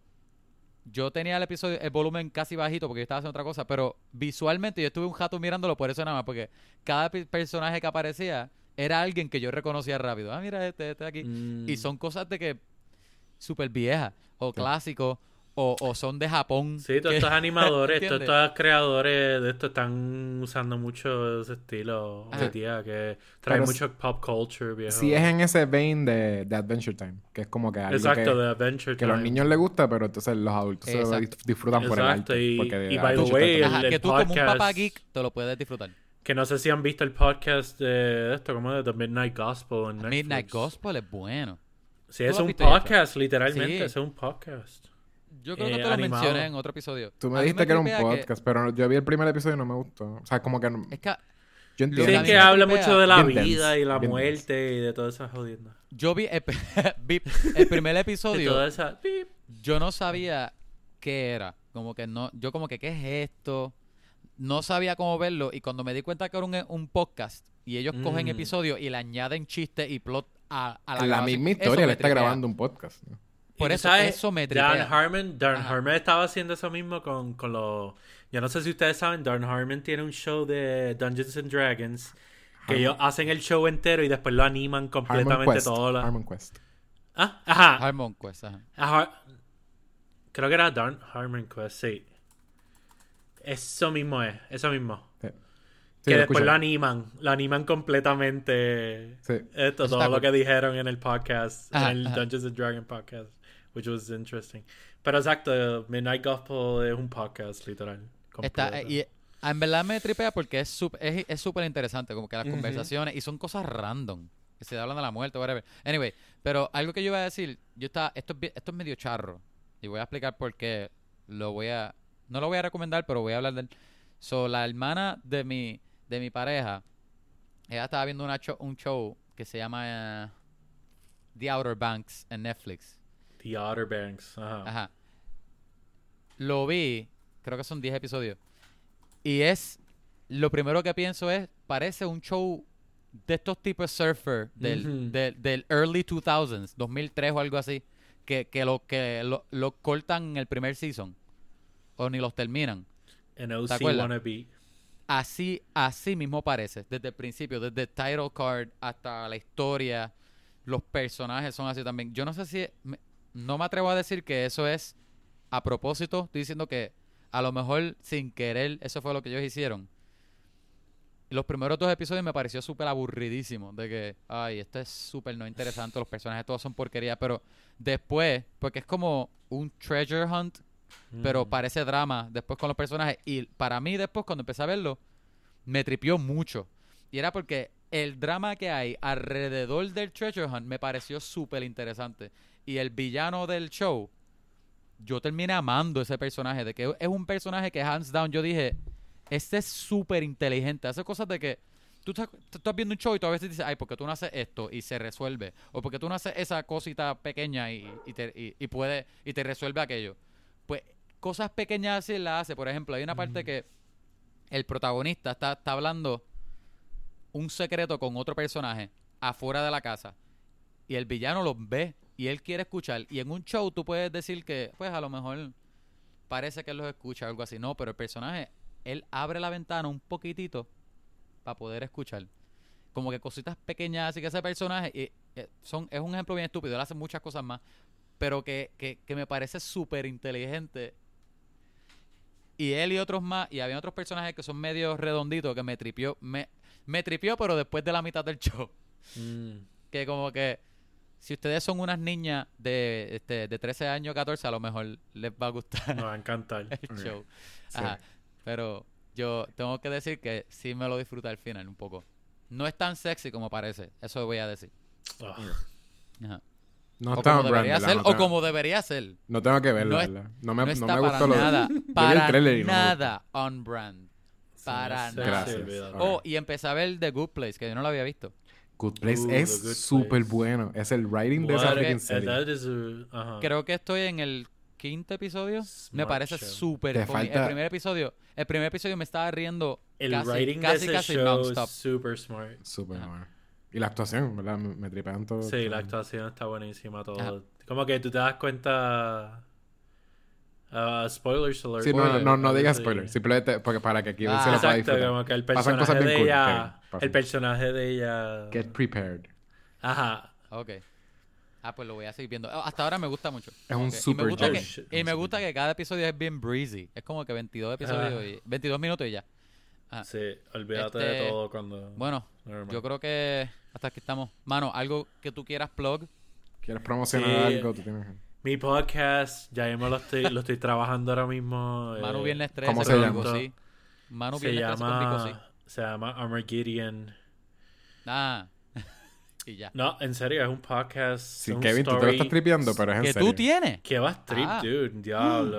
yo tenía el episodio, el volumen casi bajito porque yo estaba haciendo otra cosa, pero visualmente yo estuve un rato mirándolo por eso nada más, porque cada pi- personaje que aparecía era alguien que yo reconocía rápido. Ah, mira, este, este de aquí. Mm. Y son cosas de que súper viejas, o clásicos, o, o son de Japón. Sí, todos que- estos animadores, todos ¿entiendes? estos creadores de esto están usando mucho ese estilo Ajá. hoy día, que trae Pero mucho pop culture, viejo. Sí es en ese vein de, de Adventure Time, que es como que algo Exacto, que, de Adventure que a los Time. niños les gusta, pero entonces los adultos se lo Exacto. dif- disfrutan por el Exacto, arte. y- porque y Adventure by the Time way, también. Ajá, el- que tú como un podcast- papá geek te lo puedes disfrutar. Que no sé si han visto el podcast de esto, como de The Midnight Gospel en Netflix. Midnight Gospel es bueno. Sí, ¿Tú es lo has un visto ya, podcast, literalmente, Sí. es un podcast. Yo creo Eh, que te lo animado. mencioné en otro episodio. Tú A me mí dijiste que era un tripea podcast, pero yo vi el primer episodio y no me gustó. O sea, como que... no- Es que yo Lo entiendo. Sí, que a es mí que me habla tripea- mucho de la Bien vida dense, y la bien muerte y de todas esas jodiendas. yo vi el, vi el primer Y episodio. toda esa... pip. Yo no sabía qué era. Como que no, yo como que, ¿qué es esto? No sabía cómo verlo. Y cuando me di cuenta que era un, un podcast y ellos cogen Mm. episodios y le añaden chistes y plot a, a la En la grabación, misma eso historia me le está tripea. grabando un podcast. ¿no? Por Y eso, ¿sabes? eso me Dan tripea. Harmon, Dan Ajá. Harmon estaba haciendo eso mismo con, con los... Yo no sé si ustedes saben, Dan Harmon tiene un show de Dungeons and Dragons que Harmon- ellos hacen el show entero y después lo animan Harmon completamente Quest. todo. La... Harmon Quest. Ah, ajá. Harmon Quest, ajá. Ajá. Creo que era Dan Harmon Quest, sí. Eso mismo es, eso mismo. Sí. Sí, que lo después escuché. lo animan, lo animan completamente. Sí. Esto, Eso todo está lo cool. que dijeron en el podcast, Ajá, en el ajá. Dungeons and Dragons podcast, which was interesting. Pero exacto, Midnight Gospel es un podcast, literal. Está, completo. eh, y ah, en verdad me tripea porque es súper es, es súper interesante, como que las Ujú. conversaciones, y son cosas random, que se hablan de la muerte, whatever. Anyway, pero algo que yo iba a decir, yo estaba, esto es, bi- esto es medio charro, y voy a explicar por qué lo voy a, no lo voy a recomendar, pero voy a hablar del, so, la hermana de mi, de mi pareja, ella estaba viendo una show- un show que se llama eh, The Outer Banks en Netflix. The Outer Banks. Ajá. Ajá. Lo vi, creo que son diez episodios. Y es, lo primero que pienso es, parece un show de estos tipos surfer del, Ujú. del, del early two thousands, dos mil tres o algo así, que, que lo que lo, lo cortan en el primer season o ni los terminan. En O ¿Te C acuerdas? Wannabe. Así, así mismo parece, desde el principio, desde el title card hasta la historia, los personajes son así también. Yo no sé si, me- no me atrevo a decir que eso es a propósito, estoy diciendo que a lo mejor sin querer eso fue lo que ellos hicieron. Los primeros dos episodios me pareció súper aburridísimo, de que, ay, esto es súper no interesante, los personajes todos son porquería, pero después, porque es como un treasure hunt, pero Mm. parece drama después con los personajes. Y para mí después, cuando empecé a verlo, me tripió mucho. Y era porque el drama que hay alrededor del Treasure Hunt me pareció súper interesante. Y el villano del show, yo terminé amando ese personaje. De que es un personaje que hands down yo dije, este es súper inteligente. Hace cosas de que tú estás, tú estás viendo un show y tú a veces dices, ay, ¿por qué tú no haces esto? Y se resuelve. O porque tú no haces esa cosita pequeña y, y, te, y, y puede, y te resuelve aquello. Pues cosas pequeñas así las hace. Por ejemplo, hay una parte Ujú. que el protagonista está, está hablando un secreto con otro personaje afuera de la casa y el villano los ve y él quiere escuchar. Y en un show tú puedes decir que, pues a lo mejor parece que él los escucha o algo así. No, pero el personaje, él abre la ventana un poquitito para poder escuchar. Como que cositas pequeñas así que ese personaje y, eh, son, es un ejemplo bien estúpido. Él hace muchas cosas más, pero que, que, que me parece súper inteligente. Y él y otros más, y había otros personajes que son medio redonditos que me tripió, me, me tripió, pero después de la mitad del show. Mm. Que como que si ustedes son unas niñas de, este, de trece años, catorce, a lo mejor les va a gustar Me va a encantar. el Ok. show. Sí. Ajá. Pero yo tengo que decir que sí me lo disfruté al final un poco. No es tan sexy como parece, eso voy a decir. Oh. Ajá. No O está como on brand, debería ¿verdad? ser, No o tengo- como debería ser. No tengo que verla, No es- ¿verdad? No me, No no está me para gustó lo nada, vi el para trailer y no me nada on brand. Se Para me nada. hace- Gracias. sí, olvídalo. Ok. Oh, y empecé a ver The Good Place, que yo no lo había visto. Good Place Uh, The Good es súper Place. bueno. Es el writing de esa What freaking a- serie. that is a- ajá. Creo que estoy en el quinto episodio. Me Smart parece show. súper Te funny. falta- El primer episodio, el primer episodio me estaba riendo El casi, writing casi, de ese casi show non-stop. es super smart. Súper Ajá. bueno. Y la actuación, ¿verdad? Me, me tripean todo. Sí, la todo. actuación está buenísima, todo. Ajá. Como que tú te das cuenta... Uh, spoilers alert. Sí, no, no, Spoiler, no, no digas Sí. spoiler. Simplemente porque para que aquí Ah, se lo pueda Exacto, disfrutar. como que el Pasan cosas personaje bien de cool, ella... Kevin, pasan. El personaje de ella... Get prepared. Ajá. Ok. Ah, pues lo voy a seguir viendo. Oh, hasta ahora me gusta mucho. Es un Ok. Y me super gusta show. que- Oh, shit. Y me gusta que cada episodio es bien breezy. Es como que veintidós episodios Ah. y veintidós minutos y ya. Ah, Sí, olvídate Este, de todo cuando... Bueno, Never mind. yo creo que hasta aquí estamos. Mano, algo que tú quieras plug. ¿Quieres promocionar Sí. algo? Tú tienes... Mi podcast, ya mismo lo estoy, lo estoy trabajando ahora mismo. Manu eh, Viernes trece ¿cómo se con llama? Vico, sí. Manu se Viernes trece con Vico, sí. llama, se llama Armageddon. Ah. y ya. No, en serio, es un podcast. Sí, es un Kevin, tú te lo story estás tripeando, pero es en ¿Que serio. tú tienes? ¿Qué vas trip, Ah. dude? Diablo.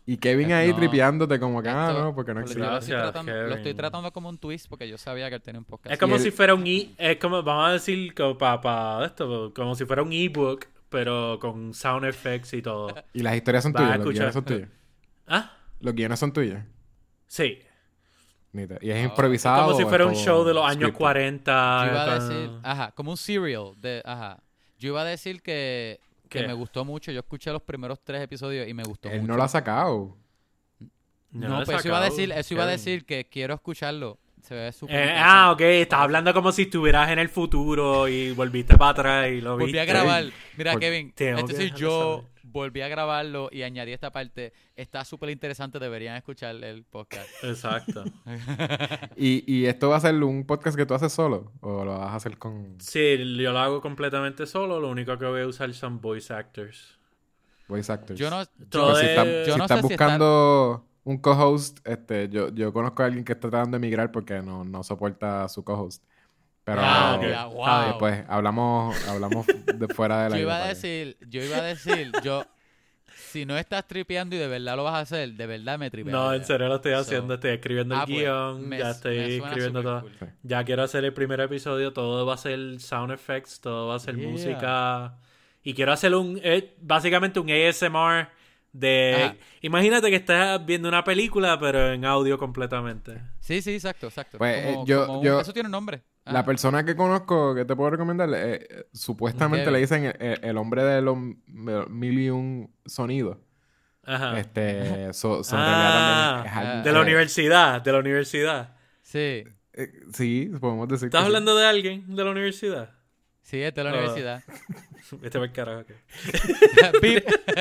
Y Kevin ahí No. tripeándote como que, ah, Esto- no, porque no Yo existe. lo estoy, Gracias, tratando, lo Kevin. estoy tratando como un twist porque yo sabía que él tenía un podcast. Es como Y el- si fuera un e es como vamos a decir como para esto, como si fuera un ebook, pero con sound effects y todo. Y las historias son Vas a tuyas, los escuchar. guiones son tuyos. ¿Ah? Los guiones son tuyos. Sí. Nita. Y es Ah, improvisado. Como si o fuera es un todo show de los años scripted? cuarenta. Yo iba a con- decir, ajá, como un serial de, ajá. Yo iba a decir que, que ¿Qué? me gustó mucho. Yo escuché los primeros tres episodios y me gustó Él mucho. no lo ha sacado. No, lo he pues eso iba a sacado, decir, eso iba a Kevin. decir que quiero escucharlo. Se ve súper Eh, interesante. ah, ok, estás hablando como si estuvieras en el futuro y volviste para atrás y lo Volví viste. a grabar. Mira, Por- Kevin, Tengo este que soy dejarlo yo. saber. Volví a grabarlo y añadí esta parte. Está súper interesante. Deberían escuchar el podcast. Exacto. ¿Y, ¿Y esto va a ser un podcast que tú haces solo? ¿O lo vas a hacer con Sí, yo lo hago completamente solo. Lo único que voy a usar son voice actors. voice actors? Yo no, Todo Pero si, es- estás- yo si no estás sé si buscando un co-host, este, yo, yo conozco a alguien que está tratando de emigrar porque no, no soporta a su co-host. Pero Ah, ok. Ya, Está wow. después hablamos, hablamos de fuera de la Yo iba a decir, yo iba a decir, yo, si no estás tripeando y de verdad lo vas a hacer, de verdad me tripea. No, en serio lo estoy So- haciendo. Estoy escribiendo el Ah, pues, guión. me- ya me estoy suena escribiendo súper todo. cool. Sí. Ya quiero hacer el primer episodio. Todo va a ser sound effects. Todo va a ser Yeah. música. Y quiero hacer un... eh, básicamente un A S M R de... Ajá. Imagínate que estás viendo una película, pero en audio completamente. Sí, sí, exacto, exacto. Pues, Como- eh, yo- como un- yo- eso tiene un nombre. Ah, La persona que conozco que te puedo recomendar, eh, eh, supuestamente Kevin. le dicen el, el- el hombre de los m- mil y un sonidos. Ajá. Este, so, so en Ah, realidad también es alguien de la que- universidad. De la universidad. Sí, eh, sí, podemos decir ¿Estás que sí. hablando de alguien de la universidad? sí, es de la Ah. universidad. Este va el carajo. ok. Beep.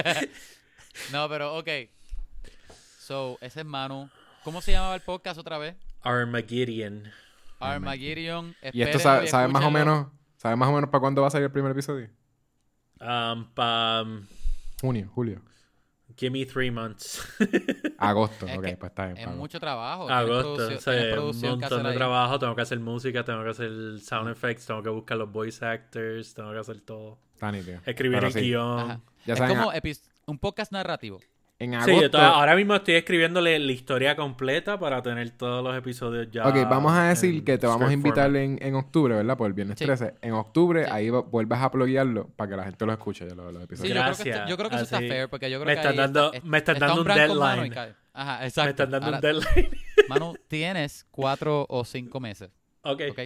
No, pero, ok. So, ese es Manu. ¿Cómo se llamaba el podcast otra vez? Armageddon. Armageddon. Y esto Espérenlo sabe, sabe más o escúchenlo. menos, ¿sabe más o menos para cuándo va a salir el primer episodio? Um, pa, um, Junio, julio, give me three months. agosto. Es ok, que pues está bien. Es pago. mucho trabajo. tienes Agosto. producción- o sea, tienes un producción que montón hacer de ahí. trabajo. Tengo que hacer música, tengo que hacer sound effects, tengo que buscar los voice actors, tengo que hacer todo. Está nítido. Escribir Pero el sí, guión. Ajá. Ya Es saben, como a- epi- un podcast narrativo. en Sí, yo agosto... to- ahora mismo estoy escribiéndole la historia completa para tener todos los episodios ya. Ok, vamos a decir en que te vamos a script invitar format. en, en octubre, ¿verdad? Por el viernes Sí. trece. En octubre, Sí. ahí va- vuelves a pluguearlo para que la gente lo escuche, ya los, los Sí, episodios. yo creo que, Gracias. esto- yo creo que eso está Así. fair porque yo creo Me que están ahí dando- está, me están está dando un blanco en mano deadline. y cae. Ajá, exacto. Me están dando Ahora, un deadline. Manu, tienes cuatro o cinco meses. ok. Ok.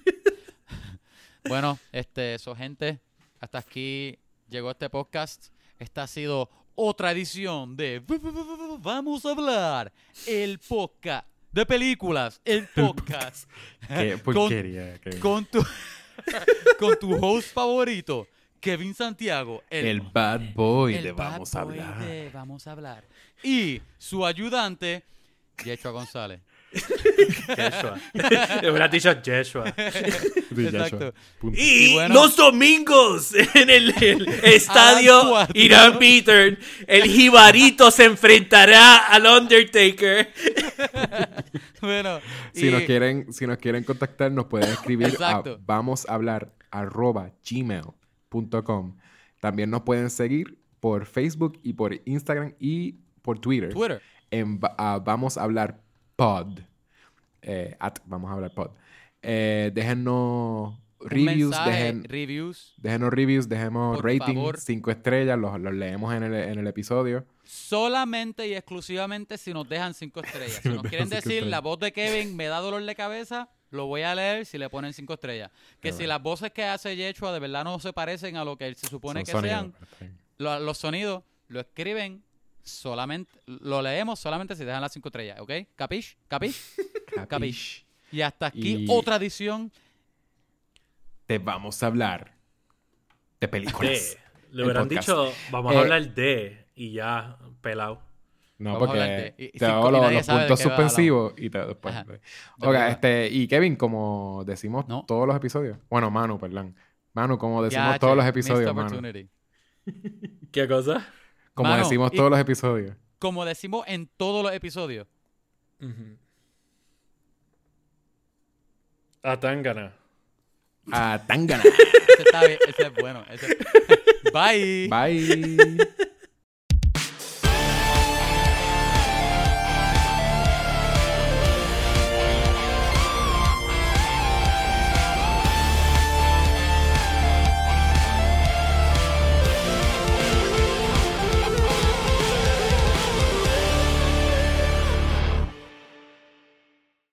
Bueno, este, eso, gente. Hasta aquí llegó este podcast. Esta ha sido otra edición de Vamos a hablar. El podcast de películas. El podcast. Qué Con- porquería. qué- Con tu, con tu host favorito, Kevin Santiago. El bad boy el de bad Vamos a boy hablar. de Vamos a hablar. Y su ayudante, Yeshua González. Yeshua. Le hubiera dicho Yeshua. Sí, ya, Exacto. punto. Y, Y bueno- los domingos en el, el estadio cuatro. Irán Peter, el jibarito se enfrentará al Undertaker. Bueno, Si y- nos quieren, si nos quieren contactar, nos pueden escribir Exacto. a vamos a hablar arroba gmail punto com. También nos pueden seguir por Facebook y por Instagram y por Twitter. Twitter. En va- a vamos a hablar pod. Eh, at vamos a hablar pod. Eh, déjennos Un reviews, mensaje, dejen, reviews. déjenos reviews, dejemos Por rating, favor. cinco estrellas, los, los leemos en el, en el episodio. Solamente y exclusivamente si nos dejan cinco estrellas. Si nos nos dejan quieren cinco decir estrellas. la voz de Kevin me da dolor de cabeza, lo voy a leer si le ponen cinco estrellas. Que Qué si bueno. las voces que hace Yeshua de verdad no se parecen a lo que él se supone Son que sonidos, sean, pero está bien. lo- los sonidos lo escriben solamente, lo leemos solamente si dejan las cinco estrellas, ¿ok? ¿Capish? ¿Capish? Capish. Y hasta aquí Y- otra edición. Te vamos a hablar de películas. De. Le El hubieran podcast. dicho, vamos Eh, a hablar de. Y ya, pelado. No, Vamos a porque hablar de- y- y te cinco- hago y los, nadie los sabe de puntos qué hablamos. suspensivos y te, después. Ajá. Ok, verdad. este, y Kevin, como decimos No. todos los episodios. Bueno, Manu, perdón. Manu, como decimos Ya, todos che, los missed episodios, Manu. opportunity. ¿Qué cosa? Como Mano, decimos y- todos los episodios. Como decimos en todos los episodios. A Tangana. A Tangana. Ese está bien, ese es bueno. ese- Bye. Bye.